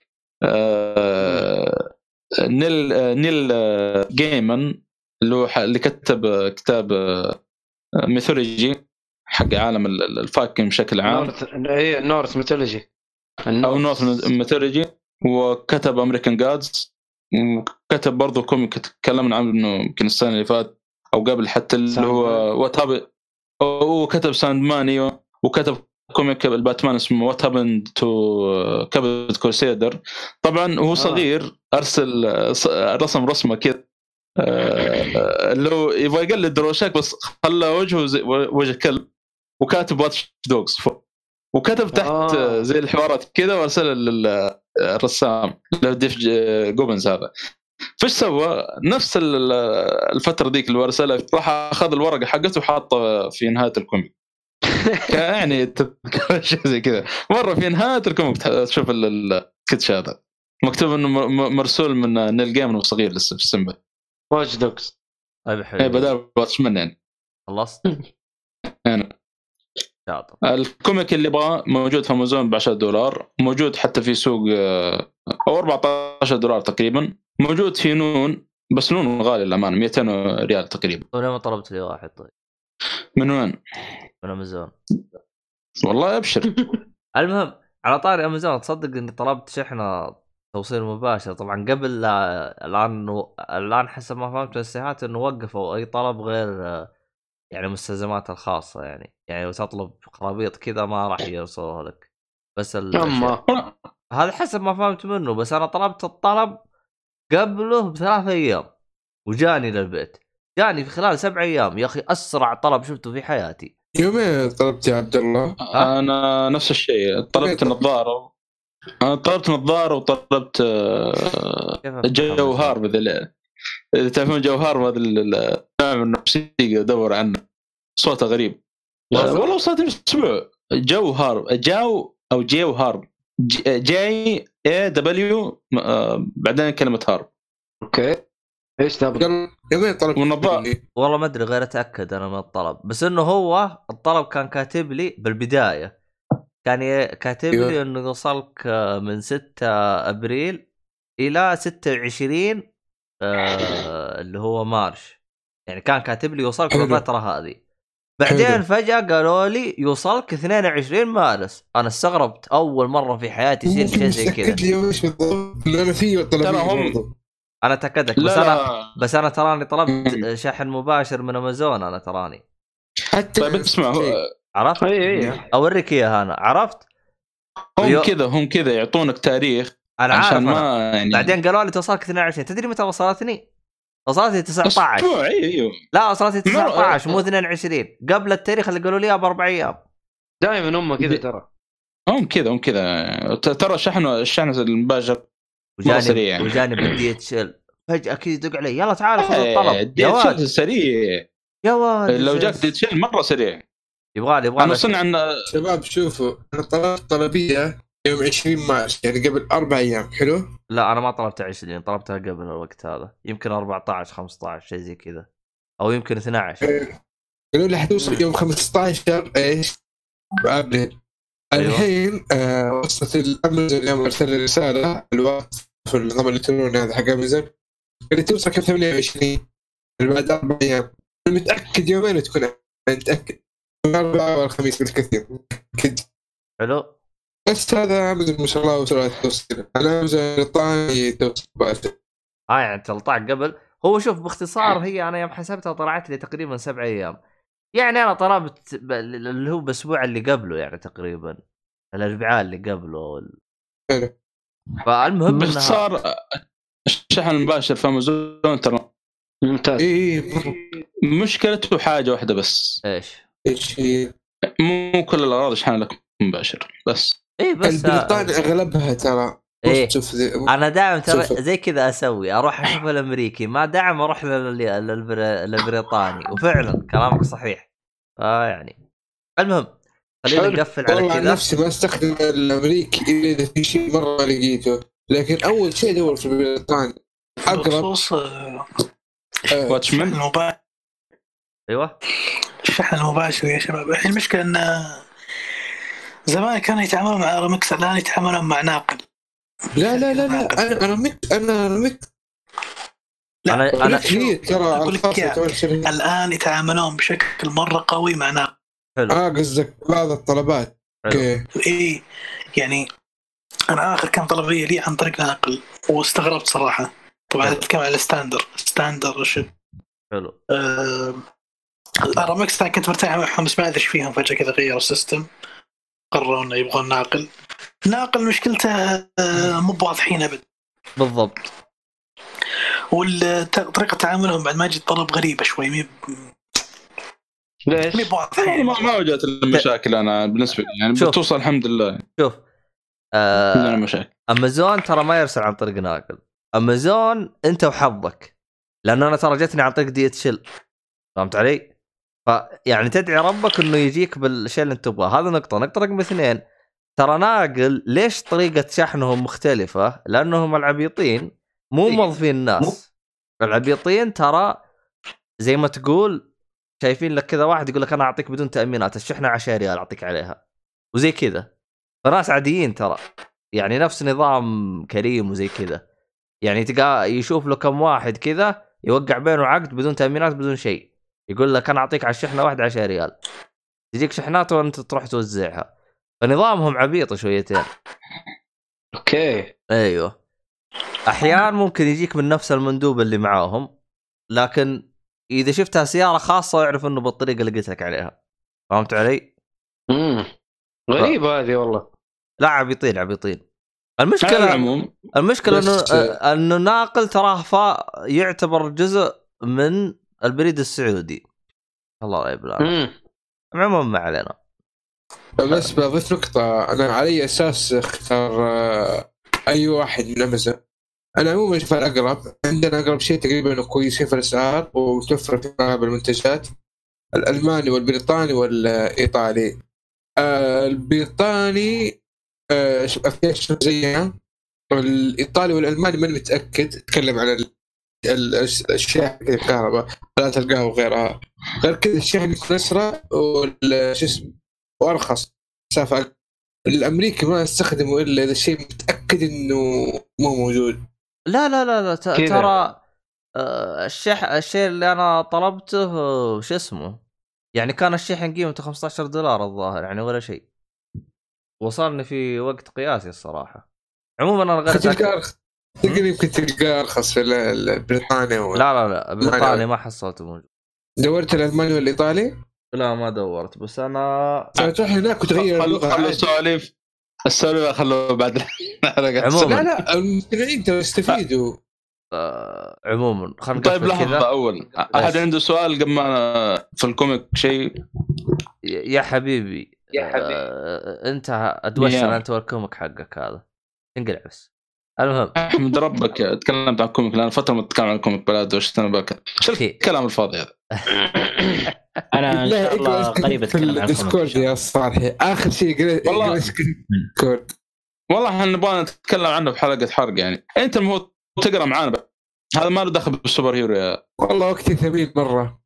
نيل جيمان اللي كتب كتاب ميثولوجي، حق عالم الفايكنج بشكل عام. هي نورث ميثولوجي او نورث ميثولوجي. وكتب امريكان جادز، وكتب برضو كوميك تكلمنا عنه يمكن السنه اللي فات او قبل حتى اللي هو وات، وكتب ساندمان. ايوه، وكتب كوميك الباتمان اسمه وات هابند تو كابت كورسيدر. طبعا هو صغير ارسل رسمه كذا اللي هو يبغى يقلد دروشاك بس خلى وجهه زي وجه كلب، وكاتب واتش دوغز وكتب تحت زي الحوارات كذا وارسل للرسام ديف جوبنز. هذا فايش سوى؟ نفس الفتره ذيك اللي ارسلها راح اخذ الورقه حقته وحاطه في نهايه الكوميك. يعني شيء زي كذا مره في نهايه الكوميك تشوف الكتش هذا مكتوب انه مرسول من نيل جيمن وصغير لسه في السمبا واتش دوغز. طيب حلو، بدل واتشمان يعني. خلصت انا شاطر. الكوميك اللي يبغاه موجود في امازون ب$10، موجود حتى في سوق او $14 تقريبا، موجود في نون، بس نون غالي للأمانة $200 تقريبا. ولما طلبت لي واحد طيب من وين؟ من امازون والله ابشر. المهم على طاري امازون، تصدق اني طلبت شحنه توصيل مباشر طبعا قبل الان حسب ما فهمت السيهات انه وقفوا اي طلب غير يعني مستلزمات الخاصه، يعني لو تطلب خرابيط كذا ما راح يوصلوها لك. بس هذا حسب ما فهمت منه. بس انا طلبت الطلب قبله ب3 أيام وجاني للبيت، جاني في خلال 7 أيام. يا اخي اسرع طلب شفته في حياتي. يومين طلبت يا عبد الله؟ انا نفس الشيء، طلبت نظاره، وطلبت جوهر مثل تعرفون جوهر هذا النوع النفسي ادور عنه، صوته غريب والله صوته اسبوع. جوهر جي اي دبليو بعدين كلمه هارب. اوكي ايش تبغى؟ يومين طلب والله ما ادري غير اتاكد انا من الطلب، بس انه هو الطلب كان كاتب لي بالبدايه، كان كاتب لي انه يوصلك من 6 ابريل الى 26 اللي هو مارش، يعني كان كاتب لي يوصلك في الفتره هذه. بعدين فجاه قالوا لي يوصلك 22 مارس. انا استغربت، اول مره في حياتي يصير شيء زي كذا. تاكد لي وش بالضبط اللي انا فيه طلبيه؟ انا تاكدك، بس انا تراني طلبت شحن مباشر من امازون. انا تراني حتى طيب اسمع، عرفت اوريك اياها. انا عرفت هم كذا يعطونك تاريخ انا عشان ما يعني. بعدين قالوا لي توصلك 22. تدري متى وصلتني؟ وصلتني 19. ايوه لا وصلتني 19 مو 22 قبل التاريخ اللي قالوا لي ب4 أيام. دائما هم كذا ترى، هم كذا ترى الشحن المباشر وجاني بدي اتشل فجأة كذا يدق علي يلا تعال خذ الطلب. يا واد سريع يا واد، لو جاك تتشل مرة سريع. يبغالي أنا وصلنا عن شباب شوفوا، أنا طلبت طلبية يوم 20 مارس يعني قبل 4 أيام. حلو؟ لا أنا ما طلبت 20، طلبتها قبل الوقت هذا، يمكن 14 15 شيء زي كذا، أو يمكن 12. قالوا لي حتوصل يوم 15 إيش أبريل. الحين وصلت الأمازون يوم أرسل رسالة الوقت في النظام الإلكتروني هذا حق أمازون، قال لي توصل كم 28 بعد 4 أيام. متأكد يومين تكون متأكد، الأربعاء والخميس بالكثير متأكد. حلو. بس هذا أمازون ما شاء الله وسرعة توصيل. أنا أمازون طاني توصيل باشر. يعني تلطع قبل. هو شوف باختصار، هي أنا يوم حسبتها طلعت لي تقريبا 7 أيام. يعني أنا طلبت اللي هو بأسبوع اللي قبله، يعني تقريبا الأربعاء اللي قبله. حلو. فالمهم باختصار الشحن المباشر في أمازون ترى ممتاز. مشكلته حاجة واحدة بس. إيش هي؟ مو كل الأغراض يشحن لك مباشر بس. بس البريطاني أغلبها ترى. أنا دائما ترى زي كذا أسوي، أروح أشوف الأمريكي، ما دائما أروح للبريطاني. وفعلا كلامك صحيح. يعني المهم خلينا نقفل على كذا. نفسي ما استخدم الأمريكي إلا إذا في شيء مرة لقيته، لكن أول شيء دور في البريطاني أقرب. واتشمان المباشر. أيوة الشحن المباشر يا شباب. الحين المشكلة أن زمان كانوا يتعاملون مع رمكس، الآن يتعاملون مع ناقل. لا أنا رمكس. أنا ترى الآن يتعاملون بشكل مرة قوي مع ناقل. حلو. قصدك بعض الطلبات. ايه يعني انا اخر كان طلبيه لي عن طريق ناقل واستغربت صراحه. طبعا اتكلم على ستاندر شيب. حلو. رامكس كنت مرتاح معهم بس ما ادري ايش فيهم فجاه كذا غيروا السيستم قرروا انه يبغون ناقل مشكلته مو واضحين ابد. بالضبط. وطريقه تعاملهم بعد ما جت طلب غريبه شوي ليش؟ ما وجدت المشاكل انا بالنسبه لي يعني بتوصل الحمد لله. شوف امازون ترى ما يرسل عن طريق ناقل. امازون انت وحظك، لانه انا ترى جتني عن طريق DHL، فهمت علي؟ فيعني تدعي ربك انه يجيك بالشيء اللي انت تبغاه. هذا نقطه رقم 2. ترى ناقل ليش طريقه شحنهم مختلفه؟ لانهم العبيطين مو موظفين الناس. العبيطين ترى زي ما تقول شايفين لك كذا واحد يقول لك انا اعطيك بدون تامينات الشحنه 10 ريال اعطيك عليها وزي كذا. فناس عاديين ترى، يعني نفس نظام كريم وزي كذا. يعني تلقى يشوف له كم واحد كذا يوقع بينه عقد بدون تامينات بدون شيء، يقول لك انا اعطيك على الشحنه واحده 10 ريال، تجيك شحنات وانت تروح توزعها. فنظامهم عبيط شويتين. اوكي ايوه. احيانا ممكن يجيك من نفس المندوب اللي معاهم، لكن اذا شفتها سياره خاصه يعرف انه بالطريقه اللي قلت لك عليها. فهمت علي؟ غريبه هذه والله. لا عبيطين. المشكله انه ناقل تراه يعتبر جزء من البريد السعودي. الله لا يبلغ. عموما ما علينا. بس بضيف نقطه، انا على اساس اختار اي واحد من امازون. انا عموما اشوف الاقرب عندنا اقرب شيء تقريبا كويسين في الاسعار وتوفر في اغلب المنتجات، الالماني والبريطاني والايطالي. البريطاني افكاش زيها، الايطالي والالماني ما متاكد. اتكلم عن الشاحن الكهرباء ثلاث القهوه وغيرها. غير كذا الشحن يكون اسرع وارخص مسافه. الامريكي ما استخدمه الا اذا شيء متاكد انه مو موجود. لا ترى الشيء اللي انا طلبته وش اسمه يعني كان الشحن قيمته $15 الظاهر، يعني ولا شيء. وصلني في وقت قياسي الصراحه. عموما انا تقدر يمكن تلقى ارخص في البريطاني لا بريطاني ما حصلته موجود. دورت الالماني والايطالي؟ لا ما دورت، بس انا تروح هناك وتغير اللغه. خلوا السواليف خلوا بعد الحلقه. لا المستمعين يستفيدوا. عموما خلينا طيب لحظه اول احد عنده سؤال قبل ما في الكوميك شيء؟ يا حبيبي انت ادوشن انت والكوميك حقك هذا انقلع بس. المهم احمد ربك تكلمت عن الكوميك، لان فتره ما اتكلم عن الكوميك بلا دوش انا باكر الكلام الفاضي هذا. انا ان شاء الله قريب اتكلم عن الكوميك يا صالحي. اخر شيء قلت والله احنا نبغى نتكلم عنه بحلقه حرق. يعني انت المفروض تقرا معانا بقى. هذا ما له دخل بالسوبر هيرو يا والله وقتي ثمين مره.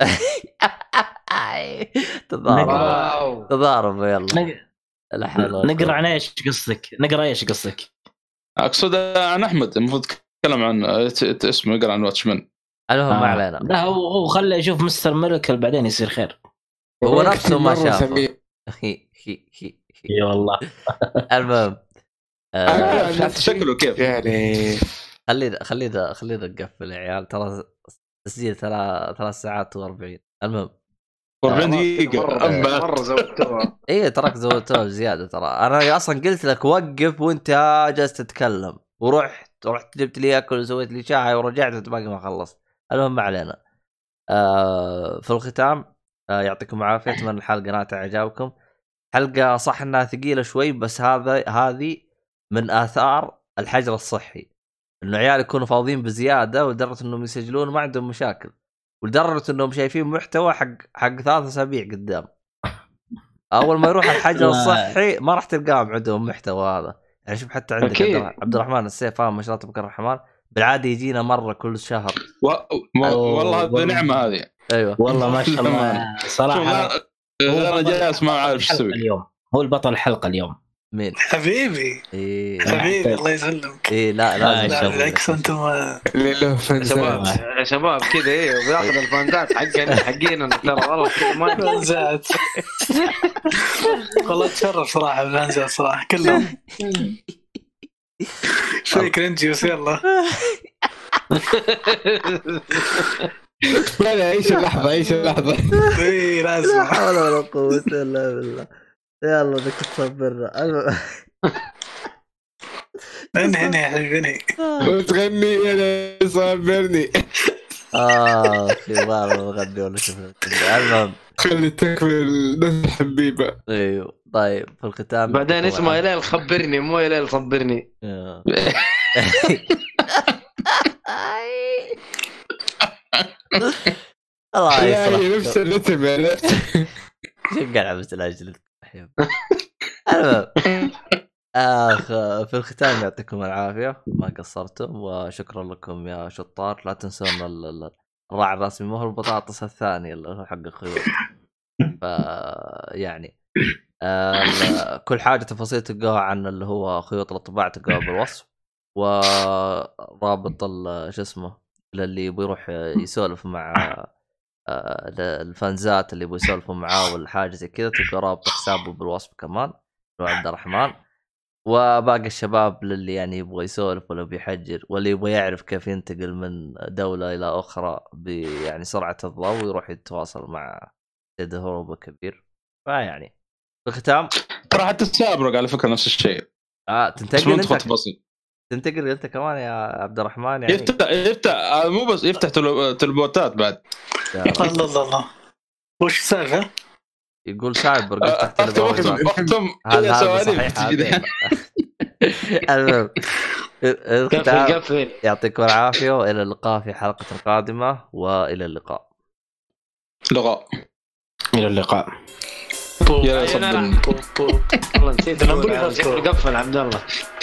تضارب يلا. نقرا عن ايش قصدك؟ اقصد عن احمد المفروض تتكلم عن اسمه يقرا عن واتشمان. المهم ما علينا. لا هو خليه يشوف مستر ميركل بعدين يصير خير. هو نفسه ما شافه. يا والله. المهم شكله كيف يعني خلينا نقفل يا عيال. ترى تسجيل 3 ساعات و40. المهم 40 دقيقة مرة زودتوها. ايه تراك زودتوها بزيادة. ترى انا اصلا قلت لك وقف وانت جالس تتكلم ورحت جبت لي اكل وسويت لي شاي ورجعت وانت باقي ما خلصت. المهم ما علينا. في الختام يعطيكم العافية. اتمنى الحلقة نالت اعجابكم. حلقة صح انها ثقيلة شوي، بس هذه من آثار الحجر الصحي، انه عيال يكونوا فاضيين بزيادة ولدرجة انهم يسجلون ما عندهم مشاكل، ولدرجة انهم شايفين محتوى حق 3 أسابيع قدام. اول ما يروح الحجر الصحي ما راح تلقاهم عندهم محتوى هذا. يعني شوف حتى عندك عبد الرحمن السيف ما شاء الله تبارك الرحمن بالعاده يجينا مره كل شهر. والله هذه نعمه هذه. ايوه والله ما شاء الله صراحه. انا جالس ما عارف ايش اسوي اليوم. هو البطل الحلقه اليوم. مين حبيبي حبيبي الله يسلمك. لا بالعكس انتم له فانزات يا شباب كذا وبياخذ الفانزات حقين ترى والله كذا ما فانزات. والله تشرف صراحه بالفانزات صراحه كلهم شوي كرنجي بس يلا. لا عيش اللحظه اي لازم. لا حول ولا قوه الا بالله. يلا بدك تصبرنا انهي يا حبيبي وتغني يا صابرني. في ضارب غني ولا شوف المهم خلي تكمل ناس حبيبه. ايوه طيب في الختام بعدين اسمه يا ليل خبرني مو يا ليل صبرني. الله يسرح نفس الرتم يا ليل. شو قاعد عبس الاجل. في الختام يعطيكم العافيه ما قصرتم وشكرا لكم يا شطار. لا تنسون الراعي الرسمي مو البطاطس الثاني اللي هو حق الخيوط. يعني كل حاجه تفاصيل تلقاها عن اللي هو خيوط الطباعه تلقاها بالوصف. ورابط شو اسمه للي يبغى يروح يسولف مع الفانزات اللي يبغوا يسولفوا معاه والحاجه زي كذا تلقى رابط حسابه بالوصف كمان لو عبد الرحمن. وباقي الشباب للي يعني يبغى يسولف ولا بيحجر واللي يبغى يعرف كيف ينتقل من دولة إلى أخرى يعني سرعة الضوء ويروح يتواصل مع سيد هروب كبير. فيعني بالختام ترى حتى السابرق على فكرة نفس الشيء. تنتقل انت كمان يا عبد الرحمن يعني يفتح مو بس يفتح تلبوتات بعد. الله وش السالفة؟ يقول سايبر قلت تحت وقتهم هذا صحيح. يعطيكم العافية وإلى اللقاء في حلقة قادمة وإلى اللقاء. إلى اللقاء. يلا صبر. والله نسيت نقول قفل عبد الله.